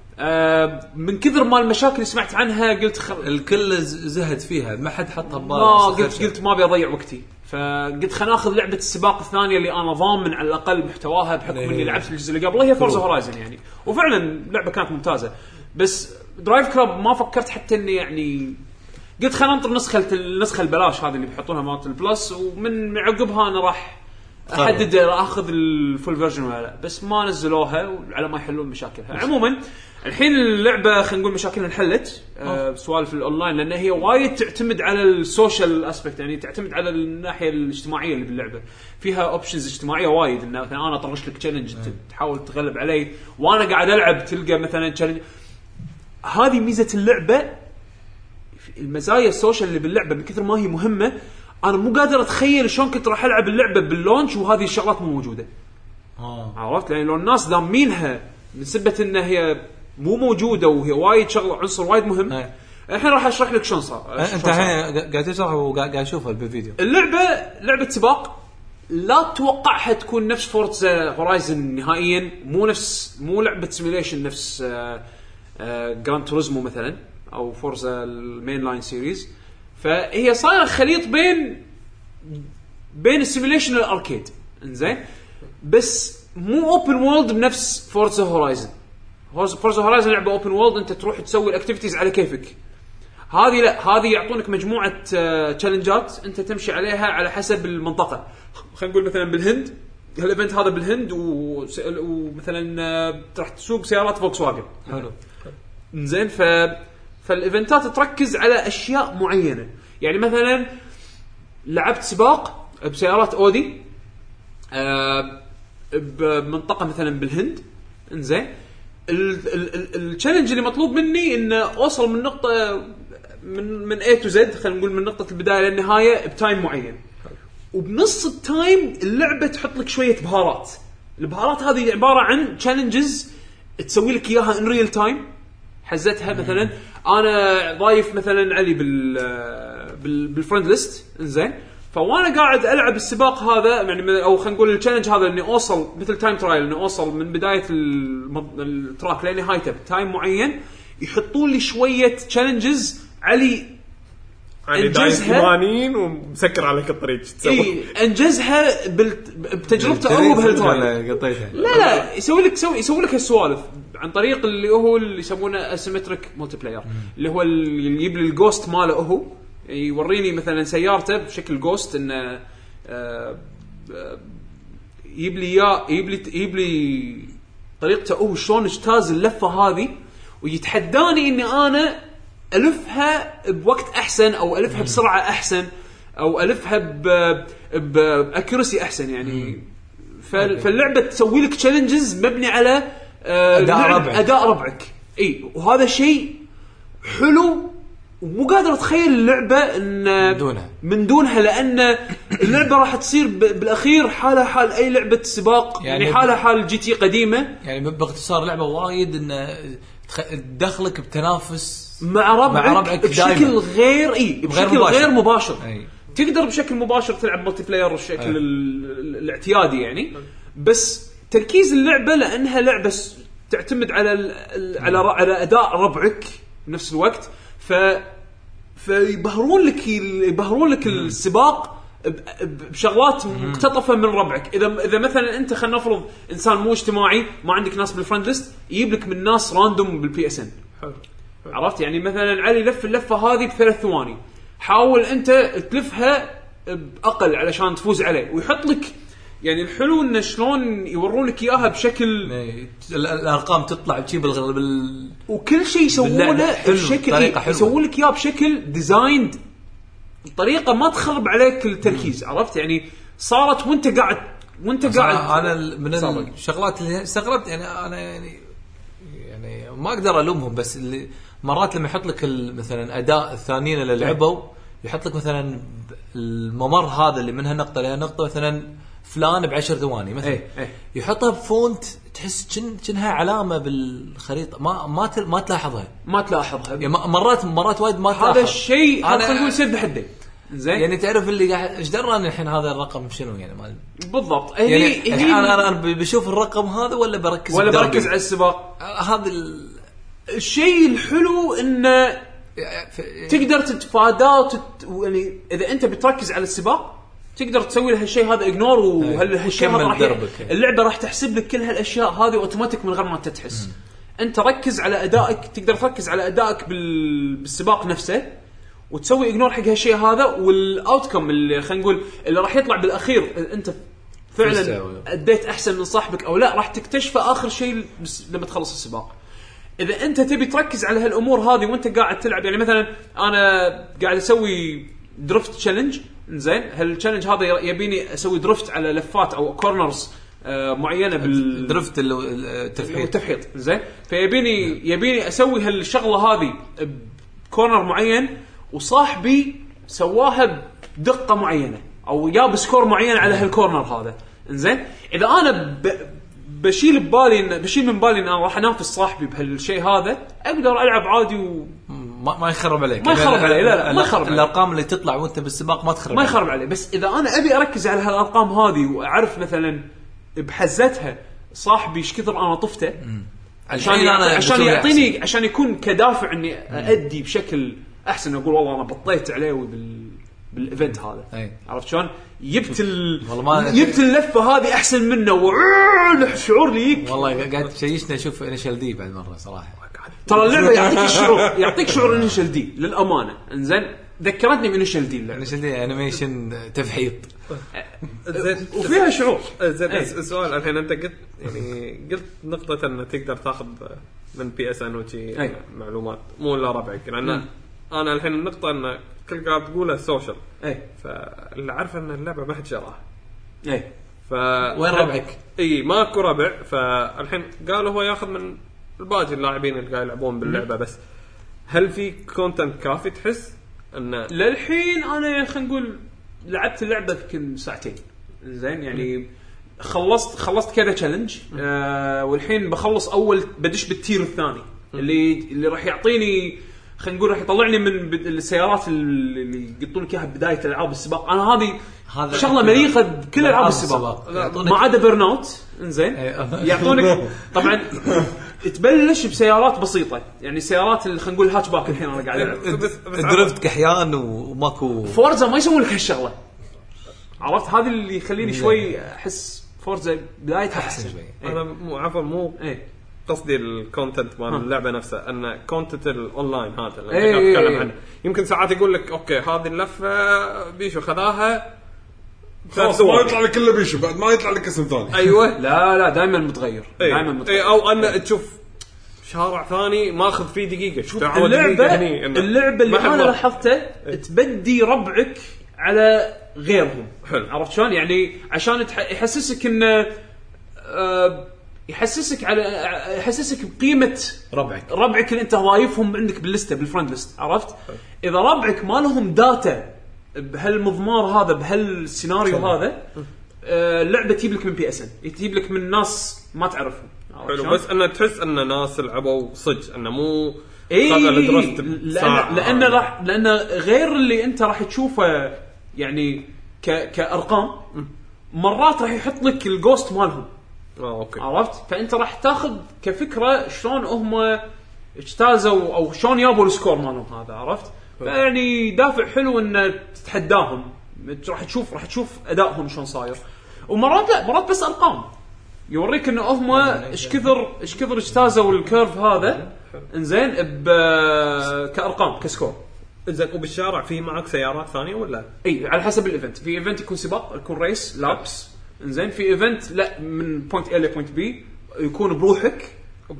من كثر ما المشاكل اللي سمعت عنها قلت الكل زهد فيها ما حد حطها بباله. قلت ما ابي اضيع وقتي فقلت خلينا ناخذ لعبه السباق الثانيه اللي انا ضامن على الاقل محتواها بحكم اني لعبت الجزء اللي قبله هي فورزا هورايزن يعني. وفعلا اللعبه كانت ممتازه بس درايف كلوب ما فكرت حتى اني يعني قلت خلينا ننطر النسخه البلاش هذه اللي بيحطونها مالت البلس ومن عقبها انا راح احدد اخذ الفول فيرجن ولا لا. بس ما نزلوها على ما يحلون مشاكلها. عموما الحين اللعبه خلينا نقول مشاكلها انحلت سوالف الاونلاين لان هي وايد تعتمد على السوشيال اسبكت يعني تعتمد على الناحيه الاجتماعيه اللي باللعبه. فيها اوبشنز اجتماعيه وايد ان مثلا انا اطرش لك تشالنج تحاول تغلب علي وانا قاعد العب تلقى مثلا تشالنج. هذه ميزه اللعبه. المزايا السوشيال اللي باللعبه من كثر ما هي مهمه انا مو قادر اتخيل شلون كنت راح العب اللعبه باللونش وهذه الشغلات مو موجوده. عرفت لان لو الناس دامينها من سبه ان هي مو موجوده وهي وايد شغله عنصر وايد مهم. الحين راح اشرح لك شلون صار. انت الحين قاعد تشرح وقاعد اشوفها بالفيديو. لعبه سباق لا تتوقعها تكون نفس فورزا هورايزن نهائيا. مو لعبه سيميليشن نفس جراند توريزمو مثلا او فورزا المين لاين سيريز. فهي صايره خليط بين السيميليشن والاركيد. انزين بس مو اوبن وورلد بنفس فورزا هورايزن. فورزا هورايزن لعبه اوبن وورلد انت تروح تسوي الاكتيفيتيز على كيفك. هذه لا هذه يعطونك مجموعه تشالنجات انت تمشي عليها على حسب المنطقه. خلينا نقول مثلا بالهند هالايفنت هذا بالهند ومثلا تروح تسوق سيارات فولكس واجن. حلو زين فالايفنتات تركز على اشياء معينه. يعني مثلا لعبت سباق بسيارات اودي بمنطقه مثلا بالهند. انزين التشالنج اللي مطلوب مني ان اوصل من نقطه من A to Z خلينا نقول من نقطه البدايه للنهايه بتايم معين. وبنص التايم اللعبه تحط لك شويه بهارات. البهارات هذه عباره عن تشالنجز تسوي لك اياها ان ريل تايم. حزتها مثلا انا ضايف مثلا علي بالفريند ليست. انزين فوانا قاعد العب السباق هذا يعني او خلينا نقول التشالنج هذا اني اوصل مثل تايم ترايل اني اوصل من بدايه التراك لنهايته بتايم معين. يحطون لي شويه تشالنجز علي انجزها 80 ومسكر عليك الطريق تسوي انجزها بتجربته او بهالترايل. لا يسوي لك هالسوالف عن طريق اللي هو اللي يسمونه اسيمتريك مولتي بلاير اللي هو اللي يجيب لي الجوست ماله هو يوريني مثلا سيارته بشكل جوست انه يجيب لي طريقته هو شلون اجتاز اللفه هذه ويتحداني اني انا الفها بوقت احسن او الفها بسرعه احسن او الفها باكيورسي احسن يعني. فاللعبه تسوي لك تشالنجز مبني على اداء ربعك. اي وهذا شيء حلو ومو قادر اتخيل اللعبه ان من دونها لان اللعبه راح تصير بالاخير حالها حال اي لعبه سباق يعني حالها حال جي تي قديمه. يعني باختصار لعبه وايد ان تدخلك بتنافس مع ربعك بشكل غير مباشر. تقدر بشكل مباشر تلعب ملتي بلاير بالشكل الاعتيادي يعني. بس تركيز اللعبه لانها لعبه تعتمد على اداء ربعك بنفس الوقت فيبهرون لك السباق بشغلات مقتطفه من ربعك. اذا مثلا انت خلينا نفرض انسان مو اجتماعي ما عندك ناس بالفريند ليست يجيب لك من ناس راندوم بالبي اس ان. عرفت يعني مثلا علي لف اللفه هذه ب3 ثواني حاول انت تلفها باقل علشان تفوز عليه ويحط لك يعني الحلو انه شلون يورونك اياها بشكل الارقام تطلع تجيب وكل شيء يسوونه بشكل يسوون لك اياه بشكل ديزايند بطريقه ما تخرب عليك التركيز. عرفت يعني صارت وانت قاعد انا من الشغلات اللي استغربت يعني انا يعني ما اقدر الومهم، بس اللي مرات لما يحط لك مثلا اداء الثانيين اللي لعبوا يحط لك مثلا الممر هذا اللي منها نقطه لها نقطه مثلا فلان ب10 ثواني مثلا يحطها بفونت تحس كأنها علامه بالخريطه ما تلاحظها يعني مرات وايد ما تلاحظ هذا الشيء. خلينا نقول يصير بحدين زين يعني تعرف اللي قاعد ايش دراني الحين هذا الرقم شنو يعني مال بالضبط. يعني انا بشوف الرقم هذا ولا بركز على السباق. هذا الشيء الحلو انه تقدر تتفاداه يعني اذا انت بتركز على السباق تقدر تسوي له هالشيء هذا اجنور، وهالشيء هذا راح اللعبه راح تحسب لك كل هالاشياء هذه اوتوماتيك من غير ما انت تحس. انت ركز على ادائك، تقدر تركز على ادائك بالسباق نفسه وتسوي اجنور حق هالشيء هذا، والاوتكم اللي خلينا نقول اللي راح يطلع بالاخير انت فعلا اديت احسن من صاحبك او لا راح تكتشفه اخر شيء لما تخلص السباق. اذا انت تبي تركز على هالامور هذه وانت قاعد تلعب، يعني مثلا انا قاعد اسوي درفت تشالنج زين، هالتشالنج هذا يبيني اسوي درفت على لفات او كورنرز معينه بالدرفت التفحيط زين، فيبيني اسوي هالشغله هذه بكورنر معين، وصاحبي سواها بدقه معينه او جاب سكور معين على هالكورنر هذا زين. اذا انا بشيل من بالي ان انا راح انافس صاحبي بهالشيء هذا، اقدر العب عادي ما يخرب عليك. ما يخرب عليه لا ما يخرب. الارقام اللي تطلع وانت بالسباق ما يخرب عليه. بس اذا انا ابي اركز على هالارقام هذه واعرف مثلا بحزتها صاحبي ايش كثر انا طفته عشان يعطيني عشان يكون كدافع اني ادي بشكل احسن، اقول والله انا بطيت عليه بالايفنت هذا. عرفت شلون جبت اللفه هذه احسن منه والشعور ليك. والله قاعد تشيشنا اشوف انيشال دي بعد مره صراحه. ترى اللعبه يعطيك شعور انيشال دي للامانه. انزين ذكرتني بانيشال دي. انيشال دي انيميشن تفحيط وفيها شعور. زين السؤال الحين انت قلت نقطه ان تقدر تاخذ من بي اس ان وشي معلومات مو الا ربعك، لان انا الحين النقطه ان كل قاعد تقولها سوشيال فاللي عارفه ان اللعبه ما حد شراها وين ربعك؟ ماكو ربع. فالحين قالوا هو ياخذ من الباقي اللاعبين اللي قاعد يلعبون باللعبه، بس هل في كونتنت كافي تحس ان للحين انا خلينا نقول لعبت اللعبه يمكن ساعتين زين، يعني خلصت كذا تشالنج والحين بخلص اول بدش بالتير الثاني اللي راح يعطيني خلينا نقول راح يطلعني من السيارات اللي يقطون لك اياها بدايه العاب السباق. انا هذه شغله مليقه بكل العاب السباق ما عدا برن اوت انزين. يعطونك طبعا تبلش بسيارات بسيطه، يعني سيارات اللي خلينا نقول هاتشباك. الحين انا قاعد العب درفت كحيان وماكو فورزا ما يسوون لك هالشغله. عرفت هذا اللي يخليني شوي احس فورزا بدايتها احسن شوي. انا مو قصدي الكونتنت مال اللعبه نفسها، ان كونتنت الاونلاين هذا اللي اتكلم عنه يمكن ساعات يقول لك اوكي هذه اللفه بيشو خذاها خلاص ما يطلع لك الا بيشو بعد ما يطلع لك اسم ثاني. ايوه لا دائما متغير دائما متغير. او ان تشوف شارع ثاني ماخذ فيه دقيقه. اللعبه اللي انا لاحظته تبدي ربعك على غيرهم. عرفت شلون يعني عشان يحسسك انه يحسسك بقيمه ربعك اللي انت ضايفهم عندك باللسته بالفرند ليست. عرفت اذا ربعك ما لهم داتا بهالمضمار هذا بهالسيناريو هذا اللعبه تجيب لك من بي اس ان، تجيب لك من ناس ما تعرفهم. حلو بس ان تحس ان ناس لعبوا صدق انه مو لان غير اللي انت راح تشوفه يعني كارقام مرات راح يحط لك الجوست مالهم. اوكي عرفت فانت راح تاخذ كفكره شلون هم اجتازوا او شلون يابوا السكور مالهم هذا. عرفت يعني دافع حلو ان تتحداهم، راح تشوف ادائهم شلون صاير. ومرات لا مرات بس ارقام يوريك انه هم ايش كثر اجتازوا الكيرف هذا انزين كارقام كسكور. زين وبالشارع في معك سيارات ثانيه ولا؟ على حسب الايفنت. في ايفنت يكون سباق، يكون ريس لابس انزين في ايفنت لا من بوينت A ل بوينت B يكون بروحك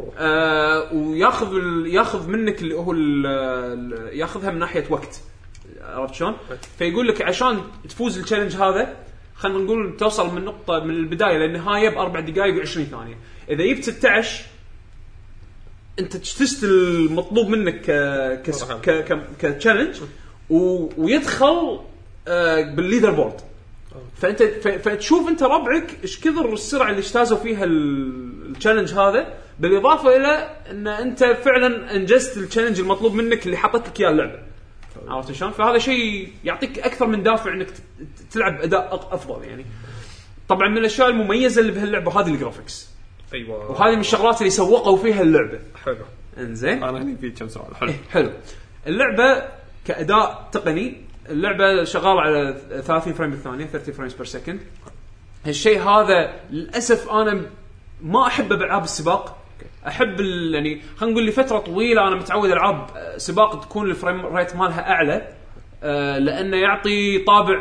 وياخذ منك اللي هو ياخذها من ناحيه وقت، عرفت شلون؟ فيقول لك عشان تفوز التشالنج هذا خلينا نقول توصل من نقطه من البدايه للنهايه ب4 دقائق و20 ثانيه. اذا جبت 16 انت تشتست المطلوب منك كتشالنج ويدخل بالليدر بورد. فانت فتشوف انت ربعك ايش كثر السرعه اللي اجتازوا فيها التشالنج هذا، بالاضافه الى ان انت فعلا انجزت التشالنج المطلوب منك اللي حطت لك اياه اللعبه، عرفت شلون؟ فهذا شيء يعطيك اكثر من دافع انك تلعب اداء افضل. يعني طبعا من الاشياء المميزه اللي بهاللعبه هذه الجرافيكس، ايوه، وهذه من الشغلات اللي سوقوا فيها اللعبه. حلو، انزين انا هني في كم سؤال. حلو حلو. اللعبه كاداء تقني اللعبه شغاله على 30 فريم بالثانيه 30 فريمز بير سكند. هالشيء هذا للاسف انا ما احبه بالعاب السباق. احب يعني خلينا نقول لفتره طويله انا متعود العاب سباق تكون الفريم ريت مالها اعلى، لانه يعطي طابع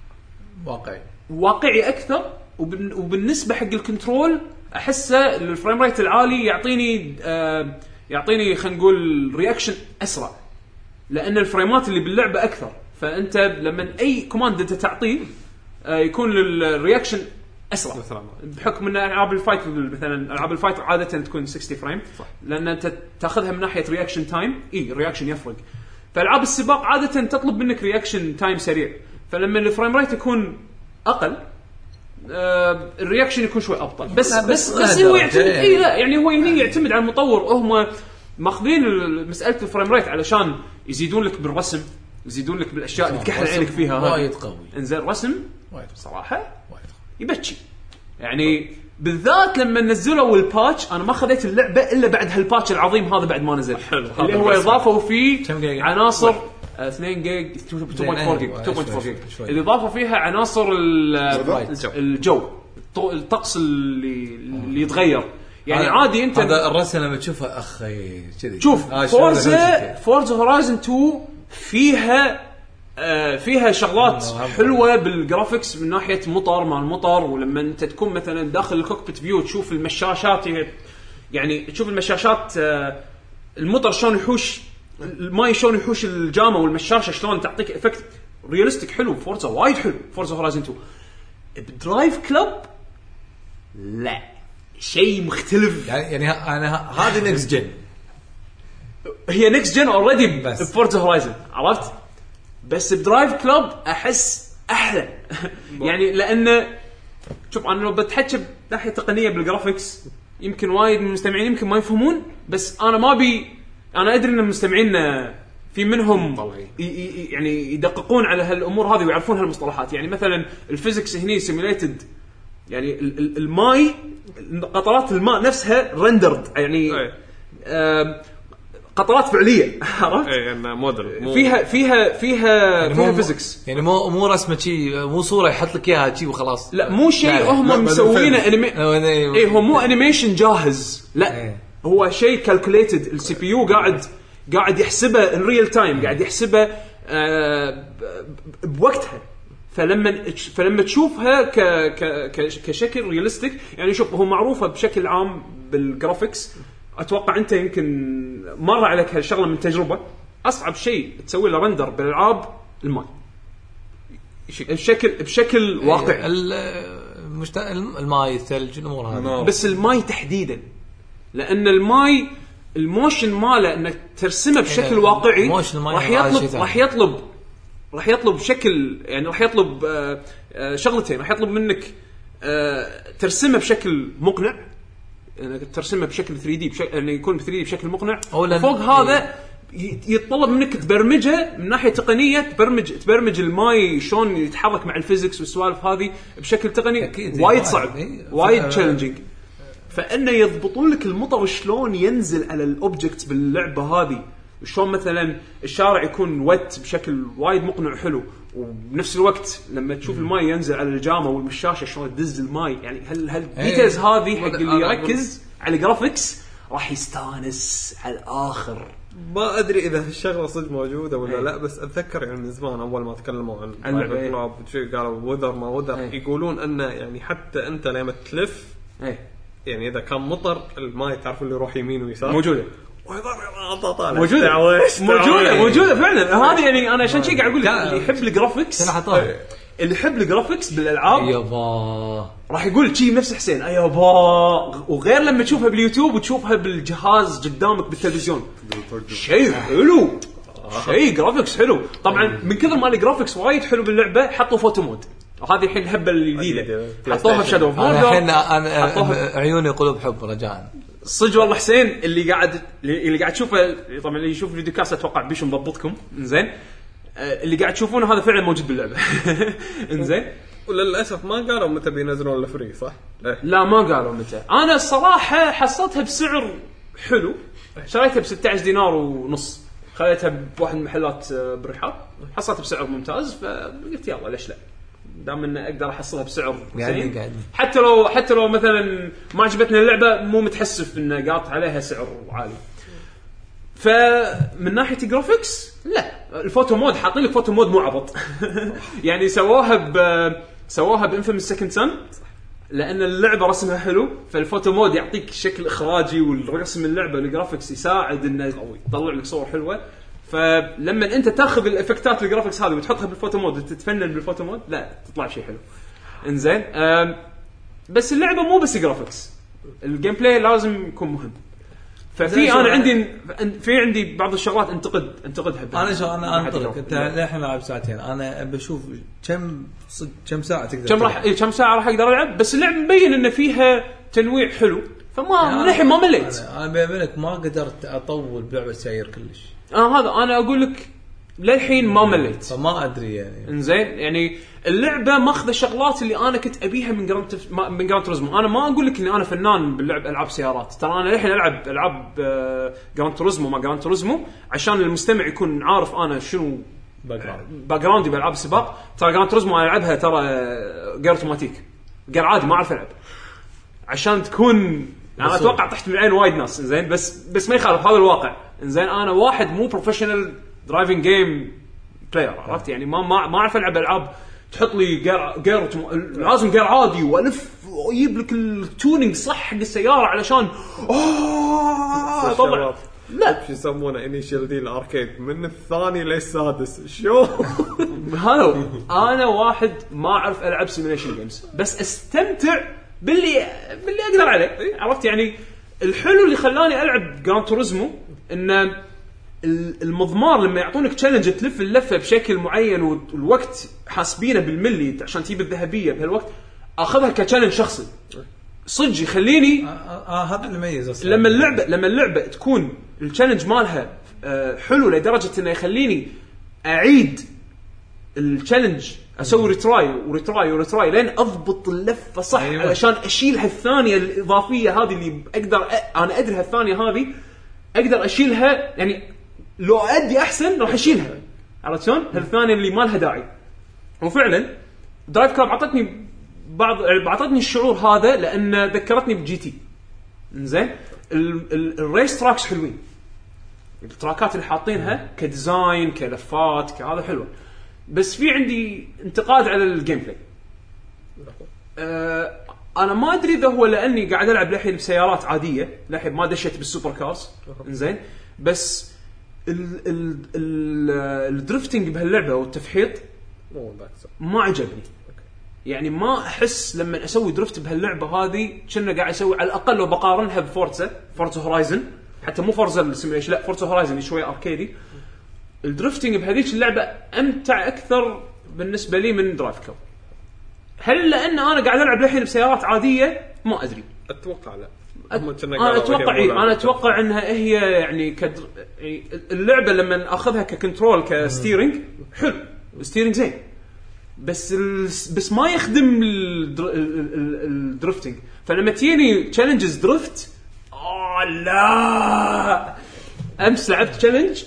واقعي اكثر، وبالنسبه حق الكنترول احسه الفريم ريت العالي يعطيني خلينا نقول رياكشن اسرع، لان الفريمات اللي باللعبه اكثر. فانت لما اي كوماند انت تعطيه يكون الرياكشن اسرع بحكم ان العاب الفايت مثلا العاب الفايت عاده تكون 60 فريم، لان انت تاخذها من ناحيه رياكشن تايم. الرياكشن يفرق. فالعاب السباق عاده تطلب منك رياكشن تايم سريع، فلما الفريم ريت يكون اقل الرياكشن يكون شوي ابطا. بس هو يعتمد لا يعني هو هنا يعتمد على المطور. هم ماخذين مساله الفريم ريت علشان يزيدون لك بالرسم، يزيدون لك بالاشياء اللي تكحل عينك فيها. وايد قوي. انزين رسم وايد صراحه يبكي يعني، بالذات لما نزلوا الباتش. انا ما خذيت اللعبه الا بعد هالباتش العظيم هذا بعد ما نزل، اللي هو اضافوا فيه عناصر 2 جيج 2.4 جيج 2.4 جيج اللي اضافوا فيها عناصر الجو الطقس اللي يتغير. يعني عادي انت هذا الرسم لما تشوفه اخي كذي. شوف فورزا هورايزن 2 فيها شغلات حلوه بالجرافيكس من ناحيه مطر مع المطر. ولما انت تكون مثلا داخل الكوكبيت فيو تشوف المشاشات، يعني تشوف المشاشات المطر شلون يحوش الماي، شلون يحوش الجامه والمشاشه، شلون تعطيك افكت رياليستيك حلو. فورزا وايد حلو. فورزا هورايزن 2 بدرايف كلوب لا شيء مختلف. يعني انا هذه نيكست جن، هي نيكست جن اوريدي بفورزا هورايزن، عرفت؟ بس بدرايف كلوب احس احلى يعني لان شوف انا لو بتحكي ناحيه تقنيه بالجرافيكس يمكن وايد من المستمعين يمكن ما يفهمون، بس انا ما انا ادري ان المستمعين في منهم يعني يدققون على هالامور هذه ويعرفون هالمصطلحات. يعني مثلا الفيزيكس هني سيميليتد، يعني الماي قطرات الماء نفسها رندرد، يعني قطرات فعليه، عرفت؟ يعني موديل فيها فيزيكس، يعني مو رسمه شيء، مو صوره يحط لك اياها شيء وخلاص. لا مو شيء هم مسوينه هو مو انيميشن جاهز، لا هو شيء كالكوليتد. السي بي يو قاعد يحسبه ان ريل تايم، قاعد يحسبه بوقتها. فلما تشوفها كشكل رياليستيك، يعني شوف هو معروفه بشكل عام بالجرافيكس. اتوقع انت يمكن مر عليك هالشغله من تجربه. اصعب شيء تسوي له رندر بالالعاب الماي بشكل واقعي. الماي، الثلج، الامور هذه. بس الماي تحديدا، لان الماي الموشن ماله انك ترسمه بشكل واقعي راح يطلب شكل، يعني راح يطلب شغلتين. راح يطلب منك ترسمه بشكل مقنع، انك ترسمه بشكل 3D يعني يكون 3D بشكل مقنع. فوق هذا يتطلب منك تبرمجه من ناحيه تقنيه، تبرمج الماي شلون يتحرك مع الفيزيكس والسوالف هذه بشكل تقني وايد صعب، وايد تشالنجينج. فانه يضبطون لك المطر شلون ينزل على الاوبجكتس باللعبه هذه، شلون مثلا الشارع يكون ويت بشكل وايد مقنع حلو، وبنفس الوقت لما تشوف الماي ينزل على الجامه والمشاشه شلون تدز الماي. يعني هالديتيلز هذه حق اللي يركز على الجرافيكس راح يستانس على الاخر. ما ادري اذا هالشغله صدق موجوده ولا لا، بس اتذكر يعني من زمان اول ما تكلموا عن اللعبه قالوا وذر ما وذر، يقولون انه يعني حتى انت لما تلف يعني اذا كان مطر الماء تعرف اللي يروح يمين ويسار موجوده موجوده فعلا. هذه يعني انا عشان شيء قاعد اقول اللي يحب الجرافيكس اللي يحب الجرافيكس بالالعاب يابا راح يقول شيء نفس حسين يابا، وغير لما تشوفها باليوتيوب وتشوفها بالجهاز قدامك بالتلفزيون شيء حلو، شيء جرافيكس حلو. طبعا من كثر ما الجرافيكس وايد حلو باللعبه حطوا فوتو مود، وهذه الحين الهبه الجديده حطوها بشادو اوف موردر. الحين عيوني قلوب حب رجاء صدق والله حسين اللي قاعد تشوفه. طبعا اللي يشوف فيديو كاست اتوقع بيش مضبطكم زين، اللي قاعد تشوفونه هذا فعلا موجود باللعبه. انزين وللاسف ما قالوا متى بينزلون الفري صح؟ لا ما قالوا متى. انا الصراحه حصلتها بسعر حلو، شريتها ب$16 ونص، خليتها بواحد من محلات بالرحاب، حصلتها بسعر ممتاز فقلت يلا ليش لا، دام ان اقدر احصلها بسعر زين. حتى لو مثلا ما عجبتني اللعبه مو متحسف ان قاط عليها سعر عالي. فمن ناحيه الجرافيكس لا، الفوتو مود حاطين لك فوتو مود مو عبط. يعني سواها بانفيموس سكند سن لان اللعبه رسمها حلو، فالفوتو مود يعطيك شكل اخراجي والرسم اللعبه الجرافيكس يساعد انه يطلع لك صور حلوه. فلما انت تاخذ الافكتات الجرافيكس هذه وتحطها بالفوتو مود وتتفنن بالفوتو مود لا تطلع شيء حلو. انزين بس اللعبه مو بس جرافيكس، الجيم بلاي لازم يكون مهم. ففي انا عندي بعض الشغلات انتقدها. انا انطلق انت الحين لعب ساعتين، انا بشوف كم ساعه تقدر كم ساعه راح اقدر العب. بس اللعبه مبين ان فيها تنويع حلو، فما الحين ما مليت. انا بينك ما قدرت اطول بلعبه سير كلش. هذا انا اقول لك للحين ما مليت، فما ادري يعني. انزين يعني اللعبه ماخذه الشغلات اللي انا كنت ابيها من جراند توريزمو. انا ما اقول لك اني انا فنان باللعب العاب سيارات، ترى انا الحين العب العاب جراند توريزمو ما جراند توريزمو عشان المستمع يكون عارف انا شنو باك جراوندي بالعاب السباق. ترى جراند توريزمو انا العبها ترى غير اوتوماتيك، غير عادي ما اعرف العب، عشان تكون انا اتوقع تحت من عين وايد ناس. انزين بس ما يخالف هذا الواقع. انزين انا واحد مو بروفيشنال درايفنج جيم بلاير، عرفت يعني ما اعرف العب العاب تحط لي جير لازم جير عادي والف ويجيب لك التونينج صح حق السياره علشان طبعا لا شو يسمونه انيشال دي الاركيد من الثاني للسادس. شو هذا انا واحد ما اعرف العب سيميليشن جيمز، بس استمتع باللي اقدر عليه. عرفت يعني الحلو اللي خلاني العب جراند توريزمو ان المضمار لما يعطونك تشالنج تلف اللفه بشكل معين والوقت حاسبينه بالملي عشان تجيب الذهبيه بهالوقت، اخذها كتشالنج شخصي صدق يخليني هذا اللي يميز اصلا. لما اللعبه تكون التشالنج مالها حلو لدرجه انه يخليني اعيد التشالنج، اسوي ريتراي لين اضبط اللفه صح. أيوة. علشان اشيل هالثانيه الاضافيه هذه اللي اقدر انا ادري هالثانيه هذه اقدر اشيلها، يعني لو ادي احسن راح اشيلها. عرفت شلون هالثانيه اللي ما لها داعي. وفعلا درايف كلاب عطتني الشعور هذا لان ذكرتني بجي تي. انزين الريس تراكس حلوين، التراكات اللي حاطينها كديزاين كلفات كهذا حلوه، بس في عندي انتقاد على الجيم بلاي. انا ما ادري اذا هو لاني قاعد العب لحين بسيارات عاديه، لحين ما دشيت بالسوبر كارز. انزين بس الدرفتنج بهاللعبه والتفحيط ما عجبني. يعني ما احس لما اسوي درفت بهاللعبه هذه كنا قاعد اسوي على الاقل لو بقارنها بفورتزا هورايزن، حتى مو فورتزا السيميليشن لا فورتزا هورايزن شويه اركيدي. الدرفتنج بهذيك اللعبه امتع اكثر بالنسبه لي من درايف كلاب. هل لان انا قاعد العب الحين بسيارات عاديه؟ ما ادري، اتوقع لا. انا اتوقع انها هي يعني اللعبه لما اخذها ككنترول كستيرنج حلو، ستيرنج زين، بس ما يخدم الدرفتنج. فلما تجيني تشالنجز درفت لا امس لعبت تشالنج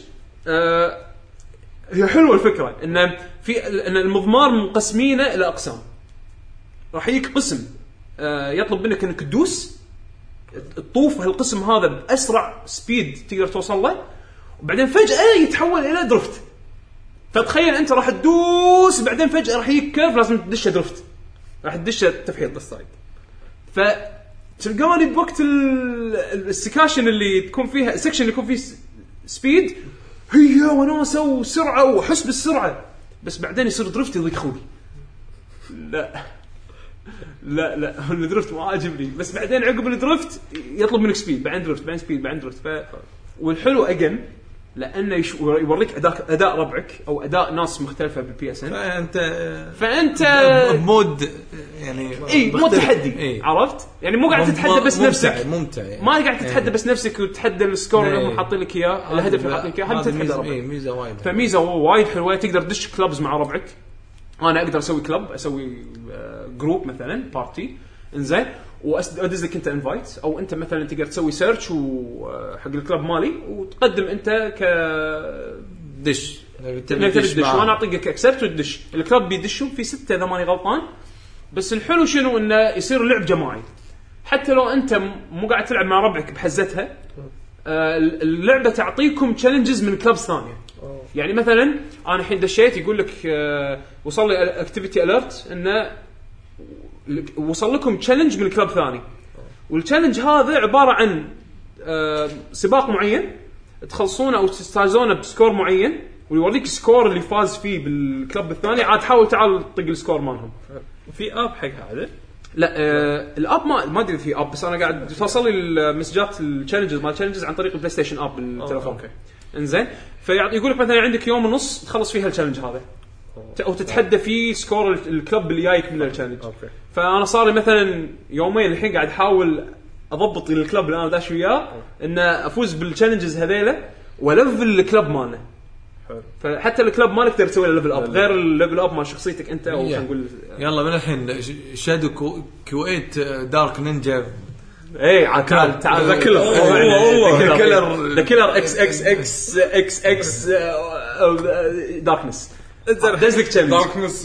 هي حلوه الفكره ان المضمار مقسمينه الى اقسام. راح يجيك قسم يطلب منك انك تدوس تطوف هالقسم هذا باسرع سبيد تقدر توصل له، وبعدين فجاه يتحول الى درفت. فتخيل انت راح تدوس بعدين فجاه راح يجيك كيرف لازم تدش درفت، راح تدش تفحيط السايد. فتلقاني بوقت السكاشن اللي تكون فيها سكشن اللي يكون فيه سبيد هي وناسه وسرعه وحس بالسرعه، بس بعدين يصير درفت يضيق خوي. لا الدرفت ما عاجبني، بس بعدين عقب الدرفت يطلب منك سبيد، بعدين درفت، بعدين سبيد، بعدين درفت. والحلو اجن لانه يوريك اداء ربعك او اداء ناس مختلفه بالبي اس ان. فانت مود يعني مو تحدي، عرفت يعني مو قاعد تتحدى بس نفسك، ممتع يعني. ما قاعد تتحدى بس نفسك وتتحدى السكور اللي هم حاطين لك اياه، الهدف اللي حاطين لك اياه، هم تتحدى ربعك. ميزه وايد، فميزه وايد حلوه. تقدر تدش كلابز مع ربعك. انا اقدر اسوي كلب، اسوي جروب مثلا بارتي، انزين، وادز لك انت انفايت، او انت مثلا تقدر تسوي سيرش حق الكلب مالي وتقدم انت ك دش تدش، وانا اعطيك اكسبت وتدش. الكلب بيدشوا في 6 اذا ماني غلطان. بس الحلو شنو انه يصير لعب جماعي، حتى لو انت مو قاعد تلعب مع ربعك بحزتها. اللعبه تعطيكم تشالنجز من كلبز ثانيه. يعني مثلا انا الحين دشيت يقول لك وصل لي اكتيفيتي اليرت انه وصل لكم تشالنج من كلب ثاني، والتشالنج هذا عباره عن سباق معين تخلصونه او تستازونه بسكور معين، ويوريك السكور اللي فاز فيه بالكلب الثاني. عاد حاول تعال طق السكور مالهم. في اب حق هذا؟ لا الاب ما ادري في اب، بس انا قاعد توصل لي المسجات التشالنجز مال تشالنجز عن طريق البلاي ستيشن اب بالتليفون. انزين، فيقول لك مثلا عندك يوم ونص تخلص فيها التشالنج هذا، او تتحدى فيه سكور الكلب اللي جايك من التشالنج. فانا صار لي مثلا يومين الحين قاعد احاول اضبط الكلب اللي انا داش وياه ان افوز بالتشالنجز هذيله ولفل الكلب مالنا. فحتى الكلب ما نقدر تسوي له ليفل اب غير الليفل اب مال شخصيتك انت. او خلينا نقول يلا من الحين شادو كويت دارك نينجا. تعال ذا كيلر ذا كيلر اكس اكس اكس اكس اكس داركنس دزلك تشالنج داركنس.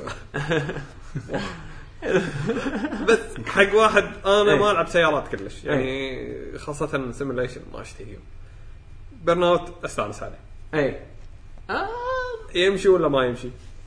بس حق واحد انا ما العب سيارات كلش يعني، خاصه سيميليشن ما اشتهيه. برناوت استانس عليه. يمشي ولا ما يمشي؟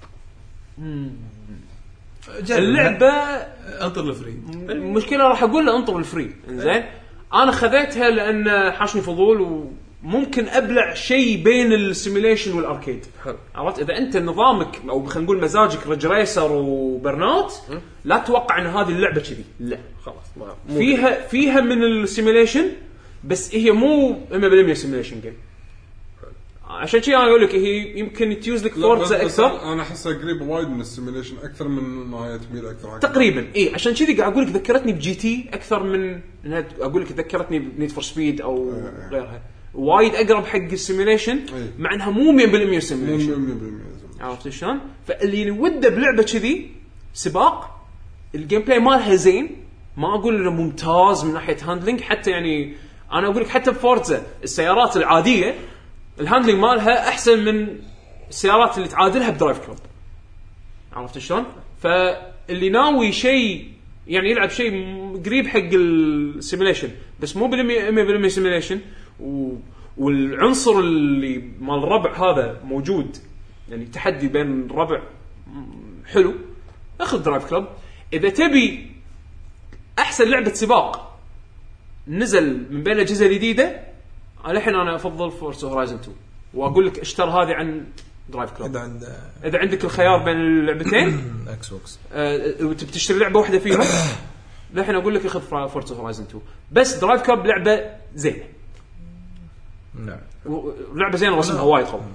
اللعبه انطر الفري. المشكله راح اقول له انطر الفري. انزين، انا خذيتها لان حاشني فضول، وممكن ابلع شيء بين السيميليشن والاركيد. عرفت؟ اذا انت نظامك او خلينا نقول مزاجك ريج ريسر وبرناوت، لا تتوقع ان هذه اللعبه كذي. لا خلاص، فيها من السيميليشن، بس هي مو 100% سيميليشن جيم. عشان شيء انا اقول لك هي يمكن تيوز لك فورزا اكثر. انا احسها قريبه وايد من السيميليشن اكثر من ما هي تميل اكثر تقريبا. عشان كذي قاعد اقول لك ذكرتني بجي تي اكثر من انها اقول لك ذكرتني بنيد فور سبيد او غيرها. وايد اقرب حق السيميليشن، مع انها مو 100% سيميليشن. عرفت شلون؟ فاللي وده بلعبه كذي سباق، الجيم بلاي مالها زين، ما اقول انه ممتاز من ناحيه هاندلنج. حتى يعني انا اقول لك حتى بفورزا السيارات العاديه الهاندلنج مالها احسن من السيارات اللي تعادلها بدرايف كلوب. عرفت شلون؟ فاللي ناوي شيء يعني يلعب شيء قريب حق السيميليشن بس مو 100% سيميليشن، والعنصر اللي مال الربع هذا موجود، يعني تحدي بين الربع حلو، اخذ درايف كلوب. اذا تبي احسن لعبه سباق نزل من بين الاجهزه الجديده، الحين انا افضل فورس هورايزن 2، واقول لك اشتر هذه عن درايف كلوب. اذا عندك الخيار بين اللعبتين اكس بوكس وتشتري لعبه واحده فيهم، الحين اقول لك اخذ فورس هورايزن 2. بس درايف كلوب لعبه زينه. نعم، لعبه زينه رسمها وايد قوي.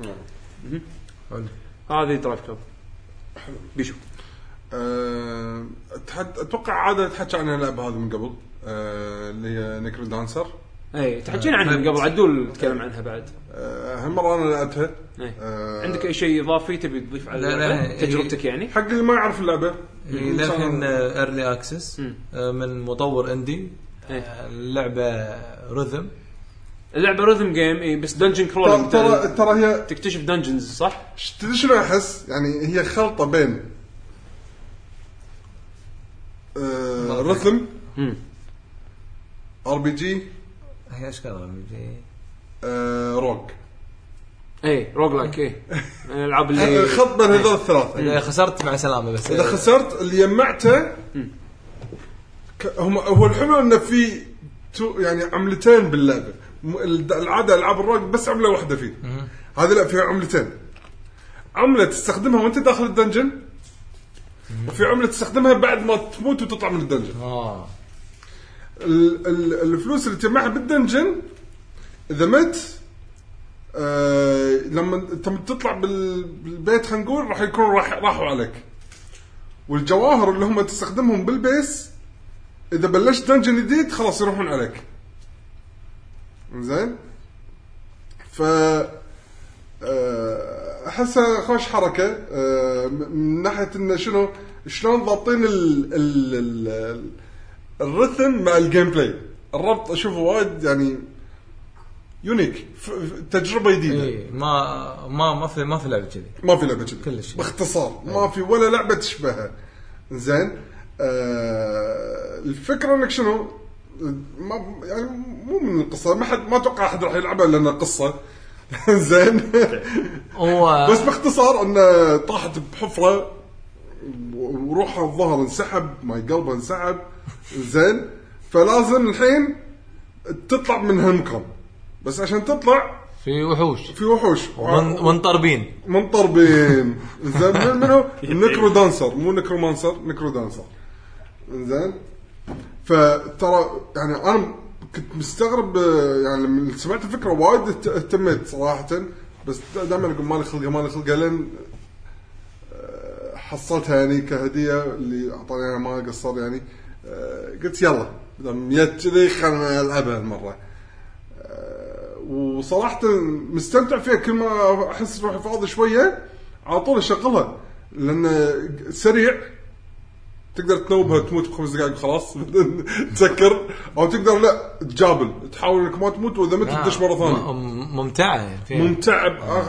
هذه درايف كلوب بيشو. اتوقع عاده تحكي عن اللعبه هذه من قبل، اللي هي نيكرو دانسر. تحكينا عنها من قبل، عدول نتكلم عنها بعد. هالمره انا لعبتها. عندك اي شيء اضافي تبي تضيف على تجربتك؟ يعني حق اللي ما يعرف اللعبه، لكن ايرلي اكسس من مطور اندي. اللعبه رhythm جيم، بس دنجن كرولينج. ترى هي تكتشف دنجنز، صح؟ تدري شنو احس؟ يعني هي خلطه بين رhythm ار بي جي هي اشكال ار بي جي روج روج لايك الالعاب اللي خط بين هذول الثلاثه. اذا خسرت مع سلامه، بس اذا خسرت اللي جمعته هو الحلو انه في يعني عملتين باللعبه. العاده العاب الروج بس عمله واحده فيه، هذه لا فيها عملتين. عمله تستخدمها وانت داخل الدنجن، وفي عمله تستخدمها بعد ما تموت وتطلع من الدنجن. الفلوس اللي تجمعها بالدنجن اذا مت لما انت تطلع بالبيت خلينا نقول راح يكون راحوا عليك. والجواهر اللي هم تستخدمهم بالبيس اذا بلشت دنجن جديد خلاص يروحون عليك. زين ف احسها خوش حركه من ناحيه انه شلون ضابطين الرثم مع الجيم بلاي. الربط اشوفه وايد يعني يونيك، تجربه جديده. ما في لعبه كذي، ما في لعبه كذي باختصار. ما في ولا لعبه تشبهها. زين الفكره انك شنو ما يعني مو من القصه، ما اتوقع احد راح يلعبها لان قصه زين بس باختصار انه طاحت بحفره وروحها الظهر انسحب، ما قلبها انسحب. زين فلازم الحين تطلع من هالمكان، بس عشان تطلع في وحوش منطربين زين منه نكرو دانسر، مو نكرومانسر، نكرو دانسر. زين فترى يعني انا كنت مستغرب يعني لما سمعت الفكره وايد اهتميت صراحه، بس دائما اقول مالي خلقه لين حصلتها يعني كهديه اللي اعطاني ما قصر يعني. قلت يلا ميت كذي خلنا نلعبها المره. وصراحه مستمتع فيها، كل ما احس روحي فاضي شويه على طول اشغلها لان سريع، تقدر تنوبها تموت ب5 دقائق خلاص تسكر، او تقدر لا تجابل تحاول انك ما تموت، واذا مت تدش مره ثانيه. ممتعه ممتعه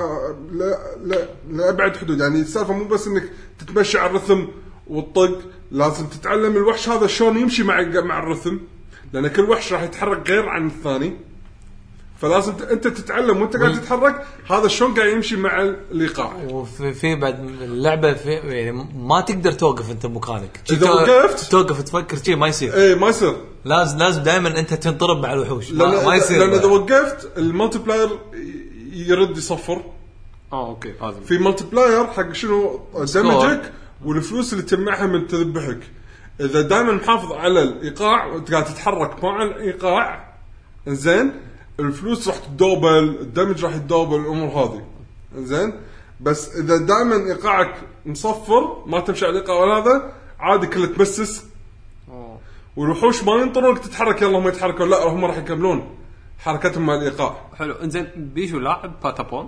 لا ابعد حدود. يعني السالفه مو بس انك تتمشى على الرثم والطق، لازم تتعلم الوحش هذا شلون يمشي مع الرثم، لان كل وحش راح يتحرك غير عن الثاني. فلازم انت تتعلم وانت قاعد تتحرك هذا شلون قاعد يمشي مع الايقاع. وفي بعد اللعبه في يعني ما تقدر توقف انت بمكانك، اذا وقفت توقف تفكر شيء ما يصير. ما يصير، لازم دائما انت تنضرب مع الوحوش، ما يصير. لان اذا وقفت الملتي بلاير يرد يصفر. اوكي لازم في ملتي بلاير حق شنو دمجك والفلوس اللي تجمعها من تذبحك. اذا دائما محافظ على الايقاع وقاعد تتحرك مع الايقاع زين الفلوس راح تدوبل، الدمج راح يتدوبل، الامور هذه زين. بس اذا دائما ايقاعك مصفر ما تمشي على الايقاع ولا هذا عادي كله تمسس. والوحوش ما ينطرونك تتحرك يلا هم يتحركون، لا هم راح يكملون حركتهم مع الايقاع. حلو. انزين بيشو لاعب باتابون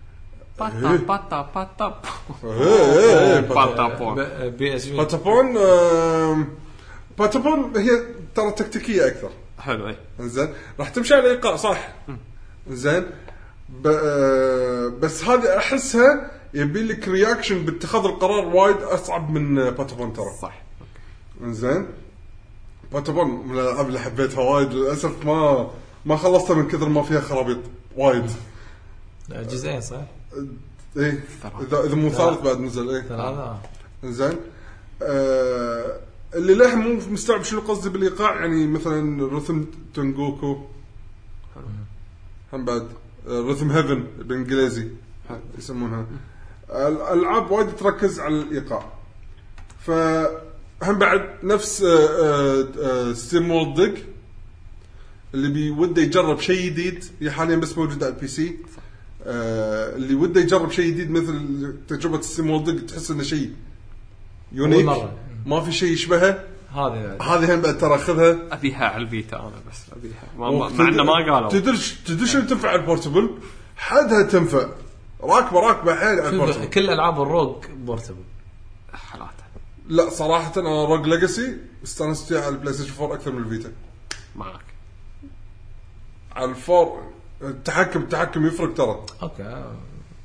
باتابون هي ترى تكتيكيه اكثر. حلو اي زين راح تمشي على الايقاع صح. زين بس هذه احسها يبي لك رياكشن باتخاذ القرار وايد اصعب من باتابون ترى. صح. زين باتابون من الالعاب اللي حبيتها وايد، للاسف ما خلصتها من كثر ما فيها خرابيط وايد. جزئين صح. ايه اذا مو ثالث بعد نزل. ايه ثلاثة. زين اللي له مو مستوعب شنو قصدي بالايقاع، يعني مثلا رثم تنغوكو هم بعد رثم هيفن بالانجليزي يسمونها. الالعاب وايد تركز على الايقاع. فهم بعد نفس ستيم وورلد اللي بيوده يجرب شيء جديد، هي حاليا بس موجوده على البي سي. اللي وده يجرب شيء جديد مثل تجربه ستيم وورلد تحس انه شيء يونيك ما في شيء يشبهه. هذه هم بعد ترى اخذها ابيها على الفيتا. انا بس ابيها مع انه ما قالوا تدري تنفع البورتبل حدها تنفع راكبه حيل على البورتبل. كل العاب الروج بورتبل حالات. لا صراحه انا روج ليجاسي استانست فيها على البلاي ستيشن 4 اكثر من الفيتا. معك على الفور التحكم يفرق ترى. اوكي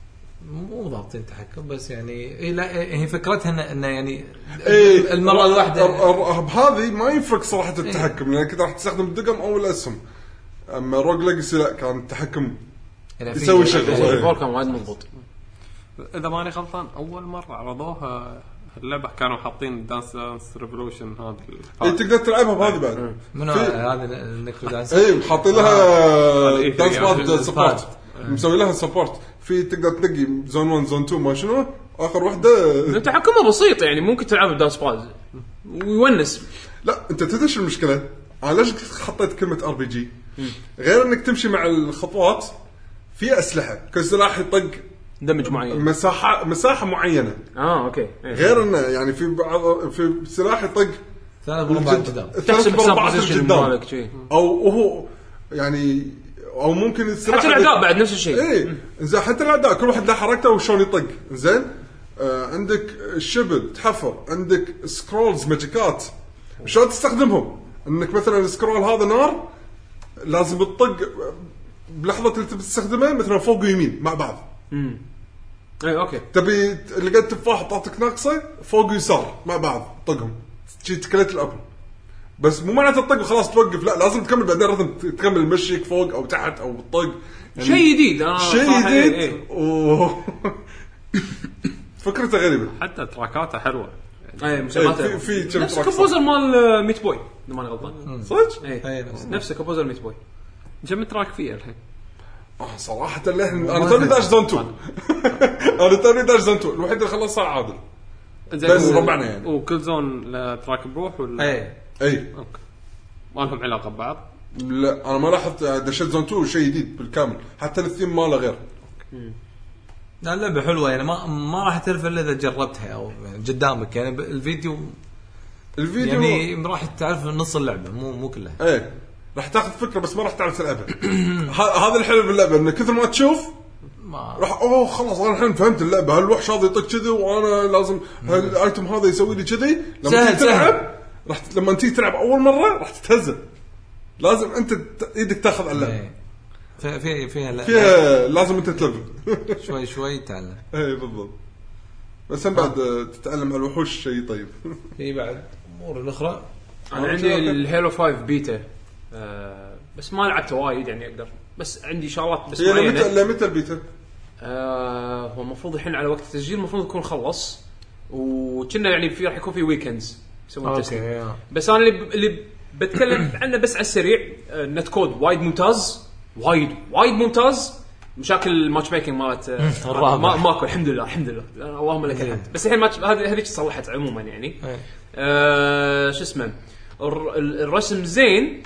مو ضابطين تحكم بس يعني لا هي فكرتها انه يعني إيه المره الواحده بهذه ما يفرق صراحه التحكم لان كذا راح تستخدم الدقم او الاسهم. اما روج ليجاسي لا كان التحكم يعني يسوي شغل. الفور كان وايد مضبوط. اذا ماني غلطان اول مره عرضوها اللعبه كانوا حاطين دانس ريفولوشن هذا تقدر تلعبها بهذه بعد منو هذا النكرو دانس حاطين لها دانس باد سبورت مسوي لها سبورت في تقدر تنقي زون 1 زون 2 ما شنو اخر وحده تحكمه بسيط يعني ممكن تلعب بدانس باد ويونس. لا انت تدش المشكله انا ليش حطيت كلمه ار بي جي غير انك تمشي مع الخطوات في اسلحه كل سلاح يطق دمج معين مساحه معينه. اوكي غير انه يعني في سلاح يطق ثلاث مربعات قدام تحسب حساب مالك شيء او هو يعني او ممكن السلاح حتى الاعداء بعد نفس الشيء. ايه زين حتى الاعداء كل واحد له حركته وشلون يطق. زين عندك الشبل تحفر عندك سكرولز ماجيكات شلون تستخدمهم انك مثلا السكرول هذا نار لازم تطق بلحظه اللي تبي تستخدمه مثلا فوق ويمين مع بعض. اي اوكي تبي لقيت تفاح تعطيك ناقصه فوق ويسار مع بعض طقهم تكلت الابل بس مو معناته تطق وخلاص توقف لا لازم تكمل بعدين لازم تكمل مشيك فوق او تحت او الطق يعني شيء جديد. شيء جديد فكرته غريبه حتى تراكاته حلوه. اي مسابقات في نفس كومبوزر مال ميت بوي اذا ماني غلطان صدق. اي نفس كومبوزر ميت بوي. كم تراك فيه الحين؟ صراحه انا توني داش زون 2 انا توني داش زون 2 الوحيد اللي خلصها عادل بس ربعنا يعني. وكل زون له تراك بروح ولا اي اوكي ما لهم علاقه ببعض؟ لا انا ما لاحظت دشيت زون 2 شيء جديد بالكامل حتى الثيم ماله غير. لا اللعبه حلوه يعني ما راح تعرف الا اذا جربتها او قدامك يعني الفيديو يعني راح تعرف نص اللعبه مو كلها. ايه راح تاخذ فكره بس ما راح تعرف تلعبها. هذا الحلو باللعبه انه كثر ما تشوف راح خلاص انا الحين فهمت اللعبه هالوحش هذا يطق كذي وانا لازم الايتم هذا يسوي لي كذي. لما تلعب لما تيجي تلعب اول مره راح تتهزم لازم انت ايدك تاخذ على اللعبه. فيها لازم انت تلعب شوي تعلم. اي بالضبط بس بعد تتعلم على الوحوش شيء طيب. في بعد امور الاخرى انا عندي الهيلو 5 بيتا بس ما لعبته وايد يعني اقدر بس عندي شغلات بس هي متى البيتا؟ هو المفروض الحين على وقت التسجيل المفروض يكون خلص وكنا يعني في راح يكون في ويكندز يسوون تسجيل بس انا اللي بتكلم عنه بس على السريع. نت كود وايد ممتاز وايد ممتاز. مشاكل الماتش ميكنج مالت ماكو الحمد لله اللهم لك الحمد. بس الحين هذيك صلحت عموما يعني شو اسمه الرسم زين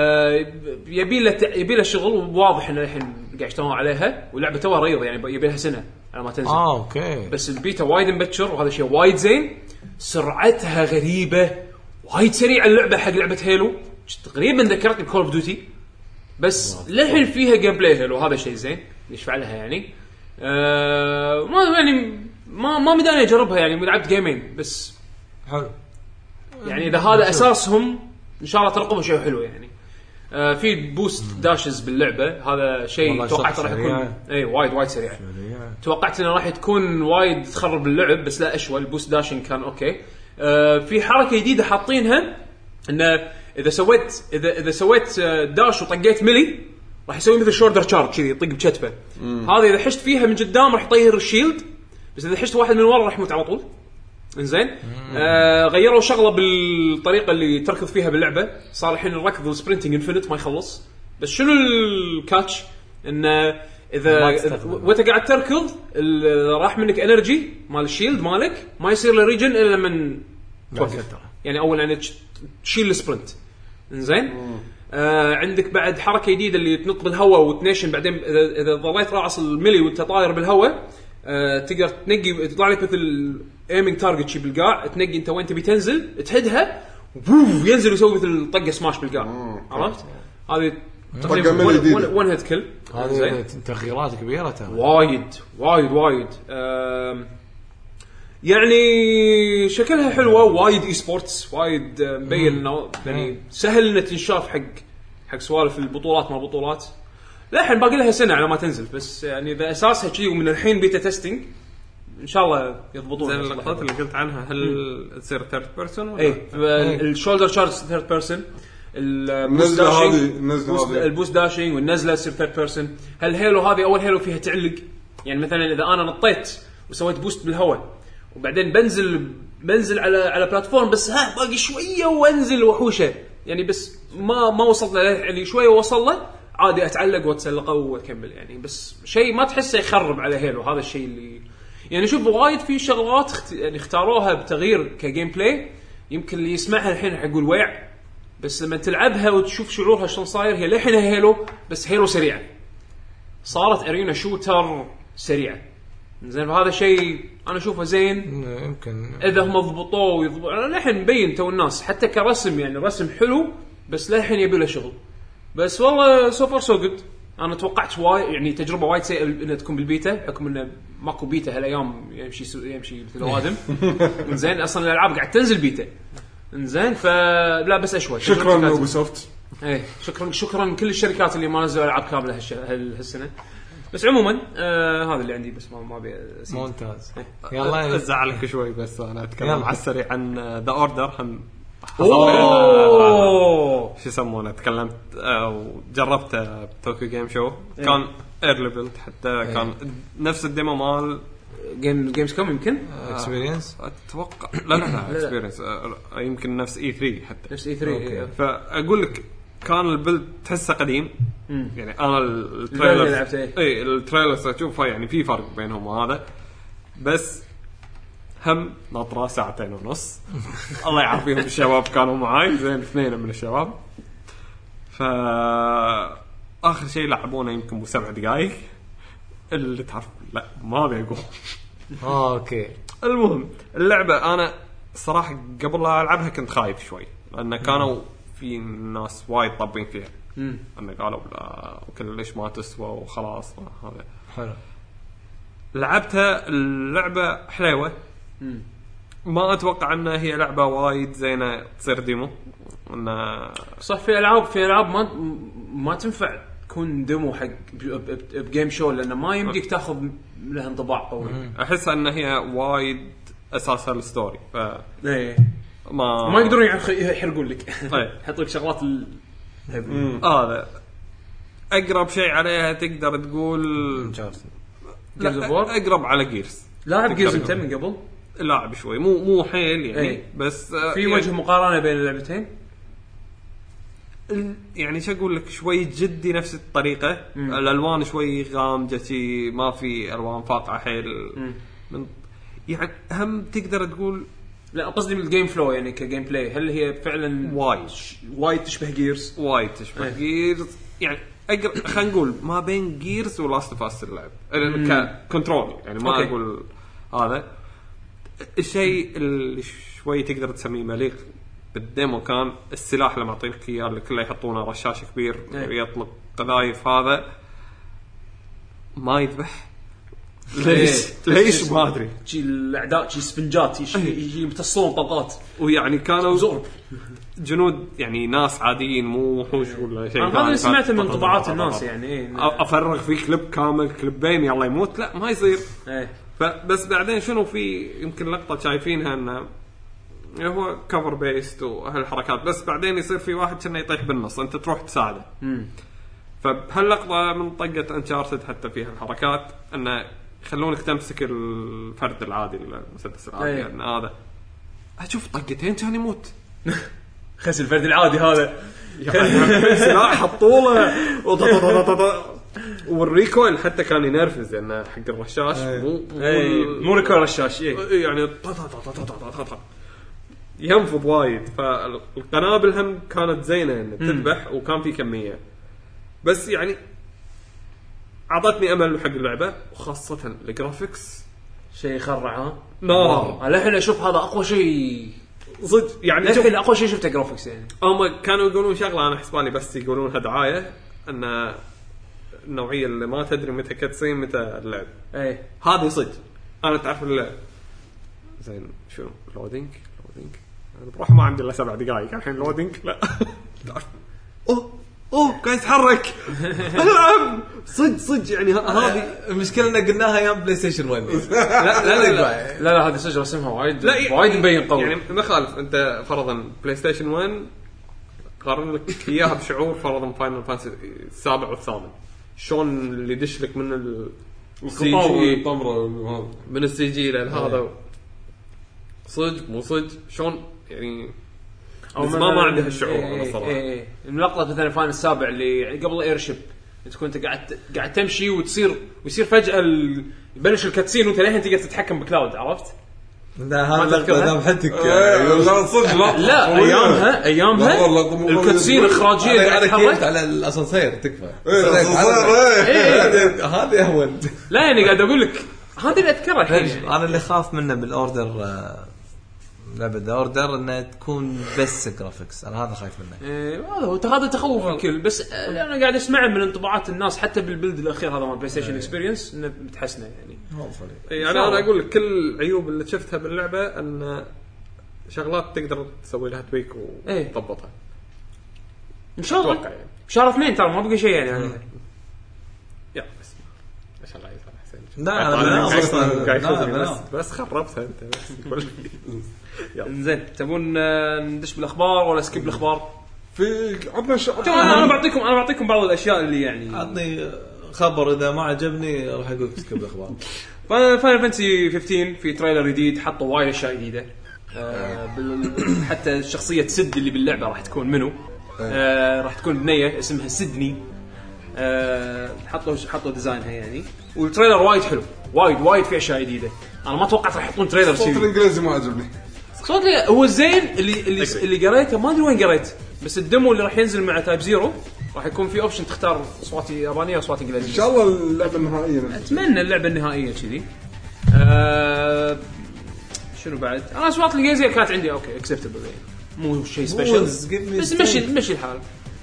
يبي له شغل واضح انه الحين قاعد يشتغلون عليها واللعبه توها ريض يعني يبي لها سنه على ما تنزل. اوكي بس البيتا وايد مبكر وهذا شيء وايد زين. سرعتها غريبه وايد سريعه اللعبه حق لعبه هيلو تقريبا ذكرتني بكول اوف ديوتي بس للحين فيها جيم بلاي هيلو هذا شيء زين يشفع لها يعني. ما يعني ما مداني اجربها يعني لعبت جيمين بس حلو يعني اذا هذا اساسهم ان شاء الله ترقبوا شيء حلو يعني. في بوست داشز باللعبه هذا شيء توقعت راح يكون وايد سريع. توقعت انه راح تكون وايد تخرب اللعب بس لا اشوى البوست داشين كان اوكي. في حركه جديده حاطينها انه اذا سويت داش وطقيت ملي راح يسوي مثل شولدر تشارج كذي يطق بكتفه. هذا اذا حشت فيها من قدام راح يطير الشيلد بس اذا حشت واحد من ورا راح يموت على طول. انزين غيروا شغله بالطريقه اللي تركض فيها باللعبه صار الحين الركض والسبرنتنج انفينيت ما يخلص. بس شنو الكاتش انه اذا وانت قاعد تركض راح منك انرجي مال الشيلد مالك ما يصير له ريجن الا لما توقف يعني اول يعني تشيل السبرنت. انزين عندك بعد حركه جديده اللي تنط بالهواء وتنيشن بعدين اذا ضليت راس الملي وانت طاير بالهواء تقدر تنقي يطلع لك مثل ايمينج تارجت شي بالقاع تنقي انت وين تبي تنزل تهدها ينزل يسوي مثل طقه سماش بالقاع. عرفت هذه تقريبا ون هيد كل. هذه تغييرات كبيره وايد يعني شكلها حلوه وايد اي سبورتس وايد مبين انه يعني سهل انه تنشاف حق سوالف البطولات ما بطولات. للحين باقي لها سنه على ما تنزل، بس يعني اذا اساسها شيء ومن الحين بيتا تيستينج ان شاء الله يضبطون. زين اللقطات اللي قلت عنها هل تصير ثيرد بيرسون ولا الشولدر شارج ثيرد بيرسون، البوست داشينج والنزله تصير ثيرد بيرسون. هل هيلو هذه اول هيلو فيها تعلق، يعني مثلا اذا انا نطيت وسويت بوست بالهواء وبعدين بنزل على بلاتفورم بس باقي شويه وانزل وحوشه، يعني بس ما وصلت له يعني شويه وصل له عادي اتعلق واتسلقه واكمل يعني. بس شيء ما تحسه يخرب على هيلو، هذا الشيء اللي يعني شوف وايد في شغلات يعني اختاروها بتغيير كجيم بلاي يمكن اللي يسمعها الحين حيقول ويع، بس لما تلعبها وتشوف شعورها شلون صاير هي لحينها هيلو، بس هيلو سريعه، صارت ارينا شوتر سريعه. زين هذا شيء انا اشوفه زين يمكن اذا هم ضبطوه ويضبطوا. انا الحين مبين تو الناس حتى كرسم يعني رسم حلو، بس الحين يبي له شغل. بس والله سوفر سو جود. انا توقعت يعني تجربه وايد سيئه انها تكون بالبيتا بحكم انه ماكو بيتا هالايام يمشي مثل الوادم. زين اصلا الالعاب قاعد تنزل بيتا زين، فلا بس اشوي. شكرا يوبيسوفت. ايه شكرا كل الشركات اللي ما نزلوا العاب كامله هالسنه. بس عموما هذا اللي عندي، بس ما ابي ممتاز. يلا ازعلك شوي بس انا اتكلم على السريع عن ذا اوردر. شو يسمونه تكلمت وجربت بتوكيو جيم شو. كان ايرلي بيلد حتى كان نفس الديمو مال جيمز كوم يمكن اكسبيرينس اتوقع. لا اكسبيرينس يمكن نفس اي 3 حتى نفس اي 3. فاقول لك كان البيلد تحسه قديم. يعني انا التريلرز اشوفها يعني في فرق بينهم وهذا، بس هم ناطره 2.5 ساعة. الله يعافيهم الشباب كانوا معاي زين 2 من الشباب. فآخر شيء لعبونا يمكن ب7 دقائق اللي تعرف لا ما ابي اقول. اوكي المهم اللعبه انا صراحه قبل لا العبها كنت خايف شوي لان كانوا في ناس وايد طابين فيها انه قالوا لا وكل ليش ما تسوى وخلاص. هذا حلو. لعبتها اللعبه حلوه. ما اتوقع انها هي لعبه وايد زينه تصير ديمو. انه صح في العاب ما تنفع تكون ديمو حق بجيم شو لانه ما يمديك تاخذ لها انطباع قوي. احس ان هي وايد اساسها الستوري ف ما يقدرون يحرقون لك. يحط لك شغلات هذا اقرب شيء عليها تقدر تقول اقرب على جيرز. لاعب جيرز انت من قبل لاعب شوي مو حيل يعني بس في وجه مقارنه بين اللعبتين يعني شو اقول لك شوي جدي نفس الطريقه. الالوان شوي غامجه ما في الوان فاقعه حيل من يعني هم تقدر تقول لا قصدي من الجيم فلو يعني كجيم بلاي هل هي فعلا وايد تشبه جيرز جيرز يعني خلينا نقول ما بين جيرز ولاست اوف اس اللعب ككنترول يعني ما اقول هذا الشيء اللي شوي تقدر تسميه مليق بالديمو. كان السلاح لما اعطيك اياه اللي كله يحطونه رشاش كبير يطلق قذايف هذا ما يذبح ليش ما ادري. الاعداء سفنجات يجي يمتصون طلقات ويعني كانوا زرب جنود يعني ناس عاديين مو وحوش ولا شيء. هذا اللي سمعته من طبعات الناس يعني افرغ في كليب كامل كليبين يلا يموت لا ما يصير. فبس بعدين شنو في يمكن لقطه شايفينها انه هو كفر بيست وهالحركات بس بعدين يصير في واحد كأنه يطيح بالنص انت تروح تساعده. فبهاللقطه من طقه انشارتد حتى فيها الحركات انه يخلونك تمسك الفرد العادي المسدس العادي يعني هذا اشوف طقتين كان يموت. خس الفرد العادي هذا سلاح حطوله والريكويل حتى كان ينرفز لأنه حق الرشاش مو ريكويل رشاش يعني ينفض وايد. فالقنابل هم كانت زينة إن تذبح وكان في كمية بس يعني عطتني أمل حق اللعبة وخاصة الجرافيكس شيء يخرع نار. الحين أشوف هذا أقوى شيء صدق يعني الحين أقوى شيء شفته جرافيكس يعني. هم كانوا يقولون شغلة أنا حسبالي بس يقولونها دعاية أن النوعية اللي ما تدري متى كاتسين متى اللعب هذه صدق. أنا تعرف اللعب زين شو لودينج أنا بروح ما عندي إلا 7 دقائق الحين لودينج لا تعرف قاعد يتحرك العب صدق يعني هذه المشكله ان قلناها ايام بلاي ستيشن 1 لا هذه شجره اسمها وايد مبين قوي يعني ما خالف. انت فرضا بلاي ستيشن 1 قارن لك اياها بشعور فرضا فاينل فانتسي السابع والثامن شلون اللي يدش لك من السي جي من السي جي لهذا صدق مو صدق شلون يعني ما عندها الشعور انا الصراحه. الملقطه مثلا فاينل السابع اللي قبل ايرشيب تكون انت قاعد تمشي ويصير فجاه يبلش الكاتسين وانت لين تقدر تتحكم بكلاود عرفت. هذا بحدك لا ايامها الكاتسين اخراجيه قاعد تحرك على الاسانسير تكفى هذه اهون. لا يعني قاعد اقول لك هذه اللي اذكرها الحين. انا اللي خاف منه بالاوردر لعبة اوردر انها تكون بس جرافيكس انا هذا خايف منه. هذا تخوف الكل بس انا قاعد اسمع من انطباعات الناس حتى بالبلد الاخير هذا مال بلاي ستيشن اكسبيرينس انه متحسنه يعني. يعني انا اقول لك كل العيوب اللي شفتها باللعبه ان شغلات تقدر تسوي لها تويك وتضبطها ان شاء الله يعني. شهر 2 ترى ما بقى شيء يعني يا بس ما شاء الله يسلمك حسين. لا انا بس خربتها انت بس زين تبون ندش بالاخبار ولا سكيب الاخبار؟ في عطنا انا بعطيكم بعض الاشياء اللي يعني عطني خبر اذا ما عجبني راح اقول سكيب الاخبار. فاينل فانتسي 15 في تريلر جديد حطوا وايد اشياء جديده حتى شخصيه سد اللي باللعبه راح تكون منو راح تكون بنيه اسمها سيدني. حطوا ديزاينها يعني والتريلر وايد حلو وايد في اشياء جديده. انا ما توقعت راح يحطون تريلر صوت الانجليزي ما عجبني صوت هو زين اللي قريته ما ادري وين قريت بس الدمو اللي راح ينزل مع تايب زيرو راح يكون في اوبشن تختار اصوات يابانيه واصوات انجليزيه. ان شاء الله اللعبه النهائيه اتمنى اللعبه النهائيه كذي. شنو بعد انا اصوات الانجليزيه كانت عندي اوكي اكسبتبل يعني مو شيء سبيشل بس مشي الحال.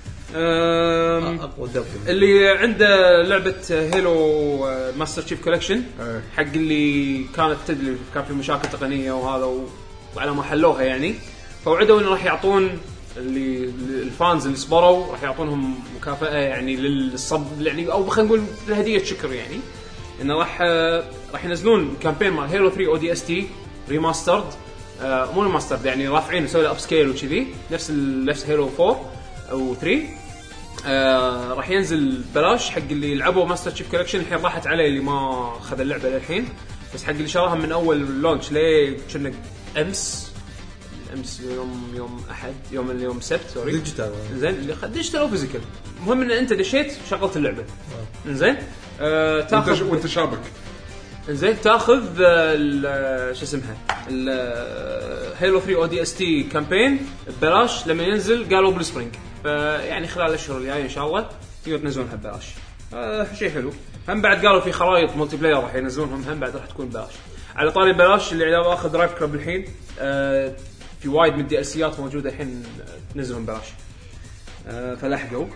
اللي عنده لعبه هيلو ماستر تشيف كولكشن حق اللي كانت تدري كان في مشاكل تقنيه وهذا وعلى ما حلوها يعني فوعدوا انه راح يعطون اللي الفانز اللي صبروا راح يعطونهم مكافاه يعني للصب يعني او خلينا نقول الهديه شكر يعني انه راح ينزلون كامبين مال هيلو 3 او دي اس تي ريماسترد مو ريماسترد يعني رافعين وسوي له اب سكيل وكذي نفس هيلو 4 او 3 راح ينزل بلاش حق اللي يلعبوا ماستر تشيف كولكشن. الحين راحت عليه اللي ما خذ اللعبه للحين بس حق اللي شراها من اول لونش ليه كنا امس يوم احد يوم سبت سوري ديجيتال زين اللي ديجيتال او فيزيكال المهم ان انت دشيت شغلت اللعبه زين تاخذ وانت شابك زين تاخذ شو اسمها هيلو 3 او دي اس تي كامبين ببلاش لما ينزل قالوا بالسبرينج فيعني خلال الاشهر الجايه ان شاء الله تقدر تنزلونها ببلاش. شيء حلو. هم بعد قالوا في خرائط ملتي بلاير راح ينزلونهم هم بعد راح تكون ببلاش. على طاري ببلاش اللي اخذ درايف كلوب الحين في وايد من الدي اسيات موجوده الحين تنزلهم ببلاش فلاحقوا.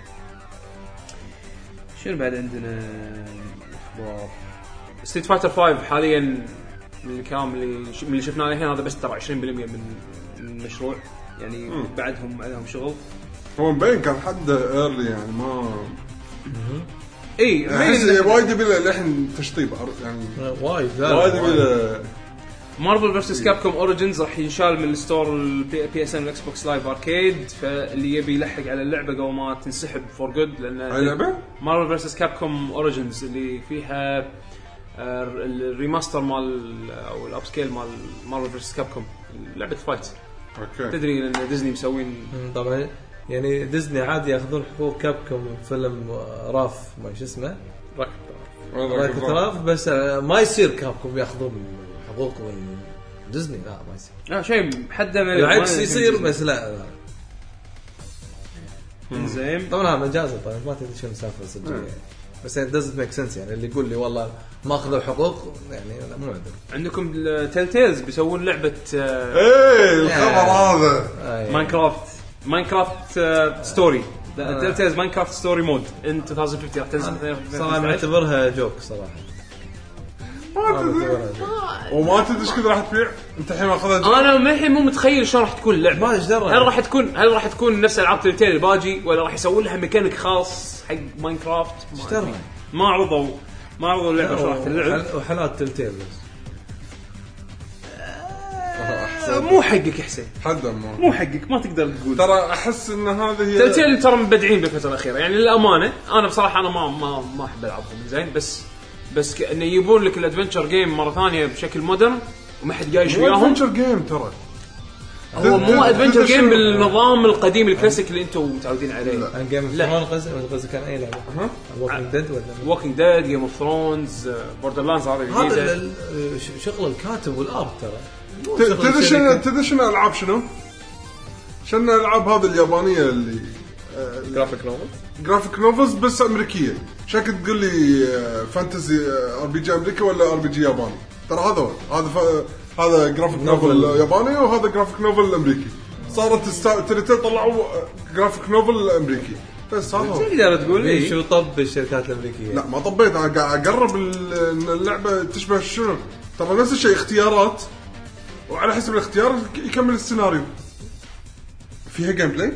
شنو بعد عندنا اخبار ستريت فايتر 5 حاليا من الكلام اللي شفناه الحين هذا بس ترى 20% من المشروع يعني بعدهم عليهم شغل. هو مبين كان حد ايرلي يعني ما اي وايد بلا لحن تشطيب يعني وايد بلا. مارفل فيرسس كابكوم اوريجينز راح ينشال من الستور البي اس ان والاكس بوكس لايف اركيد فاللي يبي يلحق على اللعبه قبل ما تنسحب فور جود لان اللعبه مارفل فيرسس كابكوم اوريجينز اللي فيها الريماستر مال او الاب سكيل مال مارفل فيرسس كابكوم لعبه فايت. اوكي تدري ان ديزني مسوين طبعا يعني ديزني عادي ياخذون حقوق كابكوم فيلم راف ما ايش اسمه راف بس ما يصير كابكوم ياخذون حقوق من ديزني لا ما يصير شيء حدا بالعكس يصير بس لا زين طبعا مجازا طبعا ما تدري شو المسافه الصدقيه بس it doesn't make sense يعني اللي يقول لي والله ما اخذوا حقوق يعني مو عندنا. عندكم تيلتيلز بيسوون لعبه الخبر هذا ماينكرافت ستوري تيلتيلز ماينكرافت ستوري مود ان 2050 راح تنزل صراحه نعتبرها جوك صراحه وما تدري ايش كذا راح تبيع انت الحين اخذها. انا ما الحين مو متخيل شلون راح تكون اللعبه. ما ايش هل راح تكون نفس العاب تلتيل الباجي ولا راح يسوون لها ميكانيك خاص حق ماينكرافت؟ ما عرضوا اللعبه شو راح تلعب وحالات تلتيل بس. مو حقك حسين، مو حقك، ما تقدر تقول. ترى احس ان هذه هي تلتيل ترى مبدعين بالفتره الاخيره يعني للامانه. انا بصراحه انا ما احب العبهم زين، بس انه يجيبون لك الادفنتشر جيم مره ثانيه بشكل مودرن وما حد جايش وياهم. ادفنتشر جيم ترى هو مو ادفنتشر جيم بالنظام القديم الكلاسيك اللي انتم متعودين عليه. لا جيم اوف ثرونز قصدي كان اي لعبه ووكينج ديد ولا ووكينج ديد، جيم اوف ثرونز، بوردر لاندز هذا الجديده. هذا شغل الكاتب والارت ترى. تدري شنو العاب شنو الالعاب هذه اليابانيه اللي جرافيك نوفلز بس امريكيه. شكل تقول لي فانتزي ار بي جي امريكي ولا ار بي جي ياباني؟ ترى هذا جرافيك نوفل ياباني وهذا جرافيك نوفل امريكي. صارت تلتيل طلعوا جرافيك نوفل امريكي بس. هذا تقدر تقول لي شو طب الشركات الامريكيه؟ لا ما طبيت، انا اقرب اللعبه تشبه شنو. ترى نفس الشيء اختيارات وعلى حسب الاختيار يكمل السيناريو. فيها جيم بلاي،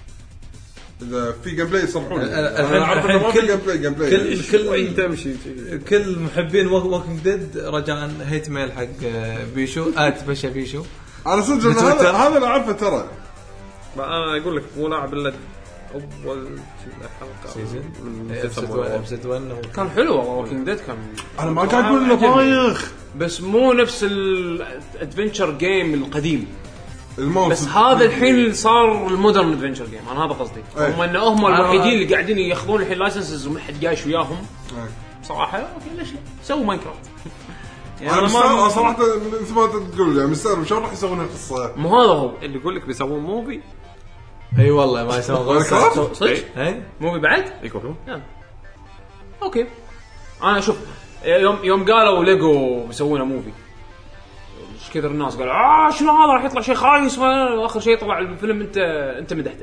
اذا في جيم بلاي يصرحون. انا عارف انه ما في جيم بلاي كل تمشي كل محبين ووكينج ديد رجاء هيت ميل حق بيشو بشا بيشو. انا صدق هذا انا عارفه ترى. انا اقول لك مو لاعب الا اول حلقه سيزون ابسط 1 كان حلو. ووكينج ديد كان انا ما قاعد اقول انه بايخ بس مو نفس الادفنتشر جيم القديم. الموس بس هذا الحين صار المودرن ادفنتشر جيم. انا هذا قصدي. هم الوحيدين اللي قاعدين ياخذون الحين لايسنسز وما حد جايش وياهم. بصراحه اوكي ليش لا سووا ماينكرافت. يعني انا صراحه انت ما تقول يعني مستغرب شلون راح يسوون القصه. مو هذا هو اللي يقول لك بيسوون موفي. اي والله ما يسوون قصه صدق. اي موفي بعد يكون اوكي. انا شوف يوم قالوا ليجو بيسوونه موفي ايش كثر الناس قالوا شنو هذا راح يطلع شيء خايس. واخر شيء طلع الفيلم انت مدحته.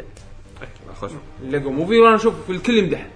ليجو موفي وانا اشوف الكل يمدح.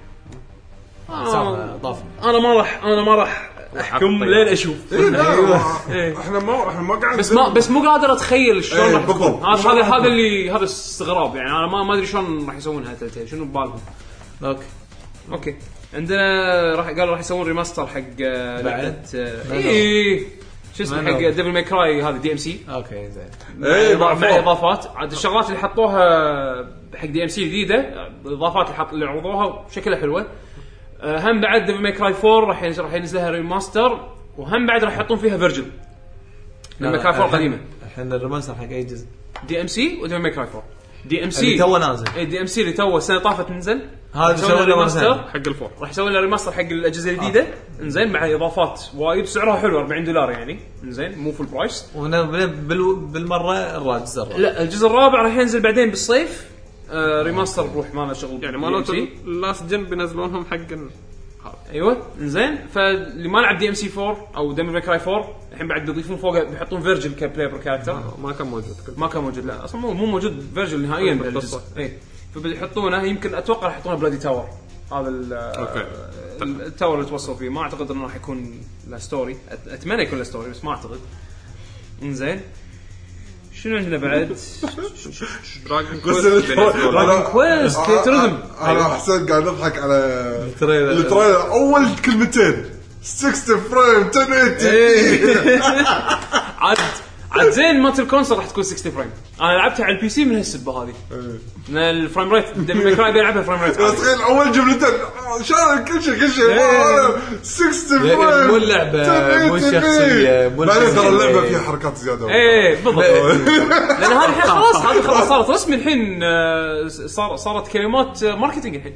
انا ما راح احكم لين اشوف. احنا ما قاعد بس مو قادر اتخيل شلون راح تكون. هذا استغراب يعني. انا ما ادري شلون راح يسوونها تلتيل. شنو ببالهم؟ اوكي عندنا قالوا راح يسوون ريماستر حق بعد شو اسمه حق ديفل ماي كراي هذا دي ام سي. اوكي زين مع اضافات عاد الشغلات اللي حطوها حق دي ام سي جديده. الاضافات اللي عرضوها شكلها حلوه. هم بعد ديفل ماي كراي 4 راح ينزلها ريماستر. وهم بعد راح يحطون فيها فيرجن لما كان 4 قديمه. الحين الريماستر حق اي جزء دي ام سي وديفل ماي كراي 4 دي ام سي اللي تو نازل. دي ام سي اللي تو السنه طافت نزل. هذا سووا ريماستر حق الفور. راح يسوي له ريماستر حق الاجهزه الجديده. انزين مع اضافات وايد سعرها حلو $40 يعني. انزين مو فول برايس. بالمره الجزء الرابع. لا الجزء الرابع راح ينزل بعدين بالصيف. ريماستر بروح ماله شغل يعني مالته اللاست جن بينزلونهم حق ايوه. انزين فاللي ما لعب دي ام سي 4 او ديفل ماي كراي 4 الحين بعد بيضيفون فوق بيحطون فيرجن كبلاير كاركتر. ما كان موجود لا اصلا مو موجود فيرجن نهائيا بالقصه. اي فبيحطونه يمكن اتوقع راح يحطونه بلادي تاور. هذا التاور اللي توصل فيه. ما اعتقد انه راح يكون لا ستوري. اتمنى يكون لا ستوري بس ما اعتقد. انزين شنو عندنا بعد؟ دراجون كويست تيترزم. انا حسيت قاعد اضحك على التريلر اول كلمتين 60 فريم 1080. عاد زين مات الكونسول راح تكون 60 فريم. انا لعبتها على البي سي من هالسبه هذه. الفريم ريت ديفل ماي كراي بيلعبها فريم ريت. تخيل اول جملتين شلون كل شيء 60 فريم مو اللعبه مو الشخصيه بعدين ترى اللعبه فيها حركات زياده. بالضبط. لان هذه الحين خلاص صارت رسمي. الحين صارت كلمات ماركتينج الحين.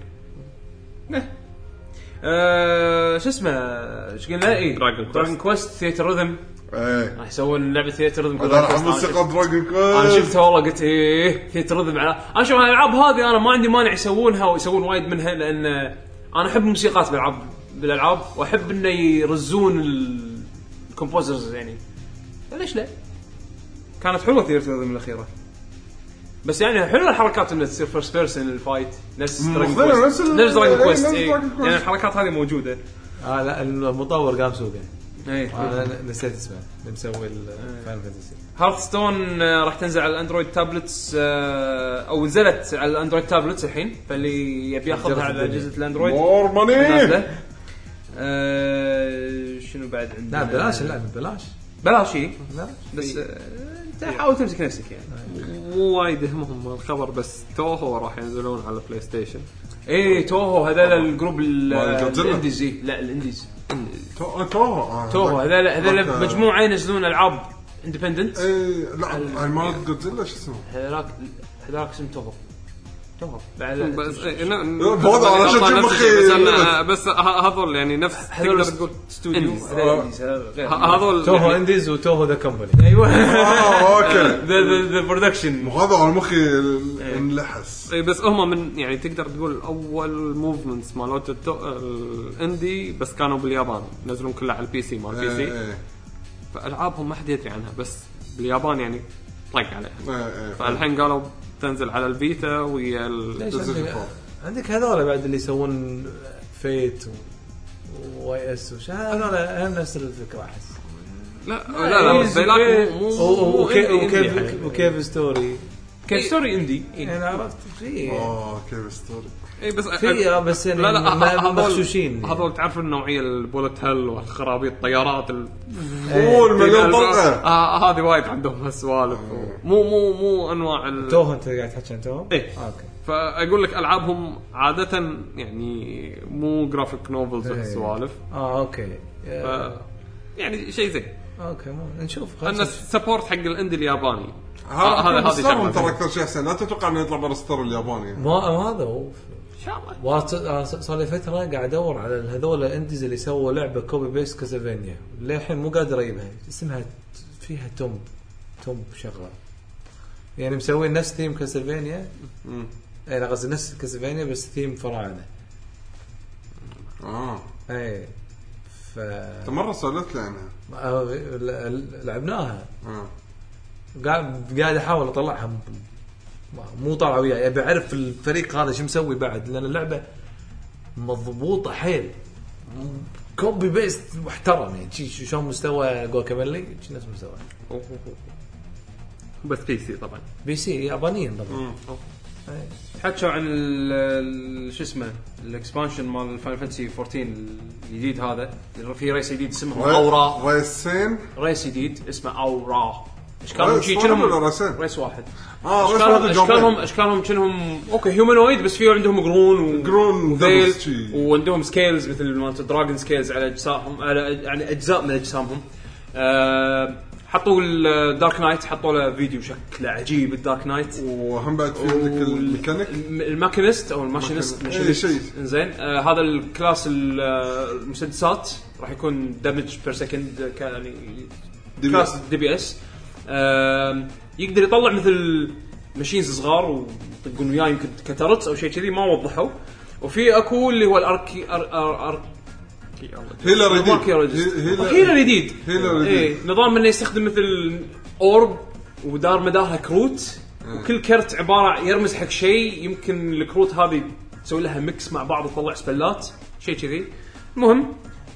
شو اسمه ايش قلنا؟ دراجون كويست ثياتر ريذم. راح يسوون لعبه ثياتر ريذم. موسيقى دراجون كويست انا شفتها والله قلت ثياتر ريذم. انا شوف الالعاب هذه انا ما عندي مانع يسوونها ويسوون وايد منها لان انا احب الموسيقات بالالعاب واحب انه يرزون الكومبوزرز يعني. ليش لا؟ كانت حلوه ثياتر ريذم الاخيره. بس يعني حلوه الحركات انها تصير فيرست بيرسون الفايت نفس دراجون كويست. يعني الحركات هذه موجوده. لا المطور قام سوقه انا نسيت اسمه اللي مسوي الفاينل فانتسي. هارثستون راح تنزل على الاندرويد تابلتس او نزلت على الاندرويد تابلتس الحين، فاللي يبي ياخذها على اجهزه الاندرويد مور ماني. شنو بعد عندنا؟ لا بلاش اللعبه بلاش بس انت حاول تمسك نفسك يعني. مو وايد يهمهم الخبر، بس توهو راح ينزلون على بلاي ستيشن. ايه توهو هذا الجروب الانديزي، لا الانديز توهو هذا مجموعه ينزلون العاب اندبندنت. ايه لا مال جودزيلا شو اسمه هذاك اسمه توهو بعد بس بس هذول يعني نفس تقدر تقول استوديو هذول توهو انديز وتوهو ذا كومباني. ايوه اوكي ذا برودكشن هذا على مخي انلحس. اي بس هم من يعني تقدر تقول اول موفمنتس مالوت الاندي، بس كانوا باليابان نزلون كلها على البي سي مال البي سي. فالعابهم ما حد يدري عنها، بس باليابان يعني طق عليها. فالحين قالوا تنزل على الفيتا ويا عندك هذول بعد اللي يسوون فيت واي اس وش هذول نفس الفكره احس. لا بيلاك مو وكيف ستوري اندي انا عرفت فيه كيف ستوري اي بس فيها بس يعني لا مخشوشين هذول تعرف النوعيه البولت هيل والخرابيط الطيارات المليون طلقه هذه وايد عندهم هالسوالف. مو انواع توه. انت قاعد تحكي عن توه اوكي. فاقول لك العابهم عاده يعني مو جرافيك نوفلز والسوالف. اوكي يعني شيء زين. اوكي نشوف انا سبورت حق الاندي الياباني. هذا شغله ترى اكثر شيء احسن. لا تتوقع انه يطلع برستر الياباني. ما هذا هو صار لي فتره قاعد ادور على هذول الانديز اللي سووا لعبه كوبي بيست كاسلفينيا، للحين مو قادر اجيبها. اسمها فيها توم شغله يعني مسوين نفس ثيم كاسلفينيا. انا قصدي نفس كاسلفينيا بس ثيم فراعنه. اي مرة سولت لعنها لعبناها. قاعد احاول اطلعها مو طالع وياي. ابي اعرف الفريق هذا شو مسوي بعد، لان اللعبه مضبوطه حيل كوبي بيست محترم يعني. شلون مستوى جوكاميلي شي نفس مستوى بس بي سي طبعا بي سي يابانيين طبعا. حكوا عن شو اسمه الاكسبانشن مال فاينل فانتسي 14 الجديد هذا. في ريس جديد اسمه اورا. ريس جديد اسمه اورا. اشكالهم شيء كأنهم ريس واحد. اشكالهم كأنهم اوكي هيومانويد، بس فيه عندهم قرون وفيل وعندهم سكيلز مثل مالت دراجون سكيلز على اجسامهم، يعني اجزاء من اجسامهم. حطوا الدارك نايت، حطوا له فيديو شكله عجيب الدارك نايت. وهم بعد في عندك الماكينست او الماشينست زين. هذا الكلاس المسدسات راح يكون دامج بير سكند يعني كلاس دي بي اس. يقدر يطلع مثل ماشينز صغار ويطقون وياه يمكن كترت او شيء كذي ما وضحوا. وفي اكو اللي هو الاركي هيلر جديد. ايه نظام انه يستخدم مثل اورب ودار مدارها كروت، وكل كرت عباره يرمز حق شيء. يمكن الكروت هذه تسوي لها ميكس مع بعض وتطلع سبلات شيء كذي. المهم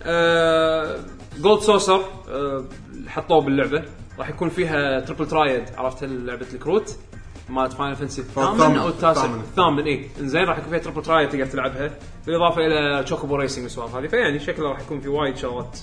جولد سوسر حطوه باللعبه، راح يكون فيها تريبل ترايد. عرفت لعبه الكروت مالت فاينل فانتسي الثامن او الثامن ايه انزين. راح يكون فيها تريبل ترايد تقدر تلعبها بالاضافه الى تشوكوبو ريسنج والسوالف هذه. فيعني شكله راح يكون في وايد شغلات.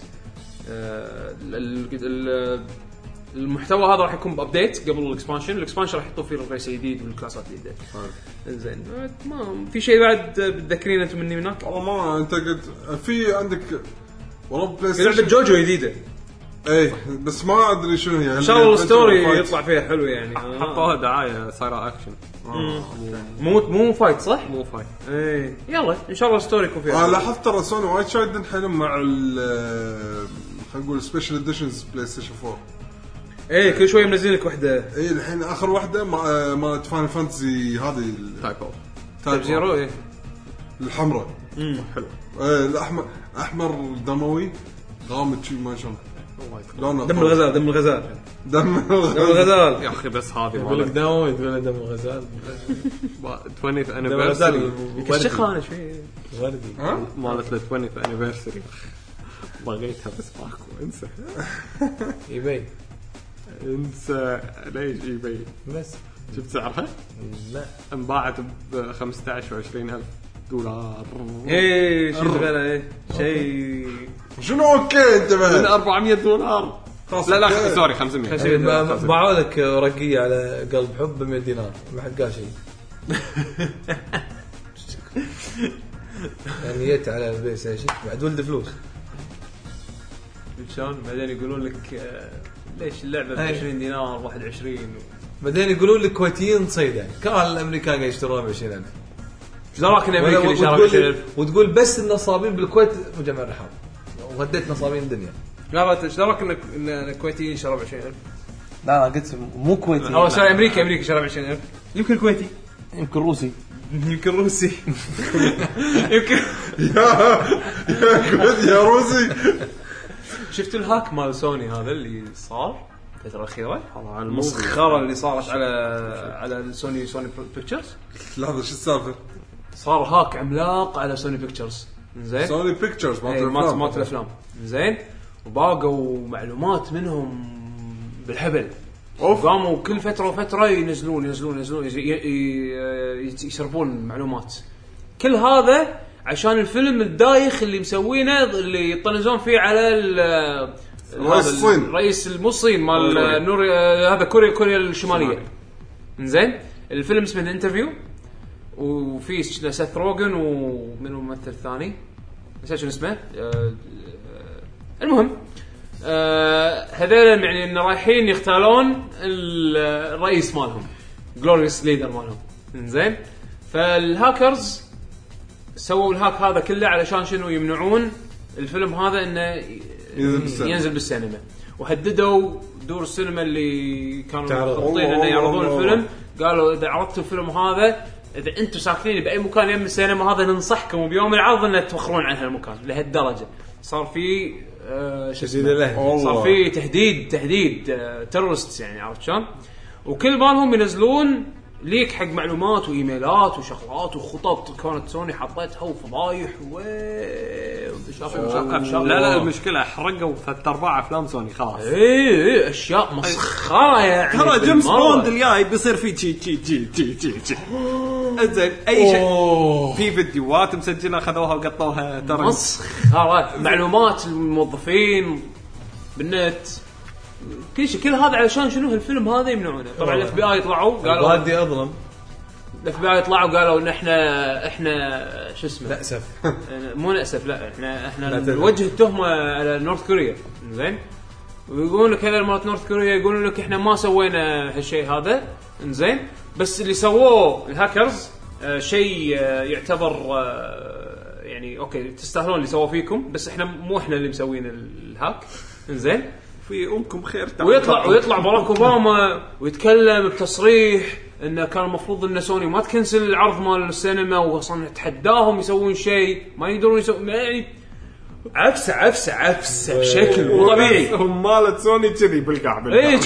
المحتوى هذا راح يكون بابديت قبل الاكسبانشن راح يحطوا فيه الريس الجديد والكلاسات الجديده. انزين ما في شيء بعد بتذكرين انتم مني هناك؟ والله ما انت قلت في عندك والله بلاي ستيشن لعبه جوجو جديده. ايه بس ما ادري شنو هي. ان شاء الله الستوري يطلع فيها حلو يعني. حطوها دعايه صايره اكشن مو فايت صح؟ مو فايت. ايه يلا ان شاء الله الستوري يكون فيها. لاحظت ترى سوني وايد شايدين حيلهم مع خلينا نقول سبيشال اديشنز بلاي ستيشن 4. ايه كل شوي منزلين لك وحده. ايه الحين اخر وحده ما فاينل فانتسي هذه تايب زيرو. ايه الحمراء حلو. ايه الاحمر احمر دموي غامض شيء ما شاء الله. دم الغزال يا اخي. بس هذه يقول لك دموي تقول دم الغزال 20th anniversary كشخانه شوي وردي مالت ال 20th anniversary بغيتها بس ماكو انسى ايباي انسى ليش ايباي بس شفت سعرها؟ لا انباعت ب 15 و20 ألف دولار. ايه شيء غير شيء شنو اوكي انت من بعد 400 دولار لا سوري 500 باعوا لك ورقيه على قلب حب ب $100 ما حد قال شيء. يعني جيت على البلاي ستيشن بعد ولد فلوس شلون بعدين يقولون لك ليش اللعبه ب 20 دينار 21 بعدين يقولون لك كويتيين صيده كان الامريكان قاعد يشترون ب 20,000. ايش دراك ان امريكا اللي شاروا 20,000 وتقول بس النصابين بالكويت مجمع رحاب وهديت نصابين الدنيا. لا ايش دراك ان الكويتيين شروا 20,000 لا قلت مو كويتي هو شاري امريكا شرب 20,000 يمكن كويتي يمكن روسي يمكن يا روسي. شفت الهاك مال سوني هذا اللي صار الفترة الأخيرة المسخرة اللي صارت على سوني بيكتشرز. لحظة شو السالفة؟ صار هاك عملاق على سوني بيكتشرز زين سوني بيكتشرز مالت الأفلام زين وباقوا معلومات منهم بالهبل. قاموا كل فترة وفترة ينزلون يسربون معلومات. كل هذا عشان الفيلم الدايخ اللي مسوينه اللي يطنزون فيه على الرئيس المصري مال نور هذا كوريا الشمالية. إنزين الفيلم اسمه الانترفيو وفي سيث روغن ومن الممثل الثاني نسيت شو اسمه. المهم هذول يعني إن رايحين يختارون الرئيس مالهم glorious leader مالهم. إنزين فالهاكرز سووا الهاك هذا كله علشان شنو يمنعون الفيلم هذا إنه ينزل بالسينما وهددوا دور السينما اللي كانوا مخططين إنه يعرضون الفيلم. قالوا إذا عرضتوا الفيلم هذا إذا أنتم ساكنين بأي مكان يم السينما هذا ننصحكم بيوم العرض إن تتوخرون عن هالمكان. لهالدرجة صار في صار في تهديد تيرورست يعني عرفت شلون. وكل بالهم ينزلون ليك حق معلومات وايميلات وشغلات وخطط كانت سوني حطيتها وفضايح لا المشكله حرقوا 3/4 افلام سوني خلاص. ايه اشياء مسخره يعني. ترى جيمس بوند الجاي بيصير في تي انزين اي شيء في فيديوهات مسجله اخذوها وقطوها. ترى مسخره معلومات الموظفين بالنت كل شيء. كل هذا علشان شنو هالفيلم هذا يمنعونه. طبعا الاف بي اي طلعوا قالوا وادي اظلم. الاف بي اي طلعوا قالوا ان احنا شو اسمه نأسف مو نأسف لا احنا نوجه التهمه على نورث كوريا. زين ويقولون لك هذا مالت نورث كوريا يقولون لك احنا ما سوينا هالشيء هذا. انزين بس اللي سووه الهاكرز شيء يعتبر يعني اوكي تستاهلون اللي سووه فيكم بس احنا مو احنا اللي مسوين الهاك. انزين في أمكم خير. ويطلع باراك اوباما ويتكلم بتصريح انه كان المفروض ان سوني ما تكنسل العرض مال السينما واصلا تحداهم يسوون شيء ما يقدرون يسوون يعني عفسه بشكل مو طبيعي. هم مالت سوني كذي بالقاع ايه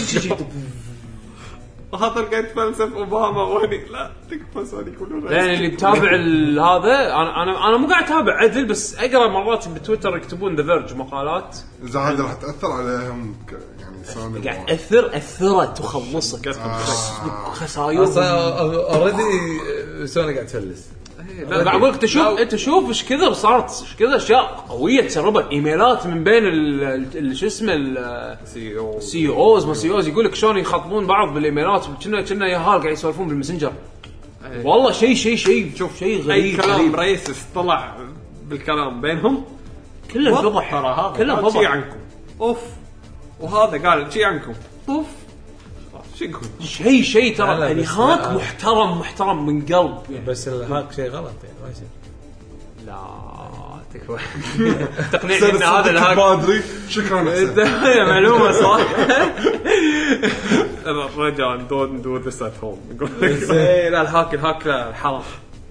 وهذا قاعد يتفلسف اوباما وهني لا تكفى سوني كله. يعني اللي متابع هذا انا مو قاعد اتابع عدل بس اقرا مرات بتويتر يكتبون ذا فيرج مقالات اذا هذا راح تاثر عليهم يعني سوني قاعد اثرت وخلصت خساير اوريدي سوني قاعد تفلس. لا قاعد اقول لك انت شوف ايش كثر صارت ايش كذا اشياء قويه تسربت ايميلات من بين شو اسمه السي اوز ما سي اوز يقول لك شلون يخاطبون بعض بالايميلات كنا ياهال قاعد يسولفون بالماسنجر. والله شيء شوف شيء غريب. كلام رئيس طلع بالكلام بينهم كله فضح. كله فضح عنكم اوف وهذا قال شيء عنكم اوف شيء ترى يعني هاك محترم من قلب يعني. بس الهاك شيء غلط يعني ما يصير. لا تكفى تقنعني ان هذا الهاك ما ادري شكرا هي معلومه صح. الرجال دون دو ذس ات هوم يقول لا الهاك لا حرام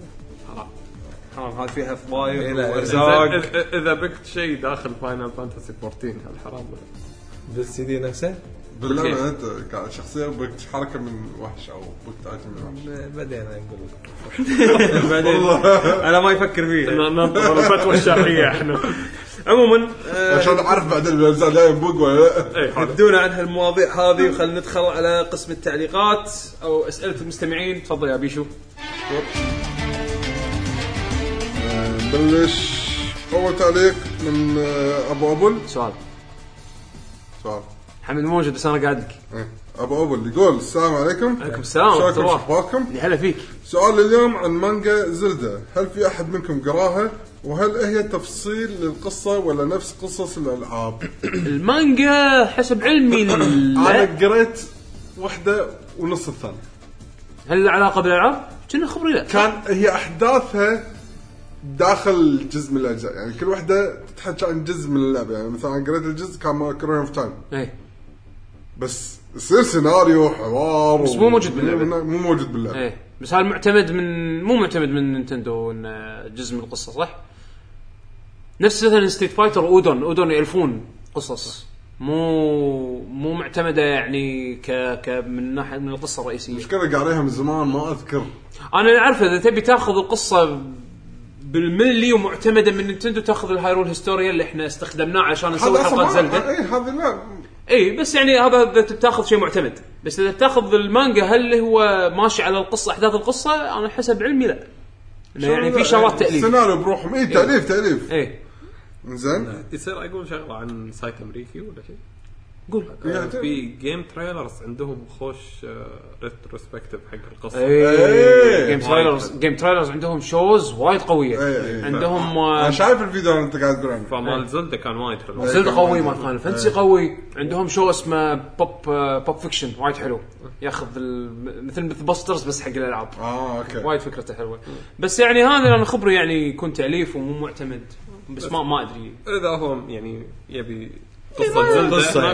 هذا فيها فضايح وارزاق. اذا بكت شيء داخل فاينل فانتسي 14 هالحرام بس دي نفسه بالله انت شخصيا بكت حركه من وحش او بكت ايتم من وحش بعدين اقول لك بعدين انا ما يفكر فيه ننتظر الفتوى الشرعيه احنا. عموما عشان اعرف بعد الاجزاء جايه بوق ولا لا. بدونا عن هالمواضيع هذه وخلينا ندخل على قسم التعليقات او اسئله المستمعين. تفضل يا بيشو. بلش اول تعليق من ابو ابل. سؤال سؤال حمد موجود بس انا قاعد لك. ابو ابل يقول السلام عليكم. عليكم السلام ورحمه الله. اخباركم؟ هلا فيك. سؤال اليوم عن مانجا زلدة، هل في احد منكم قراها وهل هي تفصيل للقصه ولا نفس قصص الالعاب؟ المانجا حسب علمي انا قريت واحده ونص الثانيه. هل له علاقه بالالعاب؟ كنا خبري لا كان هي احداثها داخل جزء من الاجزاء، يعني كل واحده تتحكي عن جزء من اللعبه. يعني مثلا قريت الجزء كان ماكرون اوف تايم اي بس يصير سيناريو حوار بس مو موجود باللعبه. مو موجود باللعبه. ايه بس هل معتمد من مو معتمد من نينتندو ان جزء من القصه صح؟ نفس مثلا ستريت فايتر اودون يالفون قصص مو معتمده يعني من ناحيه من القصه الرئيسيه. مشكله قاريها من زمان ما اذكر. انا عارفه اذا تبي تاخذ القصه بالملي ومعتمده من نينتندو تاخذ الهايرول هيستوريا اللي احنا استخدمناه عشان نسوي حلقات زلدة. اي هذا لا اي بس يعني هذا اذا تاخذ شيء معتمد. بس اذا تاخذ المانجا هل هو ماشي على القصه احداث القصه؟ انا حسب علمي لا يعني في شغلات تاليف سيناريو بروحهم. اي تاليف اي زين. يصير اقول شغله عن سايت امريكي ولا شيء؟ قول. في جيم تريلرز عندهم خوش ريتروسبكتيف حق القصه. جيم تريلرز عندهم شوز وايد قويه. عندهم انا شايف الفيديو اللي انت قاعد تقول عنه. فمال زلدة كان وايد حلو. زلدة قوي، مال فاينل فانتسي قوي. عندهم شو اسمه بوب فيكشن وايد حلو، ياخذ مثل باسترز بس حق الالعاب. اوكي وايد فكرته حلوه. بس يعني هذا انا خبره يعني يكون تاليف ومو معتمد. بس ما ادري اذا هو يعني يبي قصة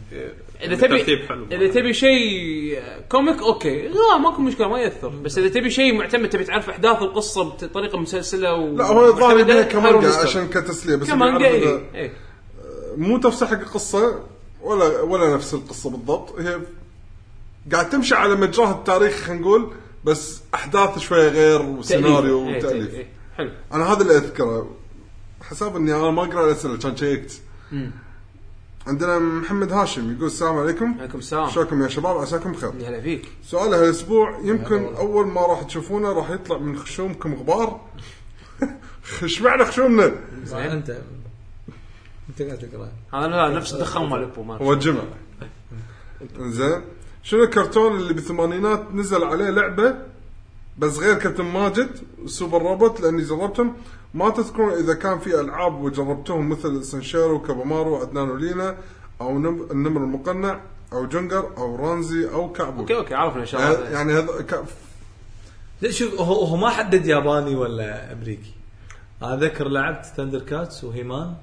إذا تبي شيء كوميك أوكي لا ماكو مشكلة ما يأثر. بس إذا تبي شيء معتمد تبي تعرف أحداث القصة بطريقة مسلسلة لا هو الظاهر كمانجا عشان كتسلية بس كمانجا مو تفسير حق القصة ولا نفس القصة بالضبط. هي قاعد تمشي على مجراه التاريخ خلينا نقول، بس أحداث شوية غير وسيناريو وتأليف. حلو. أنا هذا اللي أذكره حساب إني أنا ما أقرأ الأسئلة كان شيكت. عندنا محمد هاشم يقول السلام عليكم. عليكم السلام. شلونكم يا شباب؟ عساكم بخير. هلا فيك. سؤال هالاسبوع يمكن اول ما راح تشوفونه راح يطلع من خشومكم غبار. ايش معنى خشومنا؟ انت قاعد تقرا هذا نفس الدخان مال ابو مال هو الجمع. زين شنو الكرتون اللي بالثمانينات نزل عليه لعبه بس غير كابتن ماجد سوبر روبوت؟ لاني جربتهم ما تذكرون اذا كان في العاب وجربتهم مثل سنشيرو وكابامارو وعدنان ولينا او النمر المقنع او جونجر او رانزي او كعبو. اوكي عرفنا ان شاء الله. يعني هذا لا شوف هو ما حدد ياباني ولا امريكي. انا اذكر لعبت ثاندر كاتس وهيمان.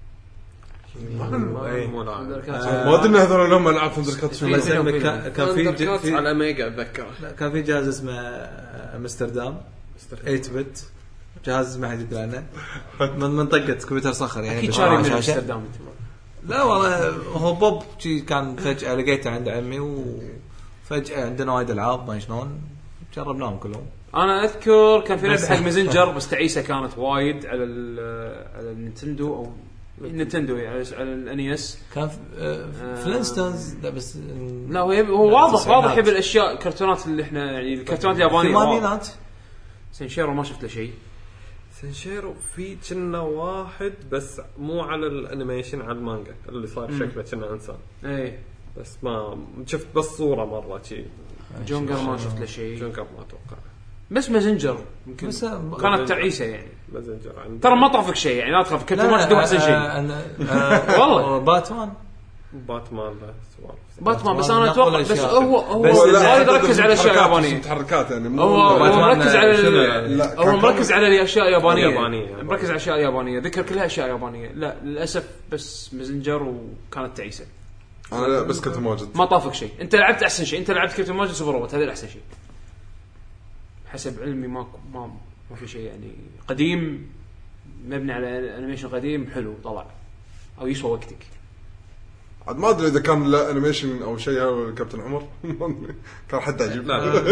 ما ادري هذول لهم العاب ثاندر كاتس. كان في على ميجا اتذكر. كان في جهاز اسمه امستردام 8 بت، جهاز ما حد يدري عنه من طقة كمبيوتر صخر يعني. اكيد شاري من امستردام. لا والله هو بوب كان فجأة لقيته عند عمي وفجأة عندنا وايد العاب ما شلون جربناهم كلهم. انا اذكر كان في لعبه حق مازنجر بس تعيسه كانت وايد على النينتندو او نينتندو على الانيس. كان فلينستونز لا بس لا هو واضح يحب الاشياء الكرتونات اللي احنا يعني الكرتونات اليابانيه. ثمانينات سنشيرو ما شفت له شيء. سنشيرو في كنا واحد بس مو على الانيميشن على المانجا اللي صار شكله كنا انسان. اي بس ما شفت بس صوره مره شيء. جونجر ما شفت له شيء. جونجر ما اتوقع بس مازنجر يمكن كانت تعيسه يعني. مازنجر ترى ما طافك شيء يعني لا تخاف كنت ما تدوم احسن شيء. والله باتمان بس انا اتوقع بس هو وايد ركز على الاشياء اليابانيه متحركات يعني. هو مركز على هو مركز على الاشياء اليابانيه. مركز على الاشياء اليابانيه ذكر كلها اشياء يابانيه. لا للاسف بس مازنجر وكانت تعيسه. انا لا بس كنت موجود ما طافك شيء. انت لعبت احسن شيء. انت لعبت كابتن ماجد سوبر روبوت هذا الاحسن شيء حسب علمي. ما في شيء يعني قديم مبني على انيميشن قديم حلو طلع او يسوى وقتك. عاد ما ادري اذا كان لا انيميشن او شيء هذا كابتن عمر كان حد عجيب. لا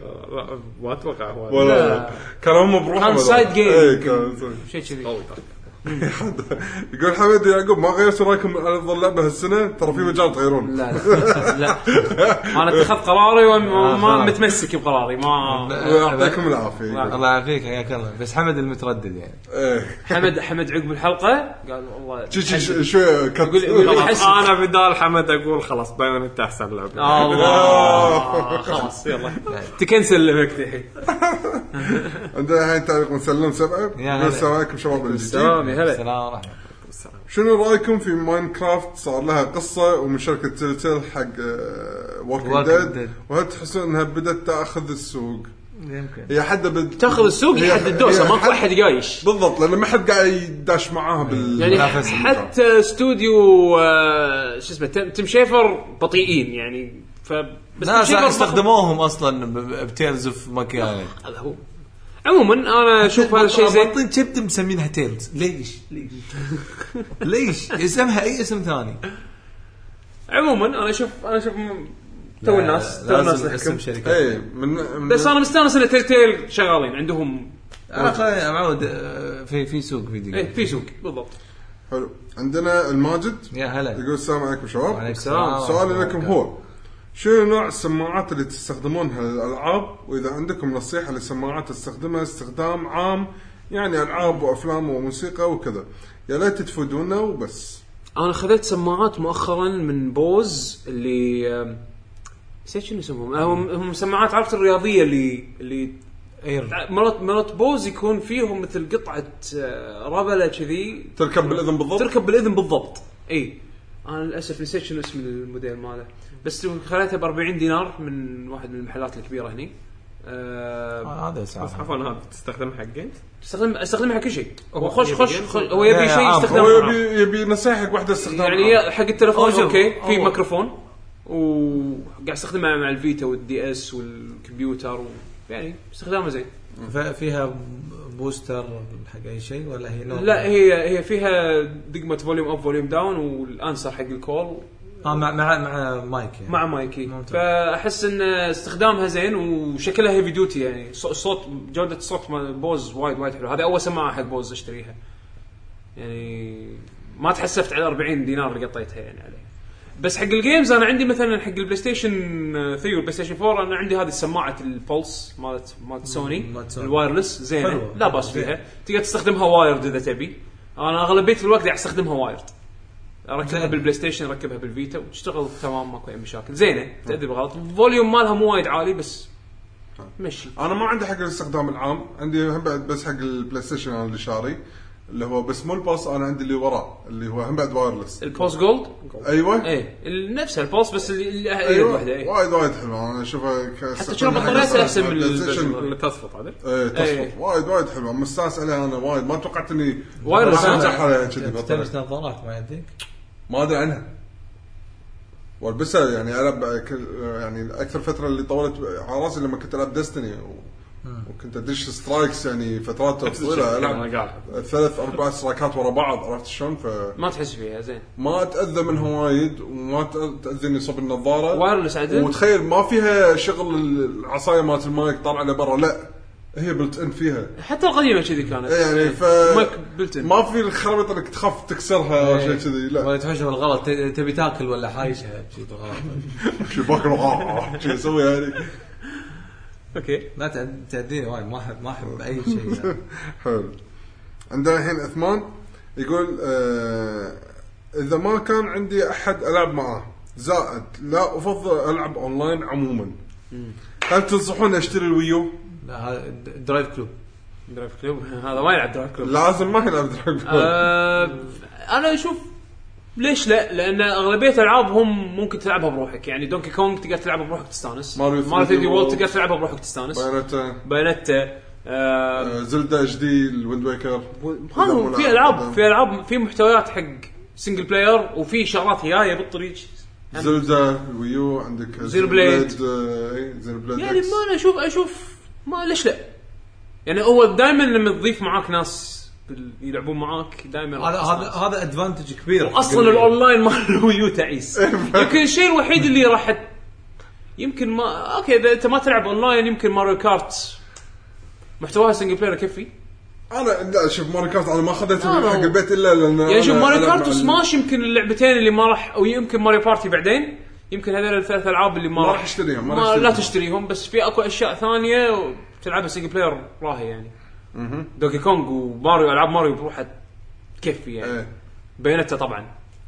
ما اتوقع هو ولا كان هم بروحهم كان سايد جيم كان شيء كذي قوي. يقول حمد يعقوب ما غيرت رايكم على اللعبه هالسنه ترى في مجال تغيرون. لا انا اتخذت قراري وما متمسك بقراري ما يعطيكم العافيه. الله يعافيك حياك الله. بس حمد المتردد يعني حمد عقب الحلقه قال والله شوي يقول انا بدال حمد اقول خلاص بايونيتا احسن لعبه. الله خلاص يلا تكنسل اللعبه الحين. عندنا الحين تعليق من سلم 7. السلام عليكم شباب السلام السلام ورحمه. شنو رايكم في ماينكرافت صار لها قصه ومن شركه تيلتيل حق ووركينج ديد وهل تحسون انها بدات تاخذ السوق؟ يمكن هي حد تاخذ السوق لحد الدوسه ماكو احد قايش بالضبط لان ما حد قاعد يداش معاها يعني حتى استوديو شو اسمه تيم شيفر بطيئين يعني بس استخدموهم اصلا بتيلز اوف ماكيان. هذا هو. عموما انا اشوف هذا الشيء زين. بطين شبت مسمينها تيلز ليش اسمها اي اسم ثاني. عموما انا اشوف تو الناس اسم شركه اي بس انا مستانس ان تيل شغالين عندهم معود في سوق فيديو في سوق بالضبط. حلو. عندنا الماجد يا هلا يقول السلام عليكم شباب. وعليكم السلام. سؤالي لكم هو شنو نوع السماعات اللي تستخدمونها للألعاب وإذا عندكم نصيحة لسماعات تستخدمها استخدام عام يعني ألعاب وأفلام وموسيقى وكذا يا ليت تفيدونا وبس. أنا خذيت سماعات مؤخرا من بوز اللي نسيت شنو اسمهم هم سماعات عرفت الرياضية اللي مرات بوز يكون فيهم مثل قطعة ربلة كذي تركب بالإذن بالضبط. إيه أنا للأسف نسيت شنو اسم الموديل ماله بس خليتها ب$40 من واحد من المحلات الكبيرة هني. هذا ساعة عفوا هذا تستخدمها حق جيمز استخدمها حق كل شيء. خش هو يبي شيء يستخدمه هو يبي نصيحة واحدة استخدام يعني حق التلفون اوكي في ميكروفون وقاعد استخدمه مع الفيتا والدي اس والكمبيوتر يعني استخدامه زين. فيها بوستر حق اي شيء ولا هي لا هي فيها دقمة فوليوم اب فوليوم داون والانسر حق الكول مع مايك يعني. مع مايكي فاحس ان استخدامها زين وشكلها هيفي دوتي يعني صوت جوده الصوت مال بوز وايد حلو. هذه اول سماعه حق بوز اشتريها يعني ما تحسفت على $40 اللي قطيتها يعني عليه. بس حق الجيمز انا عندي مثلا حق البلاي ستيشن 3 والبلاي ستيشن 4 انا عندي هذه السماعه البولس مالت سوني الوايرلس زينه لا باس فيها تقدر تستخدمها وايرد اذا تبي. انا اغلبيه الوقت قاعد استخدمها وايرد اركبها بالبلاي ستيشن اركبها بالفيتا وتشتغل تمام ماكو اي مشاكل زينه تأدي بالغلط. الفوليوم مالها مو وايد عالي بس مشي. انا ما عندي حق الاستخدام العام عندي هم بعد بس حق البلاي ستيشن انا اللي شاري اللي هو بس مو الباص انا عندي اللي وراه اللي هو هم بعد وايرلس الباص جولد ايوه ايه نفس الباص بس اللي أيوة. واحده ايه وايد حلو انا اشوفها حتى شنو بطاريتها احسن من اللي تصفط عادل تصفط وايد حلو مستانس عليها انا وايد ما توقعت اني وايرلس تلبس نظارات ما عندك ما ادري عنها والبسها يعني العب يعني اكثر فتره اللي طولت على راسي لما كنت العب ديستني وكنت ادش سترايكس يعني فترات طويله العب 3-4 سترايكات ورا بعض عرفت شلون ما تحس فيها زين ما تاذى منها وايد وما تاذيني صوب النظاره وايرلس عدل وتخيل ما فيها شغل العصايه مالت المايك طالعه لبرا لا هي بلت ان فيها حتى القديمه كذي كانت يعني ما في الخربطه انك تخاف تكسرها او شيء كذي لا ولا تحوش بالغلط تبي تاكل ولا حايشه شيء بالغلط شو باكل شو اسوي يعني اوكي لا تعديني وايد ما احب اي شيء يعني. حلو. عندنا الحين عثمان يقول اذا ما كان عندي احد العب معاه زائد لا افضل العب اونلاين عموما هل تنصحون اشتري الويو؟ لا درايف كلوب هذا ما يلعب درايف كلوب لازم ما يلعب درايف كلوب. انا اشوف ليش لا لان اغلبيه العابهم ممكن تلعبها بروحك يعني دونكي كونغ تقدر تلعبها بروحك تستانس ماريو 3 وورلد تقدر تلعبها بروحك تستانس بايونيتا زلدا اتش دي الويند ويكر في العاب في محتويات حق سنجل بلاير وفي شغلات جايه بالطريق زلدا الويو عندك زيرو بليد يعني ما انا اشوف ما ليش لا يعني هو دائما لما تضيف معاك ناس يلعبون معاك دائما هذا ادفانتج كبير اصلا الاونلاين مال الويو تعيس يمكن الشيء الوحيد اللي راح يمكن ما اوكي اذا انت ما تلعب اونلاين يمكن ماريو كارت محتواها سنجل بلاير يكفي انا لا شوف ماري كارت انا ما اخذته حق البيت الا لان يعني شوف ماري كارت وسماش يمكن اللعبتين اللي ما راح او يمكن ماري بارتي بعدين يمكن هذول الثلاث العاب اللي ما راح تشتريهم لا تشتريهم بس في اكو اشياء ثانيه تلعبها سينجل بلاير راهي يعني دوكي كونغ وماريو العاب ماريو بروحها كيف يعني بينته طبعا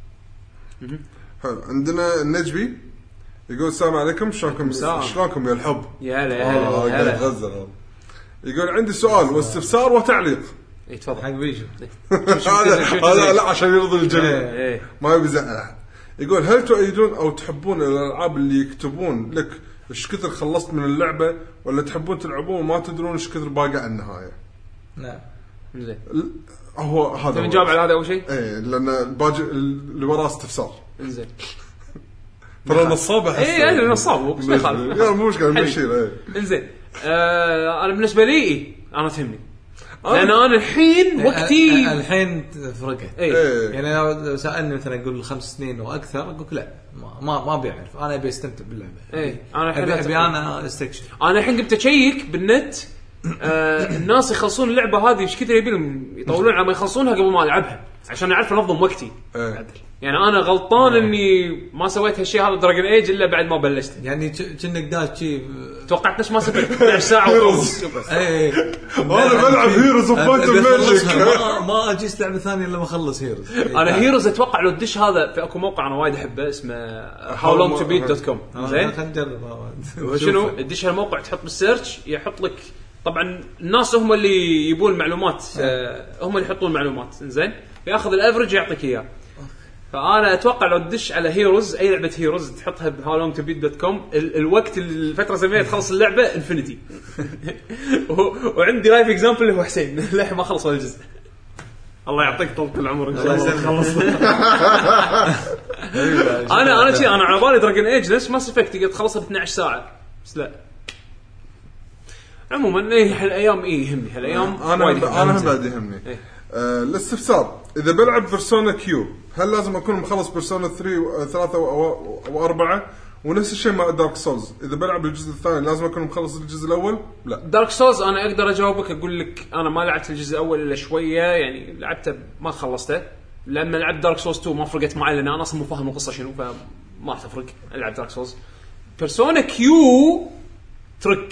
حلو. عندنا النجبي يقول السلام عليكم شلونكم يا الحب يا هلا غزه يقول عندي سؤال واستفسار وتعليق تفضل حق بيشو هذا لا عشان يرضي الجميع ما يبي يزعل احد يقول هل تؤيدون او تحبون الالعاب اللي يكتبون لك ايش كثر خلصت من اللعبه ولا تحبون تلعبون وما تدرون ايش كثر باقي على النهايه؟ نعم زين هو هذا نجاوب على هذا اول شيء لان الباقي اللي وراه استفسار زين ترى نصابه انا نصاب بس ما يخالف يا مو مشكله نمشي زين انا بالنسبه لي انا تهمني لان انا الحين وقتي الحين فرقت يعني لو سالني مثلا اقول 5 سنين واكثر اقول لا ما بيعرف انا ابي استمتع باللعبه انا الحين ابي انا استكشف انا الحين قمت اشيك بالنت الناس يخلصون اللعبه هذه ايش كثر يبيلهم يطولون على ما يخلصونها قبل ما العبها عشان اعرف انظم وقتي يعني انا غلطان اني ما سويت هالشيء هذا دراجون ايج الا بعد ما بلشت يعني كأنك داش شيء توقعت نفس ما سبت 12 ساعه ونص انا بلعب هيروز اوف مايت ماجيك ما اجيس لعبه ثانيه الا ما اخلص هيروز انا هيروز اتوقع لو تدش هذا في اكو موقع انا وايد احبه اسمه howlongtobeat.com زين خلينا نجرب وشنو تدش هالموقع تحط بالسيرش يحط لك طبعا الناس هم اللي يبون معلومات هم اللي يحطون معلومات زين ياخذ الافرج يعطيك اياه فانا اتوقع لو تدش على هيروز اي لعبه هيروز تحطها bhowlongtobeat.com الوقت الفتره الزمنيه تخلص اللعبه انفينيتي وعندي لايف اكزامبل اللي هو حسين للحين ما خلص ولا جزء الله يعطيك طول العمر ان شاء الله خلص انا على بالي دراجون ايج نفس ماس افكت تقدر تخلصها ب 12 ساعه بس لا عموما هالايام يهمني هالايام انا بعد يهمني الاستفسار اذا بلعب بيرسونا كيو هل لازم اكون مخلص بيرسونا 3 او 4 ونفس الشيء مع دارك سولز اذا بلعب الجزء الثاني لازم اكون مخلص الجزء الاول؟ لا دارك سولز انا اقدر اجاوبك اقول لك انا ما لعبت الجزء الاول الا شويه يعني لعبته ما خلصته لما لعبت دارك سولز 2 ما فرقت معي لان انا اصلا مو فاهم القصه شنو فما تفرق العب دارك سولز بيرسونا كيو ترك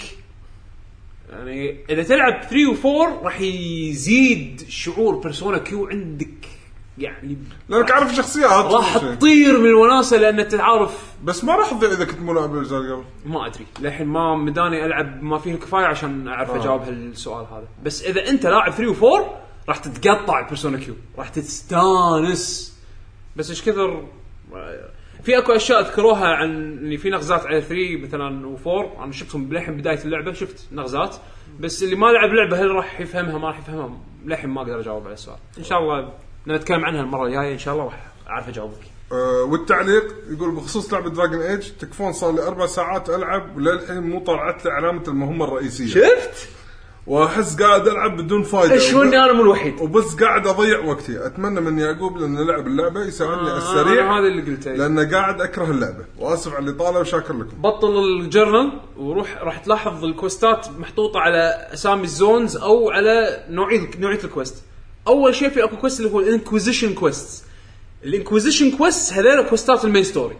يعني اذا تلعب 3 و4 راح يزيد شعور بيرسونا كيو عندك يعني لانك عارف الشخصيات راح تطير من الوناسه لان انت عارف بس ما راح تضيع اذا كنت مو لاعب الجزء قبل ما ادري للحين ما مداني العب ما فيه الكفايه عشان اعرف اجاوب هالسؤال هذا بس اذا انت لاعب 3 و4 راح تتقطع بيرسونا كيو راح تستانس بس ايش كثر في اكو اشياء اذكروها عن اني في نغزات على 3 مثلا و4 انا شفتهم للحين بدايه اللعبه شفت نغزات بس اللي ما لعب لعبه هل راح يفهمها ما راح يفهمها للحين ما اقدر اجاوب على السؤال ان شاء الله نتكلم عنها المره الجايه ان شاء الله راح اعرف اجاوبك والتعليق يقول بخصوص لعبه دراجون ايج تكفون صار لي 4 ساعات العب وللحين مو طلعت لي علامه المهمه الرئيسيه شفت واحس قاعد العب بدون فائده ايش هو اني انا مو الوحيد وبس قاعد اضيع وقتي اتمنى من يعقوب لان لعب اللعبه يساعدني السريع هذا اللي قلته لان قاعد اكره اللعبه واسف على اللي طالع وشاكر لكم بطل الجورنال وروح راح تلاحظ الكوستات محطوطه على اسامي الزونز او على نوعيه الكوست اول شيء في اكو كوست اللي هو الانكويزيشن كويست الانكويزيشن كويست هذول كوستات المين ستوري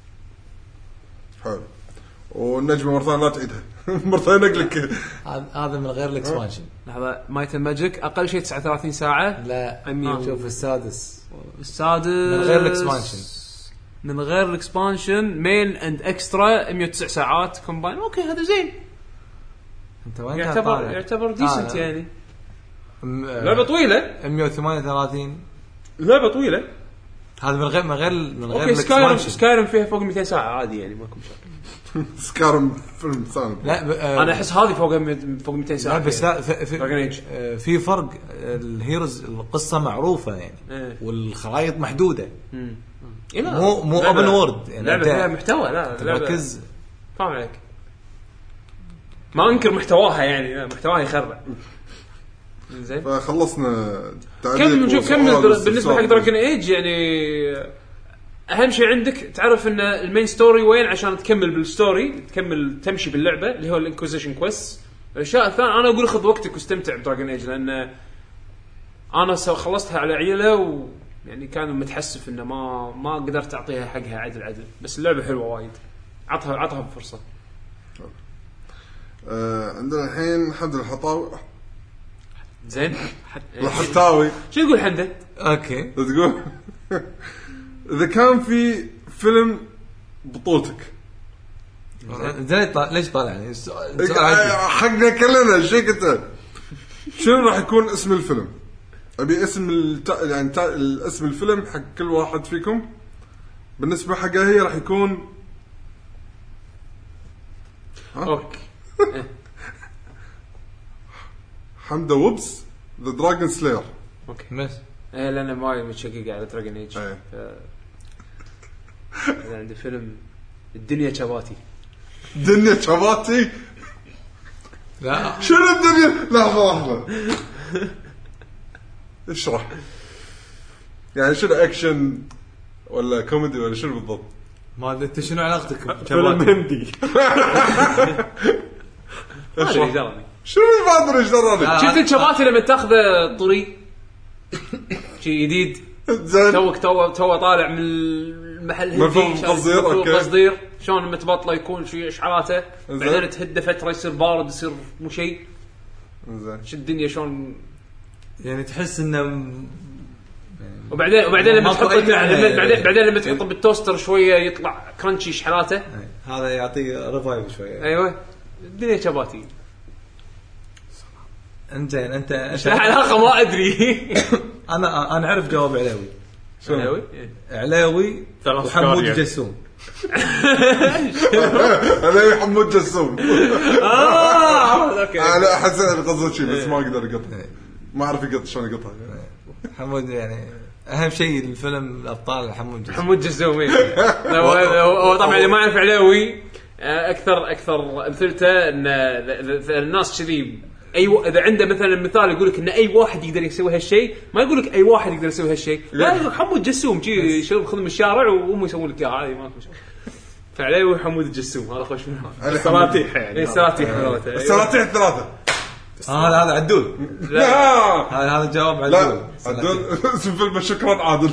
حلو والنجمه مره ثانيه لا تعيدها مره ثانيه نقلك هذا من غير الاكسبانشن لحظه مايت الماجيك اقل شيء 39 ساعه لا شوف السادس من غير الاكسبانشن من غير الاكسبانشن مين اند اكسترا 109 ساعات كومباين اوكي هذا زين انت وين يعتبر ديسنت يعني لعبه طويله 138 لعبه طويله هذا من غير اوكي سكايرم فيها فوق 200 ساعه عادي يعني ماكو مشكله سكارم فيلم ثاني لا انا احس هذه فوق 200 ساعه لا بس لا في فرق الهيروز القصه معروفه يعني والخرائط محدوده مو اوبن وورد يعني لعبه فيها محتوى لا تركز فاهم عليك ما انكر محتواها يعني محتواها يخرع زين فخلصنا كمل بالنسبه حق دراجون ايج يعني اهم شيء عندك تعرف ان المين ستوري وين عشان تكمل بالستوري تكمل تمشي باللعبه اللي هو الانكويزيشن كويست الاشياء الثانيه انا اقول خذ وقتك واستمتع بدراجون ايج لان انا خلصتها على عيله يعني كانوا متحسف انه ما قدرت اعطيها حقها عدل بس اللعبه حلوه وايد عطها فرصه. عندنا الحين حمد الحطاوي زين الحطاوي شو يقول حمد؟ اوكي تقول اذا كان في فيلم بطولتك زين ليش طالعني حقنا كلنا ايش انت شنو راح يكون اسم الفيلم؟ ابي اسم يعني اسم الفيلم حق كل واحد فيكم. بالنسبه حقها هي راح يكون اوكي حمد ووبس ذا دراجون سلاير. اوكي بس لأن ما متشقق على دراجون ايج. عندي فيلم الدنيا شباتي. دنيا شباتي؟ لا شنو الدنيا؟ لحظة اشرح يعني شنو اكشن ولا كوميدي ولا شنو بالضبط؟ ما ادري انت شنو علاقتك فيلم هندي. شنو ما ادري ايش دراني. شفت الشباتي لما تاخذه طري شيء جديد تو طالع من المحل هندي تصدير شلون لما تبطله يكون شيء اشعاراته بعدين تهده فتره يصير بارد يصير مو شيء زين. شو الدنيا شلون يعني تحس انه وبعدين لما تحطه بعدين لما تحطه بالتوستر شويه يطلع كرانشي اشعاراته هذا يعطي ريفايف شويه. ايوه الدنيا شباتي. انزين انت الحلقه ما ادري. انا اعرف جواب علاوي. علاوي وحمود جسوم. علاوي حمود جسوم. اوكي انا احس قصدي شيء بس ما اقدر اقطع ما اعرف يقطع شلون يقطع. حمود يعني اهم شيء الفيلم الابطال حمود جسوم. هو طبعا اللي ما يعرف علاوي اكثر امثلته ان الناس كذي اذا عنده مثلا مثال يقول لك ان اي واحد يقدر يسوي هالشيء ما يقول لك اي واحد يقدر يسوي هالشيء لا يقول حمود جسوم شيء شغل خدم الشارع وهم يسوون لك اياه هذه ما في شيء. فعليه حمود الجسوم هذا خوش منه السلاتيح يعني السلاتيح ثلاثه هذا عدول. هذا جواب عدول. عدول اسم فيلم شكرا عادل.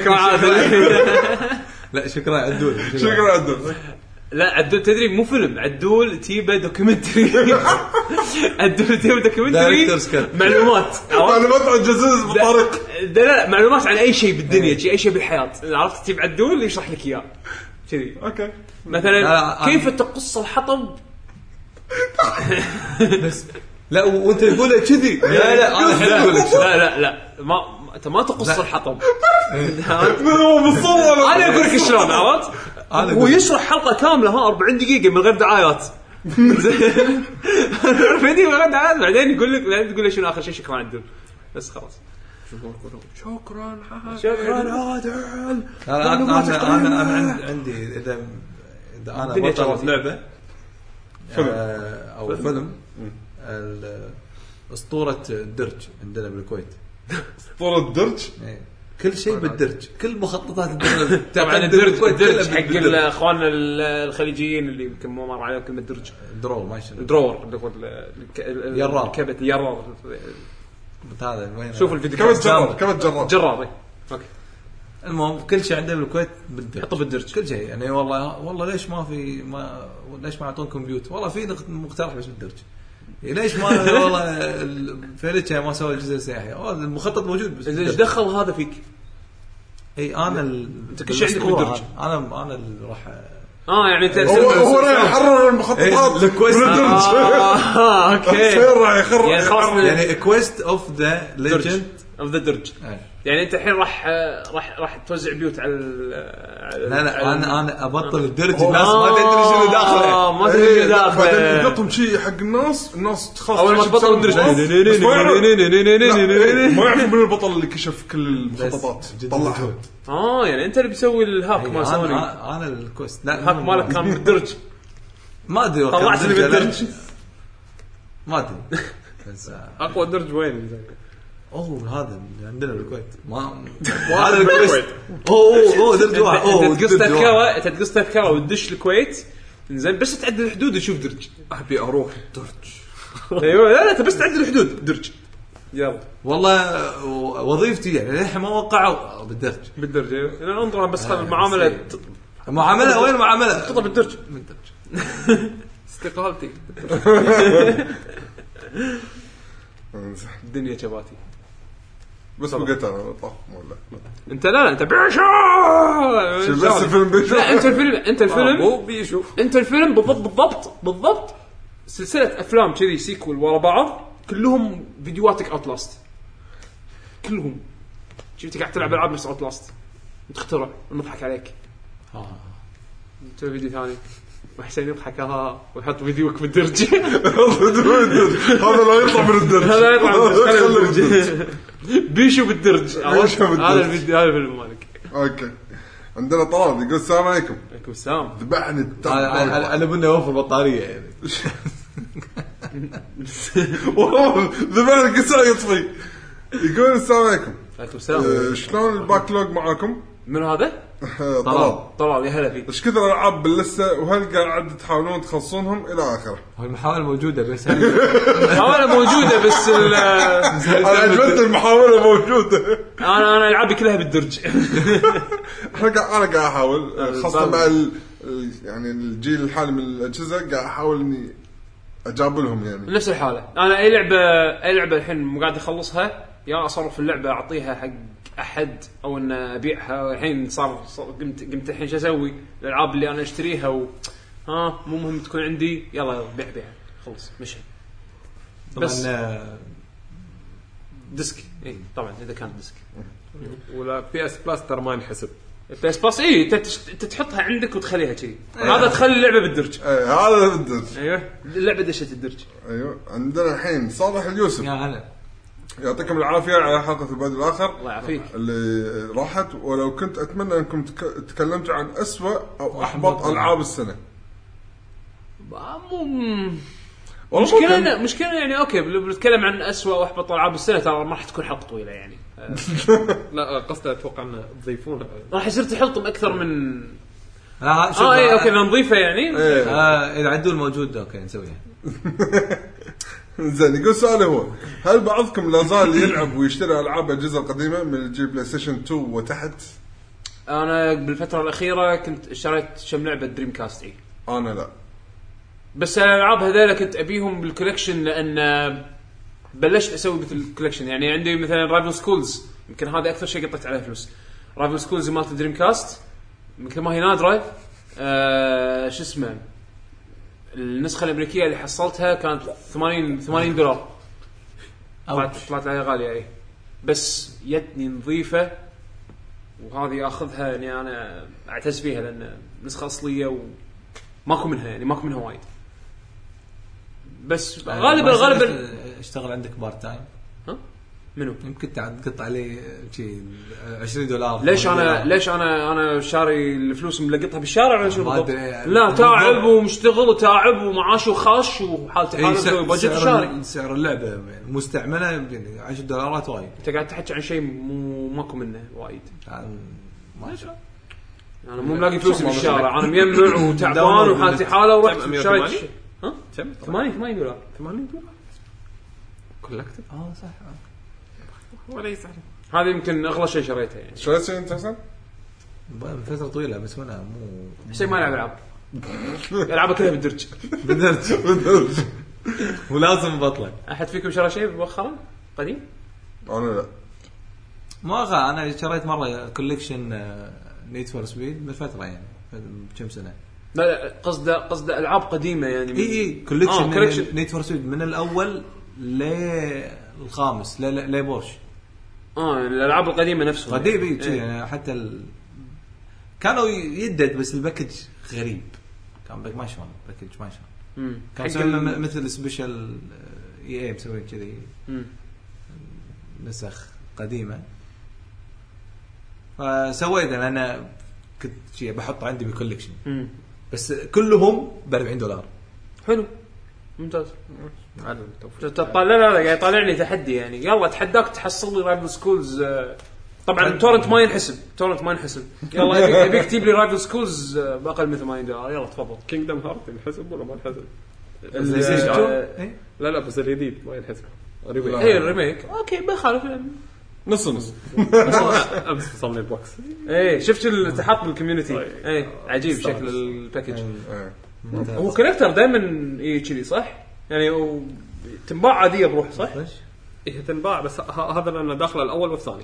لا شكرا عدول. لا عدول تدري مو فيلم عدول تيبه دوكيومنتري. عدول تيبه دوكيومنتري معلومات عن جزء بالطريق. لا معلومات عن اي شيء بالدنيا اي شيء بالحياه عرفت تجيب عدول يشرح لك اياه كذي. اوكي مثلا كيف تقص الحطب بس لا وانت تقول كذي لا ما انت ما تقص الحطب. انا اقول لك شلون عرفت هو يشرح حلقه كامله 40 دقيقه من غير دعايات. زين 40 دقيقه من غير دعايات بعدين يقول لك بعدين تقول لي شنو اخر شيء شكرا عدل بس خلاص شكرا عادل. انا عندي اذا انا بطل لعبه او فيلم اسطوره الدرج عندنا بالكويت. اسطوره الدرج كل شيء بالدرج كل مخططات الدرج. طبعا الدرج حق اخواننا الخليجيين اللي يمكن ما مر عليهم كلمه درج درور ما يشنو درور يرار كبت يرار هذا وين شوف الفيديو كم جرار. اوكي المهم كل شيء عندنا بالكويت بالدرج حطوا بالدرج كل شيء يعني والله ليش ما يعطونكم بيوت والله في مقترح بس بالدرج ليش ما والله فيلتشا ما سوى الجزء السياحي المخطط موجود بس ايش دخل هذا فيك؟ اي انا انت كل شيء عندك بالدرج انا اللي راح يعني انت هو راح يحرر المخططات الكويست اوكي راح يخرج يعني كويست اوف ذا ليجند اوف ذا درج. يعني انت الحين راح توزع بيوت على لا انا ابطل الدرج الناس ما تدري شنو داخله ما تدري داخله بعدين يحطهم شيء حق الناس تخاف اول ما تبطل الدرج ما يعرف من البطل اللي كشف كل المخططات طلعها. يعني انت اللي بيسوي الهاك ما سوني. انا الكوست لا الهاك مالك كان بالدرج ما ادري طلعت لي بالدرج ما ادري بس اقوى درج وين هذا عندنا بالكويت ما هذا الكويت درج واحد تقص تذكره وتدش الكويت زين بس تعدل الحدود تشوف درج. ابي اروح الدرج. ايوه لا انت بس تعدل الحدود درج يلا والله وظيفتي يعني للحين ما وقعوا بالدرج انا انظر بس المعامله وين معامله تطلب بالدرج استقالتي الدنيا جباتي بس بقيت انا طاف ولا انت لا انت بيشو بس الفيلم بيشو لا انت الفيلم مو بيشو انت الفيلم بالضبط سلسله افلام كذي سيكول ورا بعض كلهم فيديوهاتك اوتلاست كلهم شفت قاعد تلعب العاب نفس اوتلاست تخترع ونضحك عليك تسوي فيديو ثاني وحسين يضحك ويحط فيديوك بالدرج هذا لا يطلع من الدرج بيشو بالدرج هذا الفيديو هذا الفيلم مالك. اوكي عندنا طلال يقول السلام عليكم. عليكم السلام. ذبحني انا بدنا نوفر البطاريه يعني والله ذبحني قصه يطفي. يقول السلام عليكم. عليكم السلام. شلون الباكلوج معاكم؟ من هذا؟ طلال يا هلا فيك. ايش كثر العاب باللسه وهل قاعد تحاولون تخلصونهم الى اخره؟ المحاوله موجوده بس المحاوله موجوده بس انا عجبتني المحاوله موجوده. انا العابي كلها بالدرج. انا قاعد احاول خاصه مع يعني الجيل الحالي من الاجهزه قاعد احاول اني اجاب لهم يعني نفس الحاله. انا اي لعبه الحين مو قاعد اخلصها يا اصرف اللعبه اعطيها حق احد او ان ابيعها. الحين صار قمت الحين شو اسوي الالعاب اللي انا اشتريها مو مهم تكون عندي يلا بيع خلص مشي. بس ديسك اي طبعا اذا كان ديسك ولا بي اس بلس ترى ما ينحسب. بس بس انت تحطها عندك وتخليها كذي. هذا تخلي اللعبه بالدرج. هذا بالدرج. ايوه اللعبه دشت الدرج. ايوه عندنا الحين صالح اليوسف. يا هلا يعطيكم العافيه على حلقه البعد الاخر. الله يعافيك. اللي راحت ولو كنت اتمنى انكم تكلمتوا عن أسوأ او احبط العاب السنه. مشكلة يعني اوكي بنتكلم عن أسوأ واحبط العاب السنه ترى ما راح تكون حلقه طويله يعني. لا قصدي اتوقع ان تضيفونها راح يصير تحلطم اكثر من اي اوكي نضيفه يعني. اذا عدول موجود اوكي نسويها. زين يقول سؤال هو هل بعضكم لا زال يلعب ويشتري العاب الاجهزه القديمه من الجيل بلاي ستيشن 2 وتحت؟ انا بالفتره الاخيره كنت اشتريت كم لعبه دريم كاست. انا لا بس الالعاب هذول كنت ابيهم بالكولكشن لان بلشت اسوي مثل الكولكشن يعني. عندي مثلا رايفل سكولز يمكن هذا اكثر شيء قطعت عليه فلوس. رايفل سكولز مالت دريم كاست مثل ما هي نادره شو اسمه النسخه الامريكيه اللي حصلتها كانت $80 طلعت عليها غاليه اي بس يتني نظيفه وهذه اخذها يعني انا اعتز فيها لان نسخه اصليه وماكو منها وايد. بس غالبا اشتغل عندك بارت تايم. منو يمكن تقطع عليه شيء $20. ليش انا شاري الفلوس ملقطها بالشارع ولا شو بالضبط؟ لا تعب ومشتغل وتعب ومعاش وخاش وحالتي حاله بجيب شاري. سعر اللعبه مستعمله يعني $10 وايد. انت قاعد تحكي عن شيء ماكو منه وايد. ما شاء انا مو ملاقي فلوس بالشارع. انا ميمنع وتعبان وحالتي حاله ورحت شاري. $80 كولكتيف. صح ولا يسعر. هذه يمكن اغلى شيء شريته يعني. شريت انت حسن؟ فتره طويله بس انا مو شيء ما يلعب العاب كلها بالدرج. ولازم بطلع. احد فيكم شرى شيء مؤخرا قديم؟ انا لا ما انا شريت مره كولكشن نيد فور سبيد بالفتره يعني كم سنه. لا قصد العاب قديمه يعني. اي كولكشن نيد فور سبيد من الاول للخامس لا بورش. الالعاب القديمه نفسها قديمه يعني حتى كانوا يدد بس الباكج غريب. كان ما شلون باكج ما شلون كان مثل سبيشال اي مسوي كذي نسخ قديمه. فسويت انا كنت شيء بحط عندي بالكولكشن بس كلهم $40. حلو ممتاز. لا قاعد يطالعني تحدي يعني. يلا اتحداك تحصل لي رايفل سكولز. طبعا تورنت ما ينحسب. يلا ابيك تجيب لي رايفل سكولز باقل من $80. يلا تفضل. كينغدم هارت ينحسب ولا ما ينحسب؟ لا بس الجديد ما ينحسب. اي الريميك اوكي ما يخالف نص امس وصلني البوكس. ايه شفت التحط بالكوميونتي ايه عجيب شكل الباكج. هو كونكتر دائما كذي صح يعني تنباع عاديه بروح صح؟ هي تنباع بس هذا لانه داخل الاول والثاني.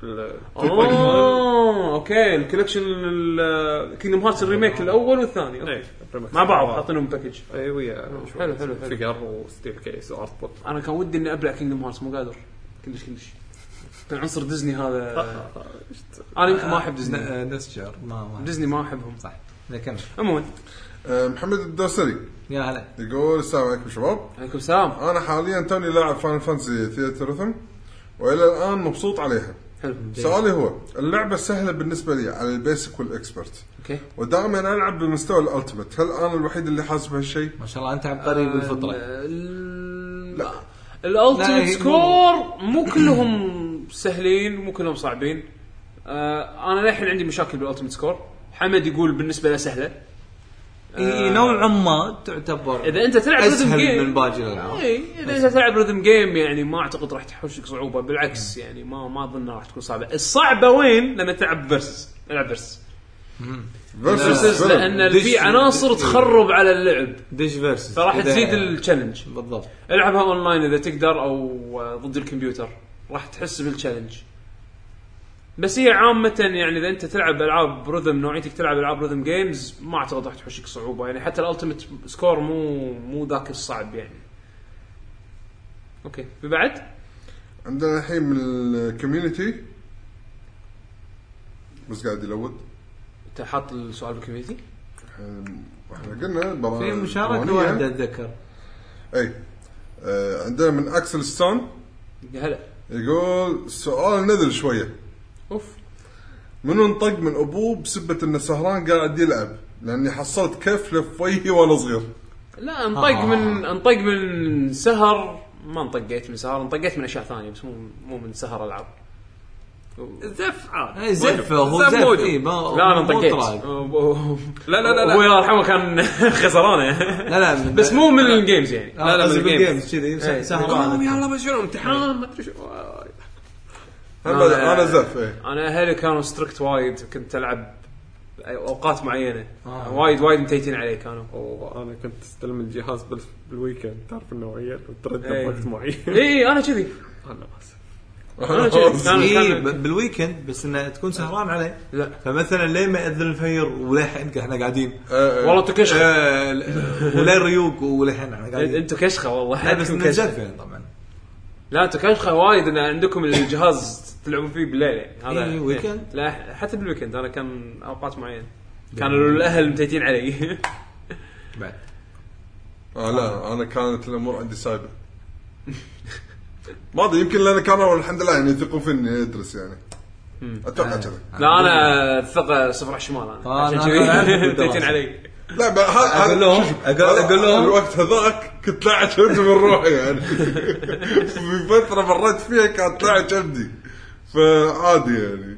اوكي الكولكشن كينجدم هارتس الريميك الاول والثاني ايه مع بعض حاطينهم باكج. اي ويا حلو فيجر وستيل كيس وارت بوك. انا كان ودي اني ابلع كينجدم هارتس مو قادر كلش كان عنصر ديزني هذا. انا يمكن ما احب ديزني نسجر ما ديزني ما احبهم صح لكن عموما. محمد الدوسري يا هلا يقول السلام عليكم شباب. عليكم السلام. انا حاليا توني لاعب فاينل فانتسي ثياتر ريثم والى الان مبسوط عليها. حلو. سؤالي هو اللعبه سهله بالنسبه لي على البيسك والاكسبرت اوكي ودائما العب بمستوى الالتيميت. هل انا الوحيد اللي حاسس بهالشيء؟ ما شاء الله انت عبقري بالفطره. لا الالتيميت سكور مو كلهم سهلين مو كلهم صعبين. انا للحين عندي مشاكل بالالتيميت سكور. حمد يقول بالنسبه له سهله. نوعا ما تعتبر اذا انت تلعب ريذم جيم من باقي الالعاب. اذا انت تلعب ريذم جيم يعني ما اعتقد راح تحوشك صعوبه بالعكس يعني ما اظن راح تكون صعبه. الصعبه وين لما تلعب فيرسس العب فيرسس لان في عناصر تخرب على اللعب ديش فيرسس فراح تزيد التشالنج بالضبط. العبها اونلاين اذا تقدر او ضد الكمبيوتر راح تحس بالتشالنج. بس هي عامة يعني إذا أنت تلعب ألعاب ريذم نوعيتك تلعب ألعاب ريذم جيمز ما أعتقد راح تحوشك صعوبة يعني حتى الألتيميت سكور مو ذاك الصعب يعني. أوكي في بعد عندنا الحين من الكوميونتي بس قاعد يلود. أنت حاط السؤال بالكوميونتي احنا قلنا في مشاركة واحدة أتذكر. أي عندنا من أكسل ستون هلا يقول سؤال نذل شوية. اوف منو انطق من ابوه بسبه انه سهران قاعد يلعب لاني حصلت كيف لفويه وانا صغير. لا انطق من سهر ما انطقيت من سهر انطقيت من اشياء ثانيه بس مو من سهر العاب. زف عاد زف هو زف اي ما لا انا انطقيت لا هو يرحمه كان خسرانه لا بس مو من الجيمز يعني لا من الجيمز كذي سهران يلا بشرو امتحان ما ادري شو. انا زف انا اهلي كانوا ستريكت وايد كنت العب اوقات معينه وايد متيتين عليه كانوا. انا كنت استلم الجهاز بالويكند تعرف النوعيه وترد بوقت معين. اي انا كذي انا بالويكند بس انه تكون سهران عليه. لا فمثلا ليه ما يأذن الفير ولحين احنا قاعدين والله انتوا كشخه ولا الريوق ولحين احنا قاعدين انتوا كشخه والله بس نزف يعني طبعا. لا انتوا كشخه وايد ان عندكم الجهاز تلعبوا فيه بالليل يعني هذا ويكند. لا حتى بالويكند انا كان اوقات معينه كانوا الاهل متيتين علي بعد. لا انا كانت الامور عندي سايبه ما ادري يمكن لان كانوا الحمد لله يعني يثقوا فيني ادرس يعني اتوقع كذا. لا انا الثقه صفر على الشمال انا عشان كذي متيتين علي. لا اقول لهم الوقت هذاك كنت لاعب جلدي من روحي يعني في فتره مريت فيها كانت لاعب جلدي فعادي يعني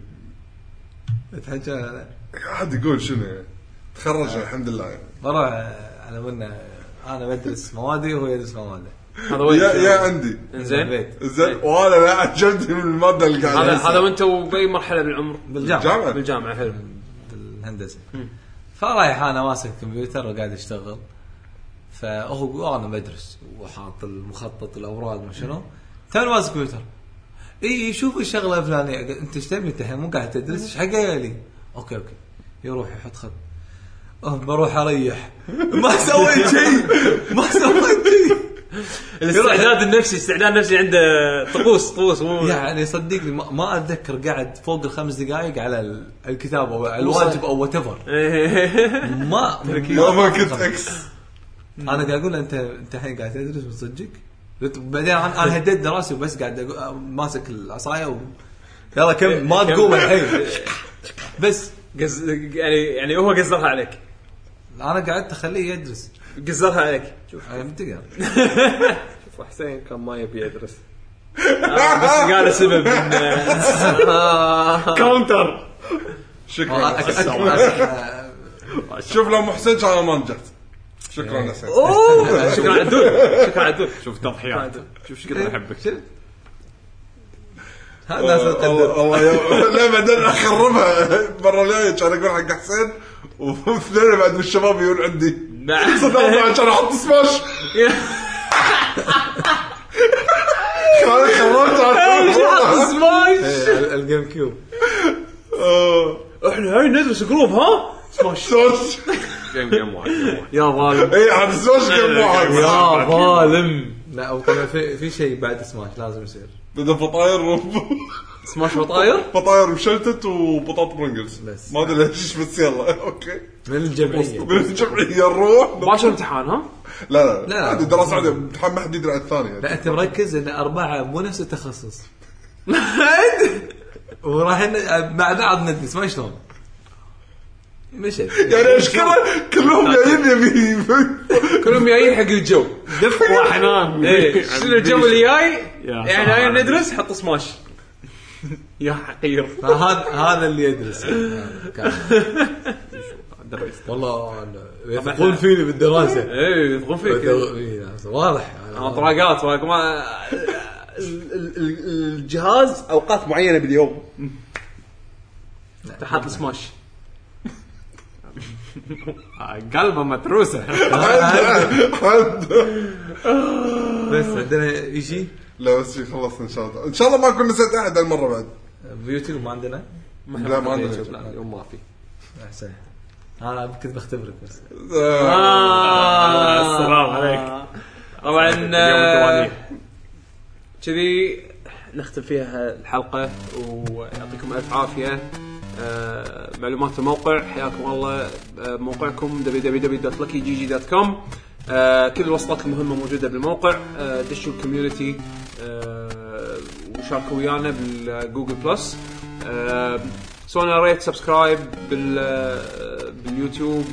تحكي عادي يقول شنو يعني تخرج الحمد لله يعني بروح على ونا انا بدرس موادي وهو يدرس مواده. هذا يا عندي زين وانا لاعب جلدي من الماده اللي قاعد هذا وانتوا باي مرحله بالعمر بالجامعه حلو بالهندسه. فرايح انا ماسك الكمبيوتر وقاعد اشتغل فهو انا بدرس وحاط المخطط الاوراق ما شنو ثاني ماسك الكمبيوتر اي شوف الشغله الفلانيه انت ايش تبي انت مو قاعد تدرس ايش حقه لي اوكي يروح يحط خط بروح اريح ما سويت شيء الاستعداد النفسي عنده طقوس يعني صدقني ما اتذكر قاعد فوق ال5 دقائق على الكتاب او الواجب او واتيفر ما كنت اكس. انا قاعد اقول انت الحين قاعد تدرس وتصدق بعدين انا هديت راسي وبس قاعد ماسك العصايه يلا كم ما تقوم الحين بس يعني هو قصرها عليك. انا قاعد اخليه يدرس قصرها عليك. شوف تقدر شوف حسين كان ما يبي يدرس بس قال سبب شكرا. شوف لو محسن كان ما نجحت شكرا حسين. شكرا عدول. شكرا عدول. شوف تضحيات شوف ايش قدر احبك هذا ناس تقدر الله لا بعدين اخربها المره الجايه كان اقول حق حسين واثنين بعد من الشباب يقول عندي صدق عشان احط سماش خربت حط سماش الجيم كيوب. احنا هاي ندرس جروب ها سماش جيم واحد يا ظالم. اي عن سماش جيم واحد يا ظالم. لا وطبعا في شيء بعد سماش لازم يصير بدأ فطاير سماش فطاير مشلتت وبطاطا برينجلز ما ادري ليش بس يلا اوكي من الجمعيه نروح مباشر امتحان ها. لا هذه دراسه عاديه امتحان ما حد يدري على الثانيه. لا انت مركز ان 4 مو نفس التخصص وراح مع بعض ندرس ما شلون مشت يعني اشكره كلهم جايين كلهم جايين حق الجو دف وحنان. شنو الجو اللي جاي يعني هاي ندرس حط سماش يا حقير. هذا اللي يدرس والله يثقون فيني بالدراسه. ايه يثقون فيك واضح طراقات ما الجهاز اوقات معينه باليوم تحط سماش قلبه متروسه. بس عندنا يجي لا بس خلصنا ان شاء الله ما كنا نسيت احد المره بعد بيوتيوب ما عندنا. لا ما عندنا لا اليوم ما في. احسن انا كنت بختبرك بس. السلام عليك. طبعا كذي نختم فيها الحلقه ويعطيكم الف عافيه. معلومات الموقع حياكم الله. موقعكم www.luckygg.com. كل الوصلات المهمة موجودة بالموقع. دشوا الكوميونتي وشاركوا ويانا بالجوجل بلس. سوينا ريت سبسكرايب باليوتيوب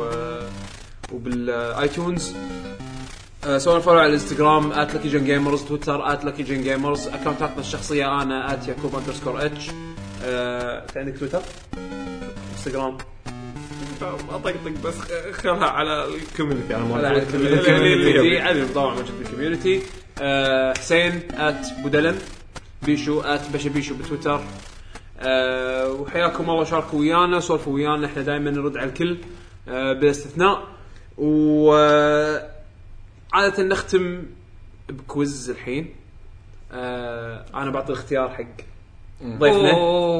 وبالايتونز. سوينا فولو على الانستغرام @luckygengamers تويتر @luckygengamers. اكونتاتنا الشخصية انا @yakub_h. عندك تويتر انستغرام اطقطق بس خلها على الكوميونتي. انا على الكوميونتي عادي طبعا موجود بالكوميونتي. حسين @بودلم بيشو @بشبيشو بتويتر. وحياكم الله شاركوا ويانا سولفوا ويانا احنا دائما نرد على الكل بلا استثناء. وعادة نختم بكويز الحين. انا بعطي الاختيار حق ضيفنا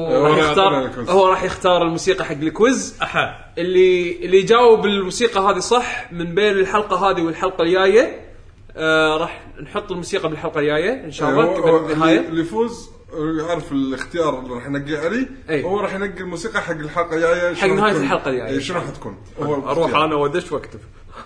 هو راح يختار الموسيقى حق الكويز. اللي يجاوب الموسيقى هذه صح من بين الحلقة هذه والحلقة الجاية راح نحط الموسيقى بالحلقة الجاية إن شاء الله. بالنهاية اللي يفوز يعرف الاختيار اللي راح ننقي عليه. هو راح ينقي الموسيقى حق الحلقة الجاية حق نهاية الحلقة الجاية شنو راح تكون. اروح انا ودش واكتب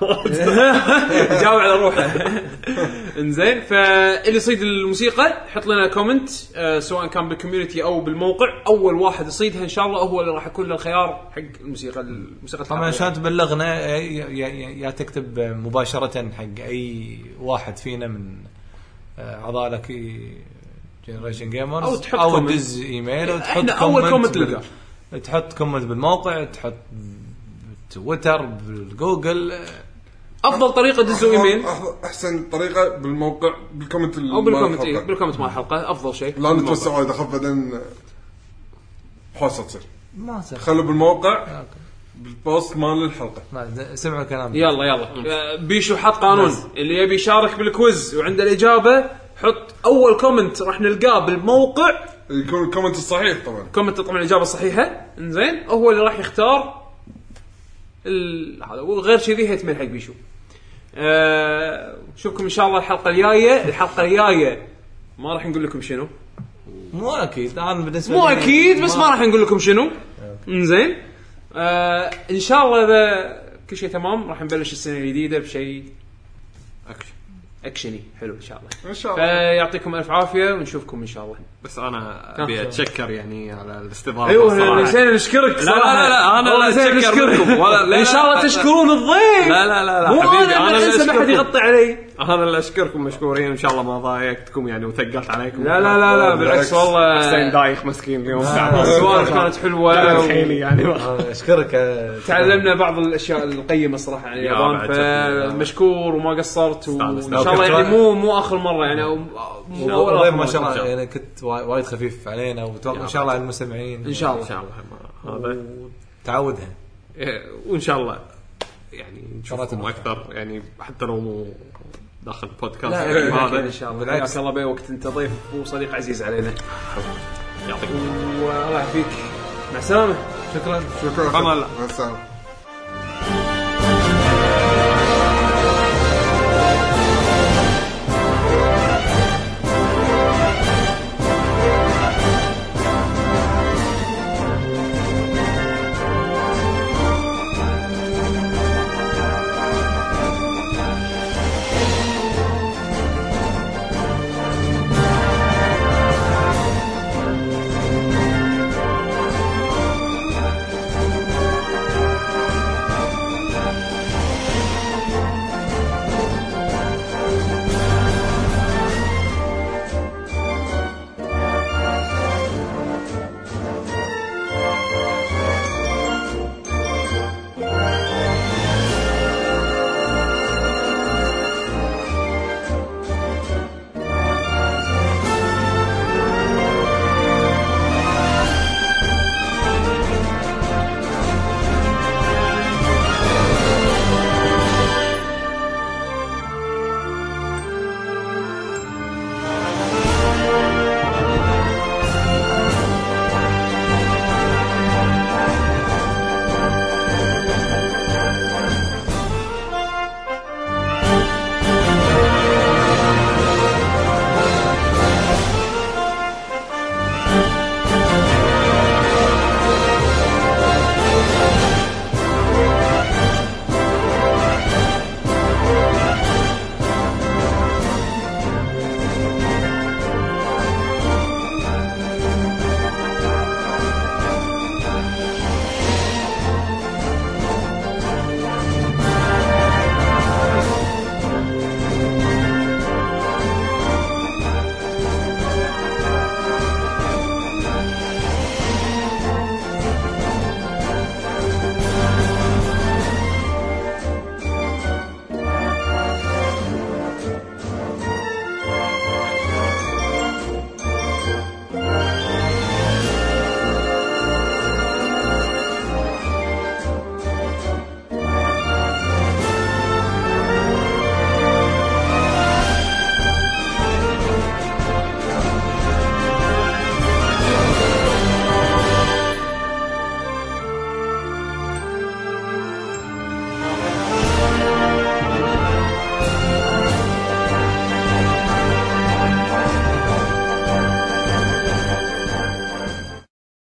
جاوب على روحه. انزين فاللي يصيد الموسيقى حط لنا كومنت سواء كان بالكوميونتي او بالموقع. اول واحد يصيدها ان شاء الله هو اللي راح يكون له الخيار حق الموسيقى طبعا عشان تبلغنا يا تكتب مباشرة حق اي واحد فينا من اعضاء لكي جنريشن جيمرز او تدز ايميل وتحط اول كومنت تلقاه. تحط كومنت بالموقع تحط تويتر بالجوجل. افضل طريقه دزوا ايميل احسن طريقه بالموقع بالكومنت او بالكومنت مال الحلقه افضل شيء. لا نتوسع وايد اخف بعدين حوسه تصير ما صار. خلوا بالموقع بالبوست مال الحلقه. ما سمعوا كلام. يلا بيشو حط قانون اللي يبي يشارك بالكويز وعنده الاجابه حط اول كومنت راح نلقاه بالموقع يكون الكومنت الصحيح. طبعا كومنت طبعا الاجابه الصحيحه انزين هو اللي راح يختار هذا. وغير كذي هيتميل حق بيشو. نشوفكم ان شاء الله الحلقه الجايه ما راح نقول لكم شنو. مو اكيد انا بالنسبه مو اكيد بس ما راح نقول لكم شنو. انزين ان شاء الله اذا كل شيء تمام راح نبلش السنه الجديده بشيء اكشني حلو ان شاء الله. فيعطيكم الف عافيه ونشوفكم ان شاء الله. بس انا ابي اتشكر يعني على الاستضافه. ايوه نسينا نشكرك صراحه. لا انا لا اتشكر منكم ولا ان شاء الله تشكرون الضيف. لا مو انا لسه ما حد يغطي علي. انا اللي اشكركم مشكورين ان شاء الله ما ضايقتكم يعني وثقلت عليكم. لا بالعكس والله حسين دايخ مسكين اليوم السؤال كانت حلوه خيلي يعني اشكرك تعلمنا بعض الاشياء القيمه صراحه عن اليابان فمشكور وما قصرت وان شاء الله يعني مو اخر مره يعني والله ما شاء الله يعني كنت وايد خفيف علينا وتوقع ان شاء الله على المستمعين ان شاء الله هذا تعودها وان شاء الله يعني نشوفكم اكثر يعني حتى لو مو داخل بودكاست هذا ان شاء الله. حياك الله بوقت انت ضيف وصديق عزيز علينا. يعطيكم الله يعافيك. مع السلامه. شكرا مع السلامه.